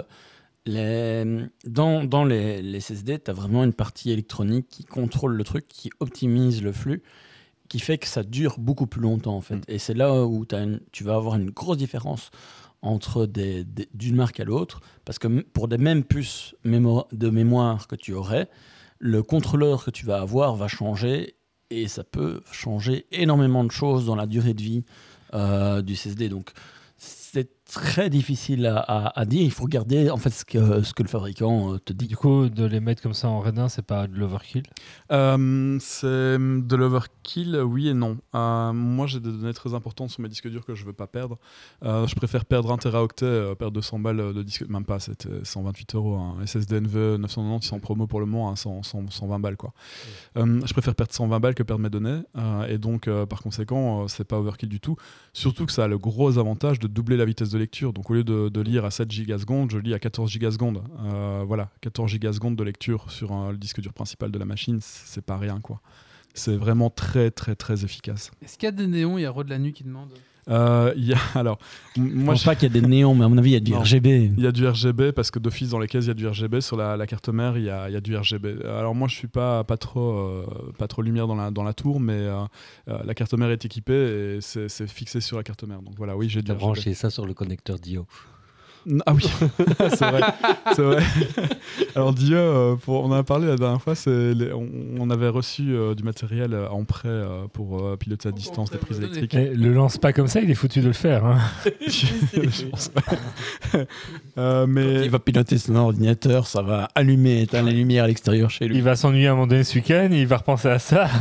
dans les SSD, tu as vraiment une partie électronique qui contrôle le truc, qui optimise le flux, qui fait que ça dure beaucoup plus longtemps, en fait. Et c'est là où tu vas avoir une grosse différence entre d'une marque à l'autre, parce que pour des mêmes puces de mémoire que tu aurais, le contrôleur que tu vas avoir va changer, et ça peut changer énormément de choses dans la durée de vie du SSD. Donc, c'est très difficile à dire. Il faut regarder en fait ce que le fabricant te dit. Du coup, de les mettre comme ça en raidin, c'est pas de l'overkill? C'est de l'overkill, oui et non. Moi, j'ai des données très importantes sur mes disques durs que je veux pas perdre. Je préfère perdre 1 teraoctet, perdre 200 balles de disque, même pas, c'était 128 €. Un SSD NVE 990, ils sont en promo pour le moment, 120 balles quoi. Je préfère perdre 120 balles que perdre mes données. Et donc, par conséquent, c'est pas overkill du tout. Surtout que ça a le gros avantage de doubler la vitesse de lecture. Donc au lieu de lire à 7 gigasecondes, je lis à 14 gigasecondes. Voilà, 14 gigasecondes de lecture sur le disque dur principal de la machine, c'est pas rien quoi. C'est vraiment très très très efficace. Est-ce qu'il y a des néons? Il y a Rod Lanu qui demande. Alors, Je moi pense pas qu'il y a des néons, mais à mon avis, il y a du Non. RGB. il y a du RGB parce que d'office dans les cases il y a du RGB, sur la carte mère il y a du RGB. Alors moi je suis pas trop lumière dans la tour, mais la carte mère est équipée et c'est fixé sur la carte mère. Donc voilà, oui, j'ai du T'as RGB. branché ça sur le connecteur Dio. Ah oui, c'est vrai. Alors Dieu, on en a parlé la dernière fois, on avait reçu du matériel en prêt pour piloter à distance des prises électriques. Le lance pas comme ça, il est foutu de le faire. Hein. Je pense. Quand Mais il va piloter son ordinateur, ça va allumer, éteindre les lumières à l'extérieur chez lui. Il va s'ennuyer à un moment donné ce week-end, il va repenser à ça.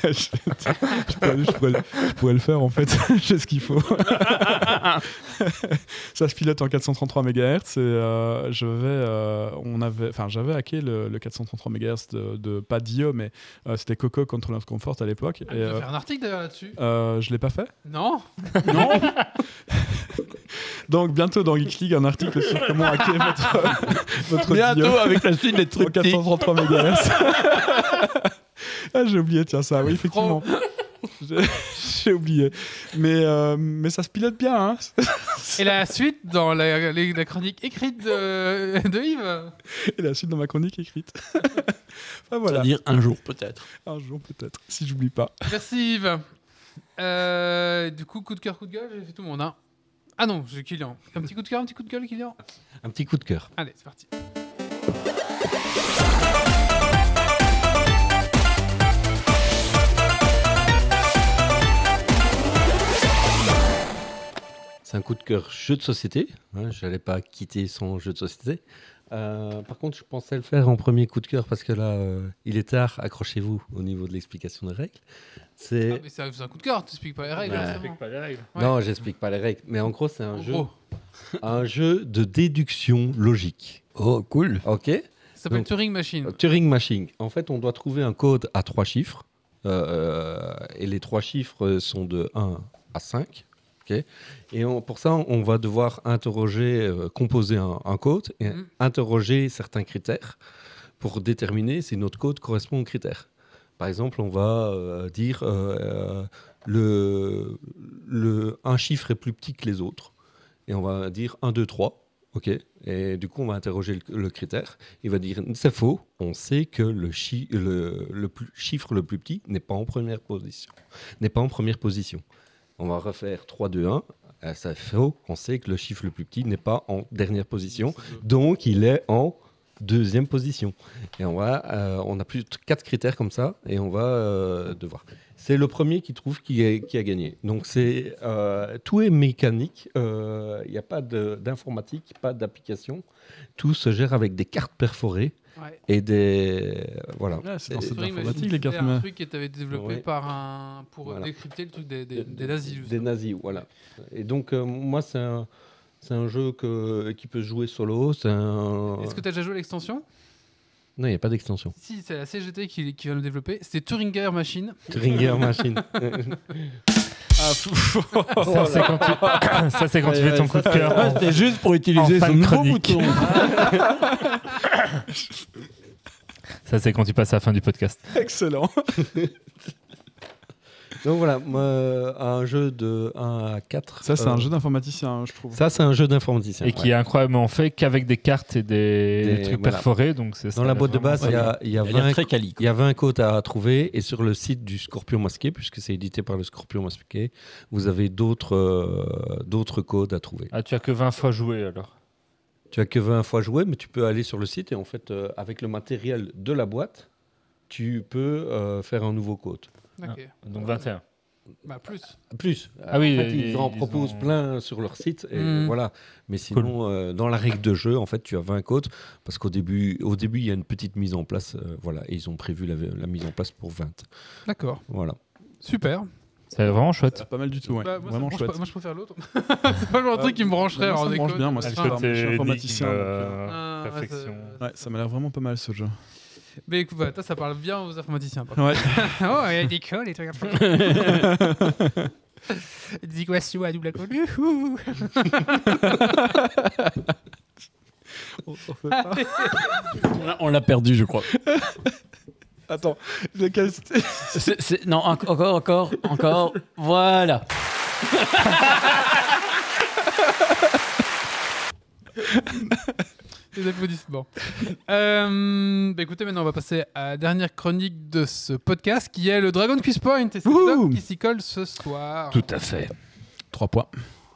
je pourrais le faire en fait. J'ai ce qu'il faut. Ça se pilote en 433 MHz et j'avais hacké le 433 MHz de pas Dio, mais c'était Coco Controller Comfort à l'époque. Tu vas faire un article d'ailleurs là-dessus. Je l'ai pas fait. Non. Donc bientôt dans Geeks League, un article sur comment hacker votre Bientôt Dio avec la suite des en trucs 433 MHz. Ah, j'ai oublié, tiens ça, oui effectivement. J'ai oublié. Mais ça se pilote bien, hein. Et la suite dans la chronique écrite de Yves. Et la suite dans ma chronique écrite. Enfin voilà, C'est-à-dire un jour peut-être. un jour peut-être, si j'oublie pas. Merci Yves. Du coup, coup de cœur, coup de gueule, j'ai fait tout le monde. Hein. Ah non, j'ai Kylian. Un petit coup de cœur, un petit coup de gueule, Kylian. Un petit coup de cœur. Allez, c'est parti. C'est un coup de cœur jeu de société. Hein, je n'allais pas quitter son jeu de société. Par contre, je pensais le faire en premier coup de cœur parce que là, il est tard. Accrochez-vous au niveau de l'explication des règles. C'est... Ah, mais c'est un coup de cœur, tu expliques pas les règles. Ouais. hein, c'est bon. pas les règles. Ouais. Non, j'explique pas les règles. Mais en gros, c'est En gros, un jeu de déduction logique. Oh, cool. Ok. ça s'appelle Donc, Turing Machine. Turing Machine. En fait, on doit trouver un code à 3 chiffres. Et les 3 chiffres sont de 1 à 5. Okay. Et pour ça, on va devoir composer un code et interroger certains critères pour déterminer si notre code correspond aux critères. Par exemple, on va dire un chiffre est plus petit que les autres. Et on va dire 1, 2, 3. Okay. Et du coup, on va interroger le critère. Il va dire c'est faux. On sait que le chiffre le plus petit n'est pas en première position. On va refaire 3, 2, 1. C'est faux. On sait que le chiffre le plus petit n'est pas en dernière position. Donc, il est en deuxième position. Et on a plus de 4 critères comme ça. Et on va devoir. C'est le premier qui trouve qui a gagné. Donc, tout est mécanique. Il n'y a pas d'informatique, pas d'application. Tout se gère avec des cartes perforées. Ouais. Et des... Voilà. Ouais, c'est dans Et- cette Turing informatique, Machine, les cartes c'était un mères. truc qui avait été développé Ouais. pour Voilà. décrypter le truc des nazis. Des justement. nazis, voilà. Et donc, moi, c'est un jeu qui peut se jouer solo. Est-ce que tu as déjà joué à l'extension? Non, il n'y a pas d'extension. Si, c'est la CGT qui va le développer. C'était Turinger Machine. Turinger Machine. Ça, c'est quand tu, ça, c'est quand tu fais ton coup de cœur. Ah, c'était juste pour utiliser en fin son de nouveau chronique. bouton. Ça, c'est quand tu passes à la fin du podcast. Excellent. Donc voilà, moi, un jeu de 1 à 4. Ça, c'est un jeu d'informaticien, je trouve. Ça, c'est un jeu d'informaticien. Et qui est incroyablement fait qu'avec des cartes et des trucs voilà. perforés. Donc c'est Dans la boîte de base, il y a Il a 20 l'air très quali. Il y a 20 codes à trouver et sur le site du Scorpion Masqué, puisque c'est édité par le Scorpion Masqué, vous avez d'autres codes à trouver. Ah, tu as que 20 fois joué alors. Tu as que 20 fois joué, mais tu peux aller sur le site et en fait, avec le matériel de la boîte, tu peux faire un nouveau code. Ok. Donc 21. Bah, plus. Plus. Ah oui, En fait, ils en ils proposent ont- plein sur leur site. Et Mm. voilà. Mais sinon, dans la règle de jeu, en fait, tu as 20 codes parce qu'au début, il y a une petite mise en place. Voilà. Et ils ont prévu la mise en place pour 20. D'accord. Voilà. Super. C'est vraiment chouette. Pas mal du tout, ouais. Bah, moi, Vraiment ça me branche chouette. pas. Moi, je préfère l'autre. C'est pas le genre de truc qui me brancherait. Moi, ça alors, me des branche codes. bien, moi, Ah, c'est ah, ça. Je suis informaticien, ah, ouais, réflexion. Ouais, ça m'a l'air vraiment pas mal ce jeu. Mais écoute, bah, toi, ça parle bien aux informaticiens. par Ouais. contre. Oh, il y a des codes et trucs. Des équations à double connu. On l'a perdu, je crois. Attends, lequel c'était Non, encore. Voilà. Des applaudissements. Bah, écoutez, maintenant, on va passer à la dernière chronique de ce podcast qui est le Dragon Quiz Point. Et c'est Wouhou Doc qui s'y colle ce soir. Tout à fait. 3 points.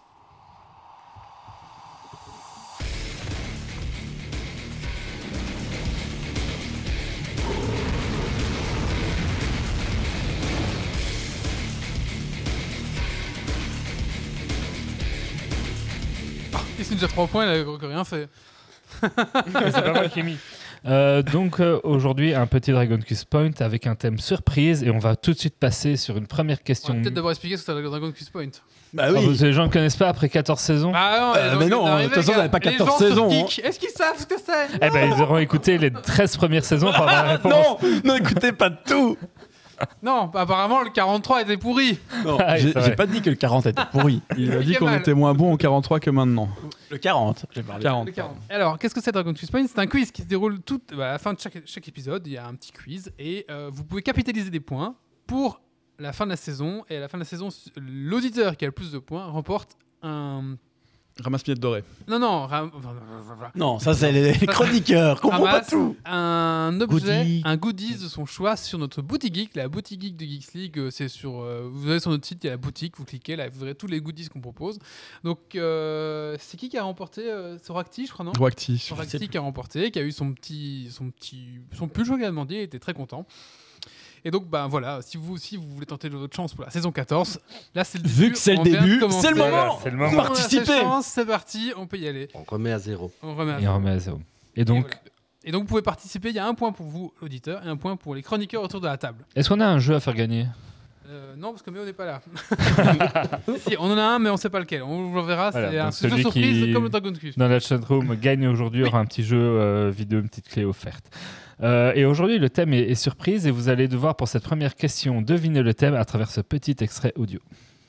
Il s'est déjà 3 points, il a encore rien fait. C'est pas moi qui ai mis. Donc aujourd'hui, un petit Dragon Quiz Point avec un thème surprise et on va tout de suite passer sur une première On question. va peut-être d'abord expliquer ce que c'est le Dragon Quiz Point. Bah Ah, les gens ne connaissent pas après 14 saisons. Bah non, mais non, de toute façon, on n'avait pas 14 saisons, hein. Est-ce qu'ils savent ce que c'est? Eh ben, ils auront écouté les 13 premières saisons pour avoir la réponse. Non, écoutez pas tout. Non, bah, apparemment le 43 était pourri. Non, Ah oui, j'ai c'est vrai. pas dit que le 40 était pourri. Il a dit qu'on mal. était moins bon en 43 que maintenant. Le 40, j'ai parlé. 40. Le 40. Alors, qu'est-ce que c'est Dragon Quiz Point? C'est un quiz qui se déroule à la fin de chaque épisode. Il y a un petit quiz et vous pouvez capitaliser des points pour la fin de la saison. Et à la fin de la saison, l'auditeur qui a le plus de points remporte un. Ramasse-miettes dorées. Non, Non, ça c'est les chroniqueurs, comprends pas ramasse tout. un objet, Goodie. un goodies de son choix sur notre boutique geek. La boutique geek de Geeks League, c'est sur. Vous allez sur notre site, il y a la boutique, vous cliquez là, vous verrez tous les goodies qu'on propose. Donc, c'est qui a remporté? C'est Roacti, je crois, non? Roacti. Roacti qui a remporté, qui a eu son pull, je regardais demandé, il était très content. Et donc, bah voilà, si vous aussi vous voulez tenter votre chance pour la saison 14, là c'est le début. Vu que c'est le on vient de début, commencer. c'est le moment. Voilà, c'est le moment. On a cette Participer. chance, c'est parti, on peut y aller. On remet à 0. On remet à Et on remet à zéro. Et donc, voilà. Et donc, vous pouvez participer. Il y a un point pour vous, auditeur, et un point pour les chroniqueurs autour de la table. est-ce qu'on a un jeu à faire gagner? Non, parce que Méo n'est pas là. Si, on en a un, mais on ne sait pas lequel. On le verra. Voilà, c'est donc un jeu celui surprise qui- comme le Dragon Quest. Dans la chatroom, gagne aujourd'hui, aura un petit jeu vidéo, une petite clé offerte. Et aujourd'hui, le thème est surprise et vous allez devoir, pour cette première question, deviner le thème à travers ce petit extrait audio.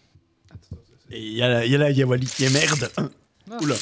Et il y a la Yawali qui est merde. Non. Oula.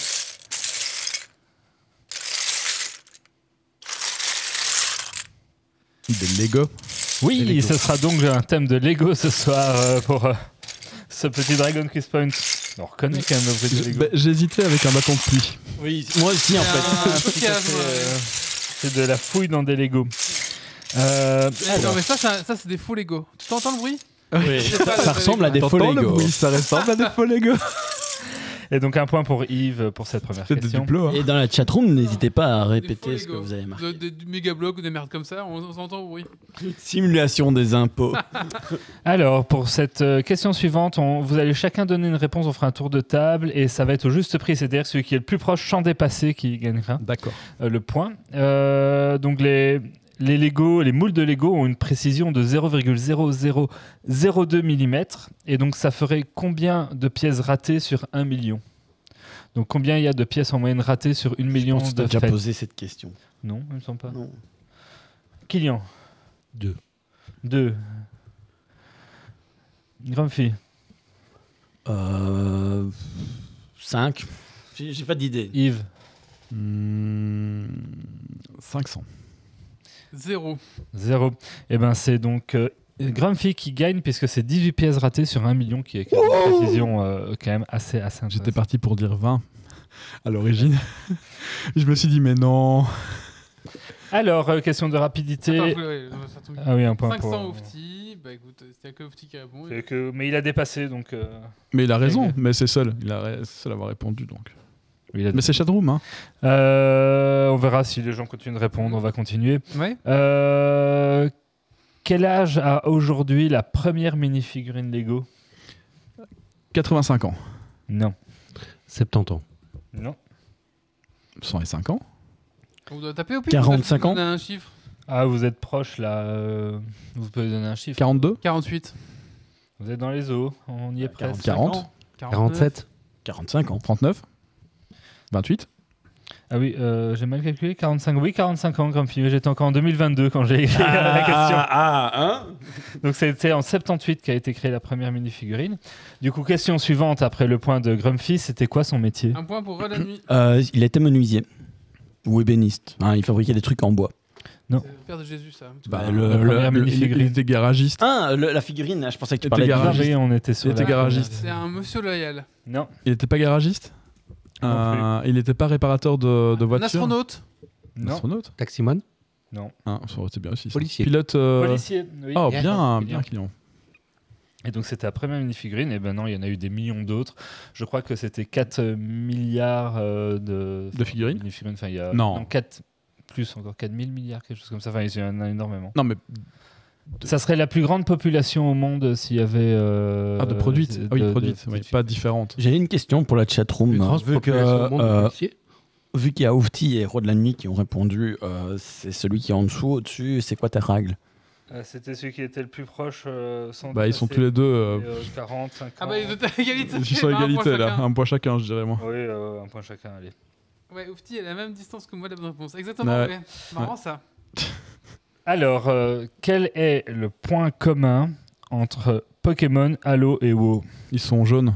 Des Lego. Oui, Lego. ce sera donc un thème de Lego ce soir pour ce petit Dragon Quest Point. On reconnaît quand même le bruit de Lego. Bah, J'hésitais avec un bâton de pluie. Oui, moi aussi en fait. C'est de la fouille dans des Lego. Non, mais ça c'est des faux Lego. Tu t'entends le bruit? Oui. C'est pas Ça le ressemble à des faux T'entends le Lego. bruit, ça ressemble à des faux Lego. Et donc un point pour Yves pour cette première C'est du question. Duplo. Hein. Et dans la chatroom, n'hésitez pas à Des faux répéter ce que Lego. vous avez marqué. Du méga bloc ou des merdes comme ça, on s'entend au bruit. Simulation des impôts. Alors, pour cette question suivante, vous allez chacun donner une réponse, on fera un tour de table et ça va être au juste prix, c'est-à-dire celui qui est le plus proche champ dépassé qui gagnera D'accord. le point. Donc les Lego, les moules de Lego ont une précision de 0,0002 mm et donc ça ferait combien de pièces ratées sur 1 million? Donc combien il y a de pièces en moyenne ratées sur 1 million Je de déjà fêtes? posé cette question. Non, il me semble pas. Non. Kylian? 2. Grumpy? 5. J'ai pas d'idée. Yves? 500. 0. 0. Et ben c'est donc Grumpy qui gagne puisque c'est 18 pièces ratées sur 1 million qui est quand même une précision quand même assez intéressante. J'étais parti pour dire 20 à l'origine. Je me suis dit, mais non. Alors, question de rapidité. Attends, ça tombe bien. Ah oui, un point 500 pour... Oufti. Bah écoute, c'était que Oufti qui répond. Mais il a dépassé, donc... Mais il a raison, Ok. mais c'est seul. Il a seul à avoir répondu, donc. il a Mais c'est Chatroom, hein. On verra si les gens continuent de répondre, on va continuer. Ouais. Quel âge a aujourd'hui la première mini-figurine Lego ? 85 ans. Non. 70 ans. Non. 105 ans. On doit taper au pif. 45 ans. On a un chiffre. Ah, vous êtes proche, là. Vous pouvez donner un chiffre. 42. 48. Vous êtes dans les eaux, on y est presque. 40. 47. 45 ans. 39. 28. Ah oui, j'ai mal calculé, 45. Oui, 45 ans, Grumpy. Mais j'étais encore en 2022 quand j'ai écrit la question. Donc c'était en 78 qu'a été créée la première mini-figurine. Du coup, question suivante après le point de Grumpy, c'était quoi son métier ? Un point pour Red la nuit. Il était menuisier. Ou ébéniste. Hein, il fabriquait des trucs en bois. C'est le père de Jésus, ça. Bah, la première mini-figurine. il était garagiste. Ah, la figurine, je pensais que tu Il parlais était de garagiste. Oui, on était sur Il était la- garagiste. C'est un monsieur loyal. Non. Il n'était pas garagiste. Non Il n'était pas réparateur de Un voitures. astronaute. Un Non. astronaute. Taximon. Ah, ça aurait été bien aussi. ça. Policier. Pilote. Policier. Oui. Oh, Bien. bien, Bien. bien, client. Et donc c'était la première mini-figurine, et ben non, il y en a eu des millions d'autres. Je crois que c'était 4 milliards de figurines mini-figurines. Enfin, il y a Non. 4, plus encore 4000 milliards, quelque chose comme ça. Enfin, il y en a énormément. Non, mais. Ça serait la plus grande population au monde s'il y avait. De produites. de- Oui, de produites. Oui, petites pas différentes. J'ai une question pour la chatroom. Plus grande Vu que, population au monde de policiers. vu qu'il y a Oufti et Roi de la Nuit qui ont répondu, c'est celui qui est en dessous, au-dessus, c'est quoi ta règle? C'était celui qui était le plus proche. Sans Bah, ils sont tous les deux. 40, 50. Ah bah ils étaient à égalité. Ils sont à Un point égalité, là. chacun. Un point chacun, je dirais, moi. Oui, un point chacun, allez. Ouais, Oufti a la même distance que moi de la bonne réponse. Exactement, Ouais. ouais. Marrant ça. Alors, quel est le point commun entre Pokémon, Halo et WoW Ils sont jaunes.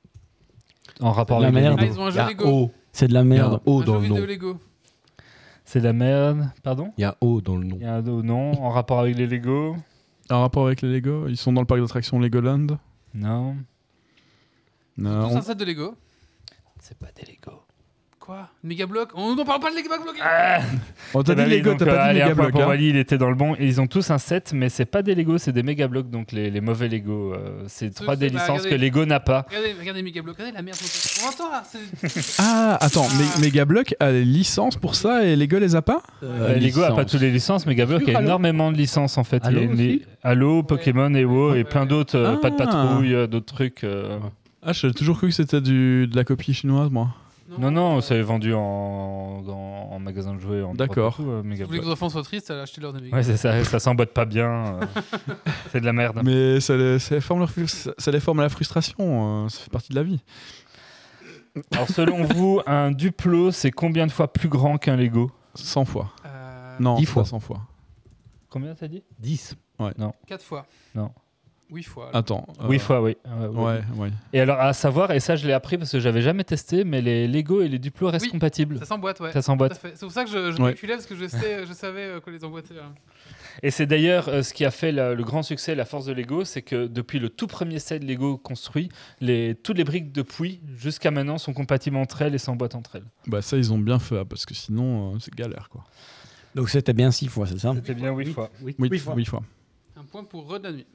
en rapport La avec les merde. Ah, Lego? ils ont un Il y jeu a Lego. O. C'est de la Il y a un merde. O Un dans jeu le vidéo nom. Lego. C'est la merde. Pardon? Il y a O dans le nom. Il y a un non en rapport avec les Lego? En rapport avec les Lego, ils sont dans le parc d'attractions Legoland. Non. Tous On- un set de Lego. C'est pas des Lego. Quoi Megablock? On n'en parle pas de Megablock. On t'a dit Allez, Lego, donc, t'as pas dit allez, un point Megablock. pour hein. Wally, il était dans le bon. Et ils ont tous un set, mais c'est pas des Lego, c'est des Megablock, donc les mauvais Lego. C'est trois des bah, licences regardez. que Lego n'a pas. Regardez Megablock. Regardez la merde. On entend là. Ah, attends, Ah. Megablock a les licences pour ça et Lego les a pas Lego a pas toutes les licences, Megablock Sur a Halo. énormément de licences en fait. Halo Il y a aussi Halo, Pokémon et WoW et Ouais, plein ouais. d'autres. Ah. Pas de patrouille, d'autres trucs. Ah, j'ai toujours cru que c'était de la copie chinoise, moi. Non, c'est vendu en magasin de jouets. En D'accord. Europe et tout, Si vous voulez que Megablock. vos enfants soient tristes, achetez-leur des Megablock. Ouais, c'est ça, ça s'emboîte pas bien. C'est de la merde. Mais ça les forme à la frustration, ça fait partie de la vie. Alors, selon vous, un Duplo, c'est combien de fois plus grand qu'un Lego? 100 fois. Non, 10 c'est fois. pas 100 fois. Combien t'as dit? 10. 4 fois. Non. 8 fois. Attends. 8 fois, oui. Ouais, ouais. Et alors, à savoir, et ça, je l'ai appris parce que j'avais jamais testé, mais les Lego et les Duplo restent Oui. compatibles. Ça s'emboîte, ouais. Ça s'emboîte. Tout à fait. C'est pour ça que je Ouais. calculais, parce que je savais quoi les emboîter. Hein. Et c'est d'ailleurs ce qui a fait le grand succès, la force de Lego, c'est que depuis le tout premier set Lego construit, toutes les briques depuis jusqu'à maintenant sont compatibles entre elles et s'emboîtent entre elles. Bah ça, ils ont bien fait, parce que sinon, c'est galère, quoi. Donc c'était bien 6 fois, c'est ça? C'était bien 8 fois. Oui, 8 fois. 8 fois. Un point pour Rod la nuit.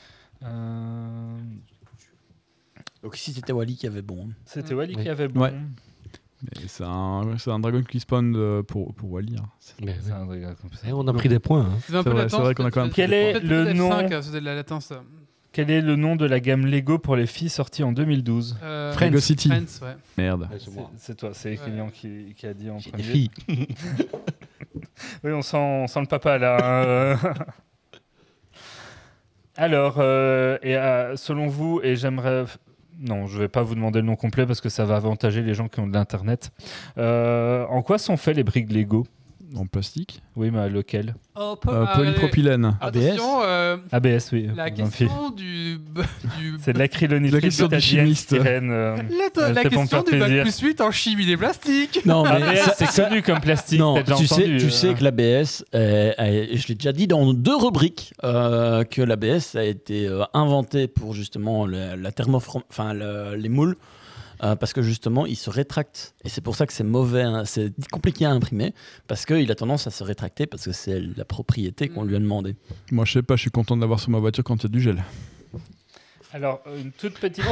Donc ici c'était Wally qui avait bon. C'était Wally Oui. qui avait bon. Ouais. Mais c'est un dragon qui spawn pour Wally. Hein. Mais, C'est un truc comme ça. on a pris des points. Hein. C'est un C'est peu vrai, latence. c'est vrai qu'on a quand même Quel est Peut-être le F5, nom c'était de la latence. Quel est le nom de la gamme Lego pour les filles sortie en 2012? Lego City. Friends, ouais. Merde. C'est toi, c'est Kylian qui a dit en Les premier. filles. Oui, on sent le papa là. hein. Alors, selon vous, et j'aimerais... Non, je vais pas vous demander le nom complet parce que ça va avantager les gens qui ont de l'internet. En quoi sont faits les briques Lego? En plastique. Oui, mais lequel? Polypropylène. Attention, ABS, oui. la Grumpy. question du C'est de l'acrylonitrile. La question du chimiste. la c'était pour me question faire du bac plaisir. plus 8 en chimie des plastiques. Non, mais ABS, c'est connu comme plastique. Non, t'as déjà tu sais, entendu, tu sais que l'ABS, je l'ai déjà dit dans 2 rubriques, que l'ABS a été inventé pour justement les moules, parce que justement il se rétracte. Et c'est pour ça que c'est mauvais, hein, c'est compliqué à imprimer, parce qu'il a tendance à se rétracter, parce que c'est la propriété qu'on lui a demandé. Moi, je sais pas, je suis content de l'avoir sur ma voiture quand il y a du gel. Alors, une toute petite.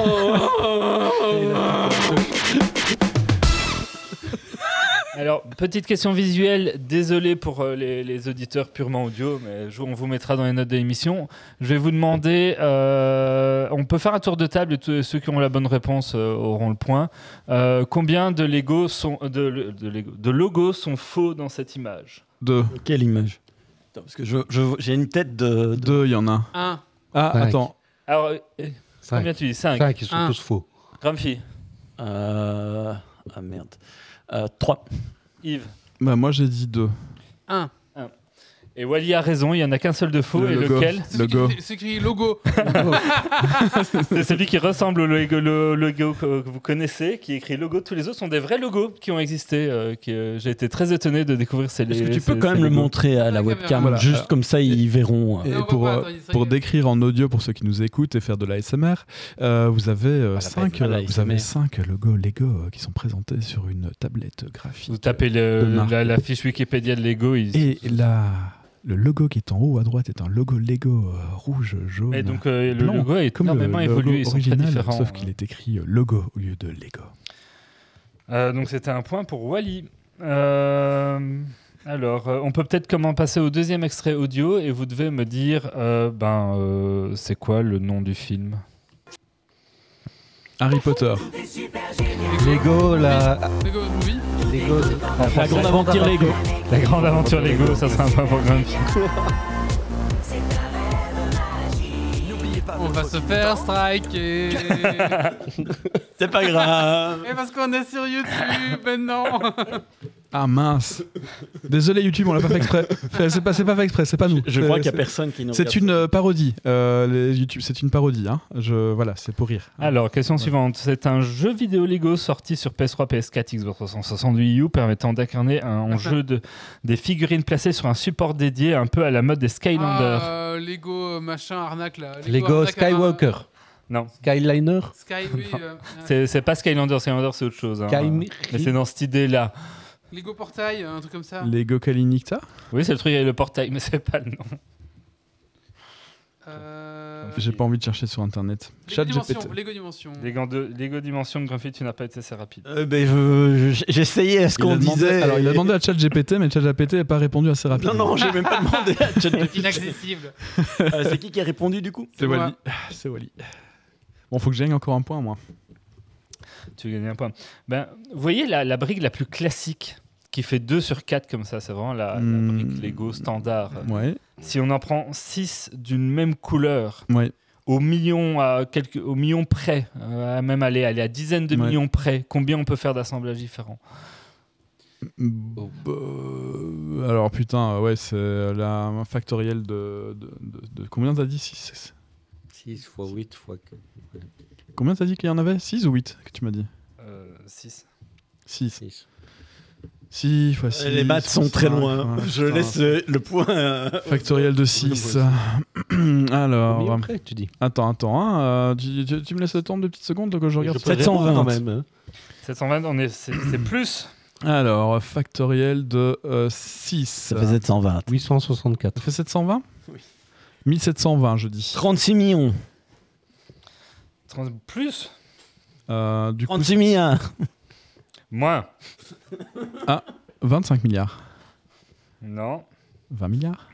Alors, petite question visuelle. Désolé pour les auditeurs purement audio, mais on vous mettra dans les notes de l'émission. Je vais vous demander. On peut faire un tour de table et ceux qui ont la bonne réponse auront le point. Combien de de logos sont faux dans cette image? 2. Quelle image? Attends, parce que j'ai une tête de... 2, il y en a. 1. Ah, 5. attends. Alors, combien tu dis? 5. 5, ils sont Un. tous faux. Grumpy. Ah merde. 3. Yves. Bah, moi, j'ai dit 2. 1. Et Wally a raison, il n'y en a qu'un seul de faux. Le Et logo. lequel? C'est écrit logo. C'est celui qui ressemble au logo que vous connaissez, qui est écrit logo. Tous les autres sont des vrais logos qui ont existé. J'ai été très étonné de découvrir ces Est-ce que tu peux quand même le montrer à la Ouais, webcam, voilà. juste comme ça ils verront. Et on voit pour, pas, attends, il serait- pour décrire en audio pour ceux qui nous écoutent et faire de l'ASMR, vous avez la 5 peine, voilà, vous avez ASMR. 5 logos Lego qui sont présentés sur une tablette graphique. Vous tapez de marque. la fiche Wikipédia de Lego. Et là, le logo qui est en haut à droite est un logo Lego rouge, jaune. Et donc le blanc, logo a comme énormément le logo évolué. Ils sont très original, différents. sauf qu'il est écrit logo au lieu de Lego. Donc c'était un point pour Wally. Alors, on peut peut-être comment passer au deuxième extrait audio et vous devez me dire, c'est quoi le nom du film? Harry Potter. Lego, Lego Movie. La grande aventure Lego. La grande aventure Lego, ça sera un point pour Grumpy. On va se faire striker. C'est pas grave. Et parce qu'on est sur YouTube maintenant. Ah mince. Désolé YouTube, on l'a pas fait exprès. C'est pas fait exprès, c'est pas nous. Je crois qu'il y a C'est- personne qui nous C'est regarde. une parodie. YouTube, c'est une parodie. Hein. Voilà, c'est pour rire. Alors, question suivante. C'est un jeu vidéo Lego sorti sur PS3, PS4, Xbox 360, Wii U permettant d'incarner un jeu des figurines placées sur un support dédié un peu à la mode des Skylanders. Lego machin arnaque là. Lego arnaque à- Skywalker. Non, Skyliner. Sky, oui. c'est pas Skylanders, Skylanders c'est autre chose. hein. Sky- Mais c'est dans cette idée-là. Lego portail, un truc comme ça. Lego Kalinicta. Oui, c'est le truc avec le portail, mais c'est pas le nom. J'ai pas envie de chercher sur internet. Chat GPT. Lego Dimension. Lego Dimension, Grumpy, tu n'as pas été assez rapide. J'essayais ce Il a qu'on demandé- disait. Alors, il a demandé à ChatGPT, mais ChatGPT n'a pas répondu assez rapidement. Non, j'ai même pas demandé à ChatGPT. Inaccessible. C'est qui a répondu du coup? C'est moi. Wally. C'est Wally. Bon, faut que je gagne encore un point, moi. Tu gagnes un point. Vous voyez la brique la plus classique qui fait 2 sur 4 comme ça, c'est vraiment la brique Lego standard. Ouais. Si on en prend 6 d'une même couleur, Ouais. au million près, même aller à dizaines de Ouais. millions près, combien on peut faire d'assemblages différents? Alors, putain, ouais, c'est la factorielle de combien t'as dit? 6 6 fois 8 fois... Combien t'as dit qu'il y en avait? 6 ou 8 que tu m'as dit? 6. 6. 6. 6 fois 6. Les maths sont très loin. Je laisse le point. Factoriel de 6. Alors, Combien près, tu dis? attends. Hein, tu me laisses le temps de petites secondes que je regarde. Je peux 720 répondre quand même. Hein. 720, c'est plus. Alors, factoriel de 6. Ça fait 720. 864. Ça fait 720? Oui. 1720, je dis. 36 millions. Plus. Du coup, 36 milliards. Moins. 25 milliards. Non. 20 milliards.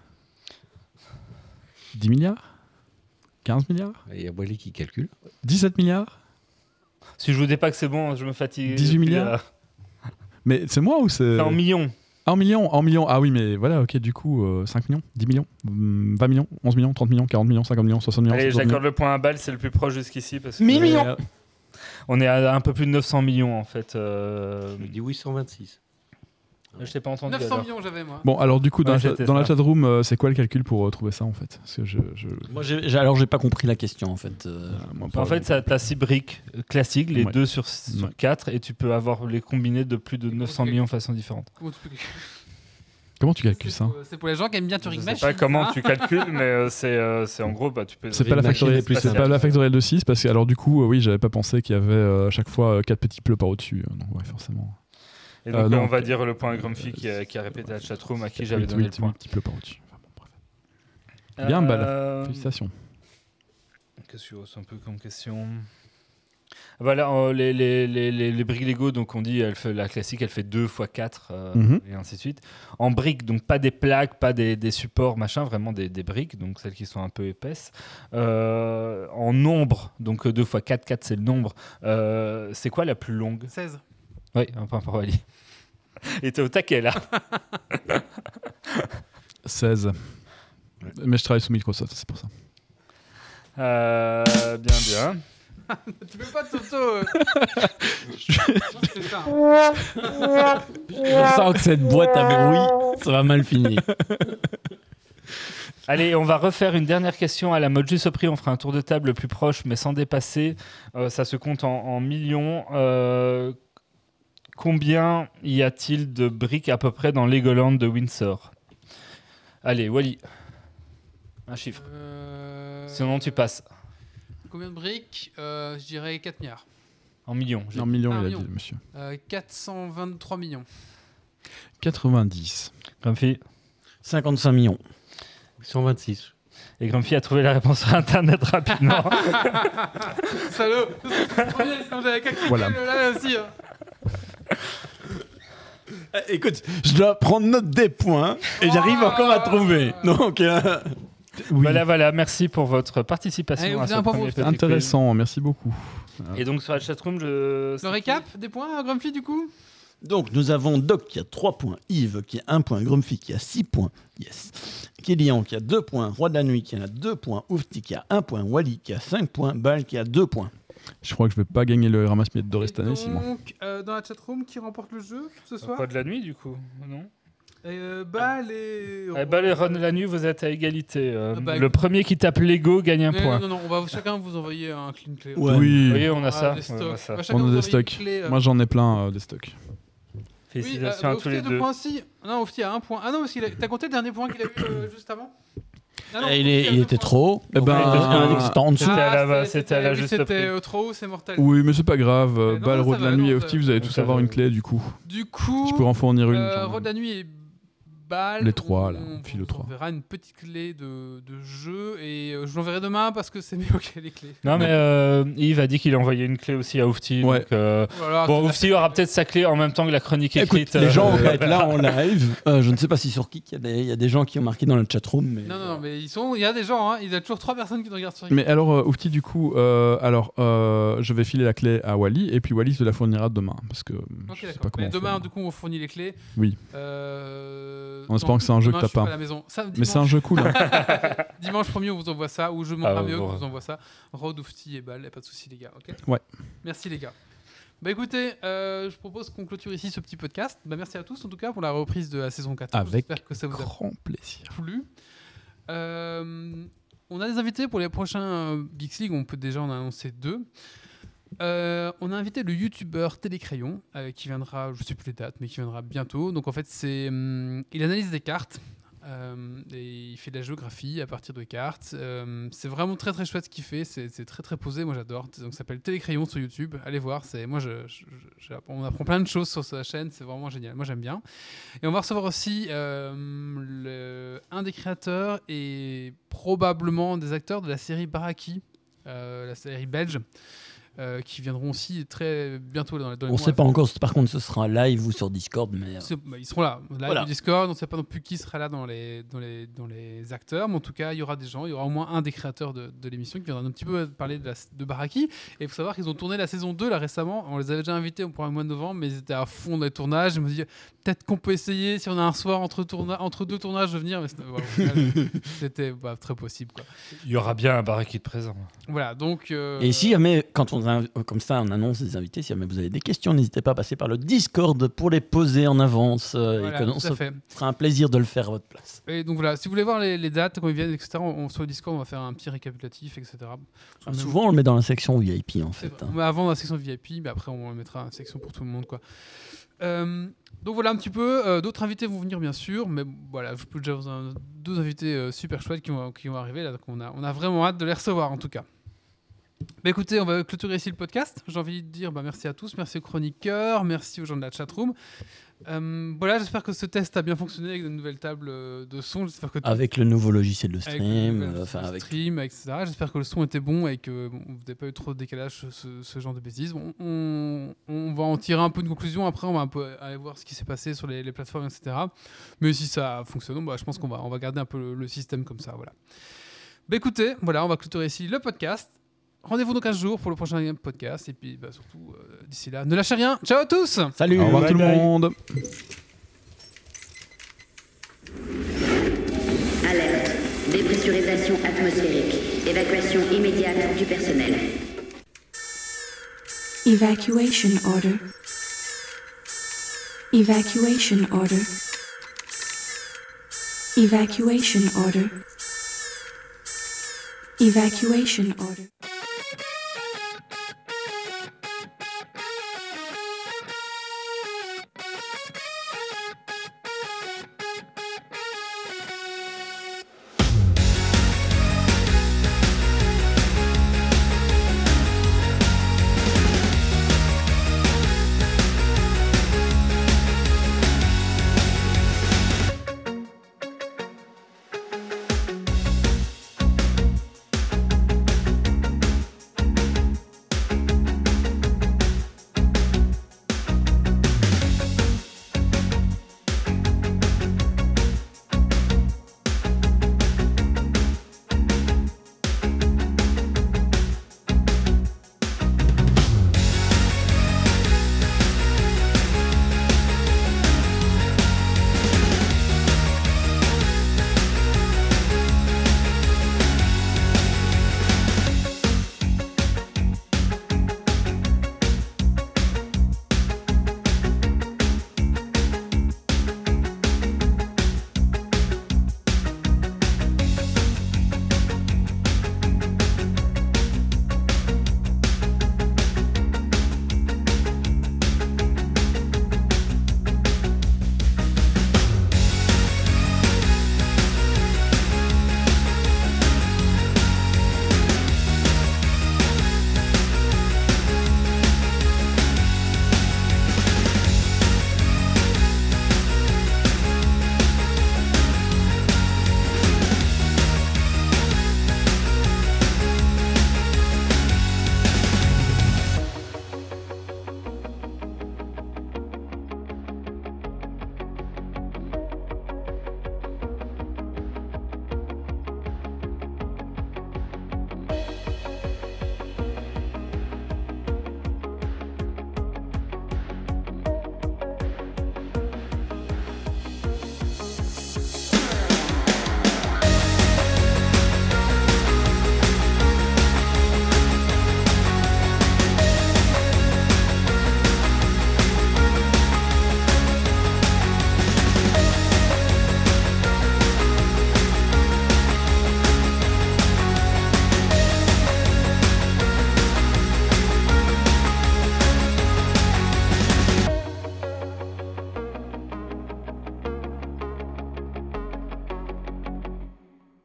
10 milliards. 15 milliards. Il y a Wally qui calcule. 17 milliards. Si je vous dis pas que c'est bon, je me fatigue. 18 milliards. Mais c'est moi ou c'est... C'est en millions. Ah, en millions. Ah oui, mais voilà, ok, du coup, 5 millions, 10 millions, 20 millions, 11 millions, 30 millions, 40 millions, 50 millions, 60 millions. Allez, 60 j'accorde le point à balle, c'est le plus proche jusqu'ici. Parce que, 1000 millions. On est à un peu plus de 900 millions en fait. Je dis 826. Je t'ai pas entendu. 900 alors. millions j'avais moi. Bon, alors du coup, dans, Ouais, la, c'était dans la ça. chatroom, c'est quoi le calcul pour trouver ça en fait? Parce que Moi, j'ai pas compris la question en fait. moi, En fait, ça t'as 6 briques classiques, les Ouais. 2 sur Ouais. 4, et tu peux avoir les combinés de plus de 900 millions de façons différentes. comment tu calcules ça? C'est pour les gens qui aiment bien Turing Je sais Machine. pas comment hein. tu calcules, mais c'est en gros, tu peux. C'est pas la factorielle, c'est pas la factorielle de 6 parce que alors du coup, oui, j'avais pas pensé qu'il y avait à chaque fois 4 petits bleus par au-dessus. Donc ouais, forcément. Et donc, non, on va dire le point à Grumpy qui a répété à la chatroom à qui j'avais Oui, donné oui, le point. petits bleus par au-dessus. Enfin, bon, bref. Bien, Félicitations. Qu'est-ce que c'est un peu comme question? Voilà, les briques Lego, donc on dit la classique, elle fait 2 x 4 Mhm. et ainsi de suite. En briques, donc pas des plaques, pas des supports, machin, vraiment des briques, donc celles qui sont un peu épaisses. En nombre, donc 2 x 4, 4 c'est le nombre. C'est quoi la plus longue? 16. Oui, un point pour Ali. Il était au taquet là. 16. Mais je travaille sous Microsoft, c'est pour ça. Bien. Tu peux pas Toto. C'est ça. hein. Je sens que cette boîte à bruit, ça va mal finir. Allez, on va refaire une dernière question à la mode juste au prix. On fera un tour de table le plus proche, mais sans dépasser. Ça se compte en millions. Combien y a-t-il de briques à peu près dans Legoland de Windsor? Allez, Wally. Un chiffre. Sinon, tu passes. Combien de briques Je dirais 4 milliards. En millions. En millions, Ah, il a millions. dit, monsieur. 423 millions. 90. Grumpy. 55 millions. 126. Et Grumpy a trouvé la réponse sur Internet rapidement. Salaud. Sinon j'avais qu'à cliquer Voilà. là aussi. hein. Écoute, je dois prendre note des points et j'arrive encore à trouver. Donc, Oui, Voilà, merci pour votre participation Allez, vous à avez ce un point premier pour petit intéressant, merci beaucoup. quiz. Et donc sur la chatroom, Le récap des points, Grumpy, du coup donc, nous avons Doc qui a 3 points, Yves qui a 1 point, Grumpy qui a 6 points, yes. Kélian qui a 2 points, Roi de la Nuit qui en a 2 points, Oufti qui a 1 point, Wally qui a 5 points, Bal qui a 2 points. Je crois que je vais pas gagner le ramasse-miettes doré cette année, Et Simon. donc, dans la chatroom, qui remporte le jeu ce soir Pas de la nuit du coup, non? Bal et... Les Ron de la nuit, vous êtes à égalité. bah, Le premier qui tape Lego gagne un point. Non, on va chacun vous envoyer un clean clé. Ouais. Oui, Vous voyez, on a ça. Des stocks. On a ça. Va chacun on a vous des envoyer une stocks. clé, Moi j'en ai plein des stocks. Félicitations à tous les Oufti a deux. points aussi. Non, Oufti a 1 point. Ah non, parce qu'il a... t'as compté le dernier point qu'il a eu juste avant Ah non, Et Oufti a il 2 était points. trop haut. Eh ben, On a dit que c'était en dessous. C'était à la- c'était à la oui, juste c'était prix. trop haut, c'est mortel. Oui, mais c'est pas grave. non, Bal, ça Roi de va, la Nuit non, et ça Ofti, va. vous allez tous Ça avoir va. une clé du coup. Du coup, Je peux en fournir une. Roi de la Nuit et Bal. Les trois, là, on file aux vous trois. enverra une petite clé de jeu et je l'enverrai demain parce que c'est mieux que les clés. Non, mais Yves a dit qu'il a envoyé une clé aussi à Oufti. Ouais. Donc, Voilà, bon, c'est- Oufti aura peut-être sa clé en même temps que la chronique Écoute, écrite. les gens vont être là en live. Je ne sais pas si sur Kik, il y a des gens qui ont marqué dans le chatroom. Mais... Non, mais il y a des gens, hein, il y a toujours 3 personnes qui te regardent sur Mais alors, Oufti, du coup, je vais filer la clé à Wally et puis Wally te la fournira demain. Parce que Ok, je sais d'accord. pas comment Mais on demain, fait. du coup, on fournit les clés. Oui. En espérant que c'est un jeu que t'as pas. À la maison. Mais c'est un jeu cool. Hein. Dimanche premier, on vous envoie ça, ou je m'en Ah, mieux, bon. on vous envoie ça. Rod, Oufti et Bal, y a pas de souci, les gars. Ok. Ouais. Merci, les gars. Bah écoutez, je propose qu'on clôture ici ce petit podcast. Bah, merci à tous, en tout cas, pour la reprise de la saison 14. Avec J'espère que ça vous a Grand plaisir. plu. On a des invités pour les prochains Geeks League, on peut déjà en annoncer 2. On a invité le youtubeur Télécrayon qui viendra, je sais plus les dates, mais qui viendra bientôt. Donc en fait, il analyse des cartes et il fait de la géographie à partir de cartes. C'est vraiment très très chouette ce qu'il fait. C'est très très posé. Moi j'adore. Donc ça s'appelle Télécrayon sur YouTube. Allez voir. On apprend plein de choses sur sa chaîne. C'est vraiment génial. Moi j'aime bien. Et on va recevoir aussi un des créateurs et probablement des acteurs de la série Baraki, la série belge. Qui viendront aussi très bientôt dans les On ne mois sait à pas venir. encore, par contre, ce sera live ou sur Discord. Mais Ils seront là. Live Voilà. au Discord, on ne sait pas non plus qui sera là dans les acteurs, mais en tout cas, il y aura des gens, il y aura au moins un des créateurs de l'émission qui viendra un petit peu parler de Baraki. Et il faut savoir qu'ils ont tourné la saison 2 là récemment. On les avait déjà invités pour le mois de novembre, mais ils étaient à fond dans les tournages. Je me dis, peut-être qu'on peut essayer, si on a un soir entre 2 tournages, de venir. Mais c'était très possible, quoi. Il y aura bien un Baraki de présent. Voilà, donc. Et si jamais, quand on comme ça, on annonce des invités. Si jamais vous avez des questions, n'hésitez pas à passer par le Discord pour les poser en avance. Voilà, et que tout à fait. ce sera un plaisir de le faire à votre place. Et donc voilà, si vous voulez voir les dates, quand ils viennent, etc., sur le Discord, on va faire un petit récapitulatif, etc. Souvent, on le met dans la section VIP, en C'est fait. vrai. Mais avant la section VIP, mais après on mettra une section pour tout le monde, quoi. Donc voilà un petit peu. D'autres invités vont venir bien sûr, mais voilà, je peux déjà vous en 2 invités super chouettes qui vont arriver là. Donc on a vraiment hâte de les recevoir en tout cas. Bah écoutez, on va clôturer ici le podcast. J'ai envie de dire merci à tous, merci aux chroniqueurs, merci aux gens de la chatroom. Voilà, j'espère que ce test a bien fonctionné avec de nouvelles tables de son. J'espère que Avec le nouveau logiciel de avec stream, le avec stream, etc. J'espère que le son était bon et que vous n'avez pas eu trop de décalage, ce genre de bêtises. On va en tirer un peu de conclusion. Après, on va un peu aller voir ce qui s'est passé sur les plateformes, etc. Mais si ça fonctionne, je pense qu'on va garder un peu le système comme ça. Voilà. Bah écoutez, voilà, on va clôturer ici le podcast. Rendez-vous dans 15 jours pour le prochain podcast. Et puis surtout, d'ici là, ne lâchez rien. Ciao à tous. Salut. Au revoir bye tout le bye. monde. Alerte. Dépressurisation atmosphérique. Évacuation immédiate du personnel. Evacuation order. Evacuation order. Evacuation order. Evacuation order.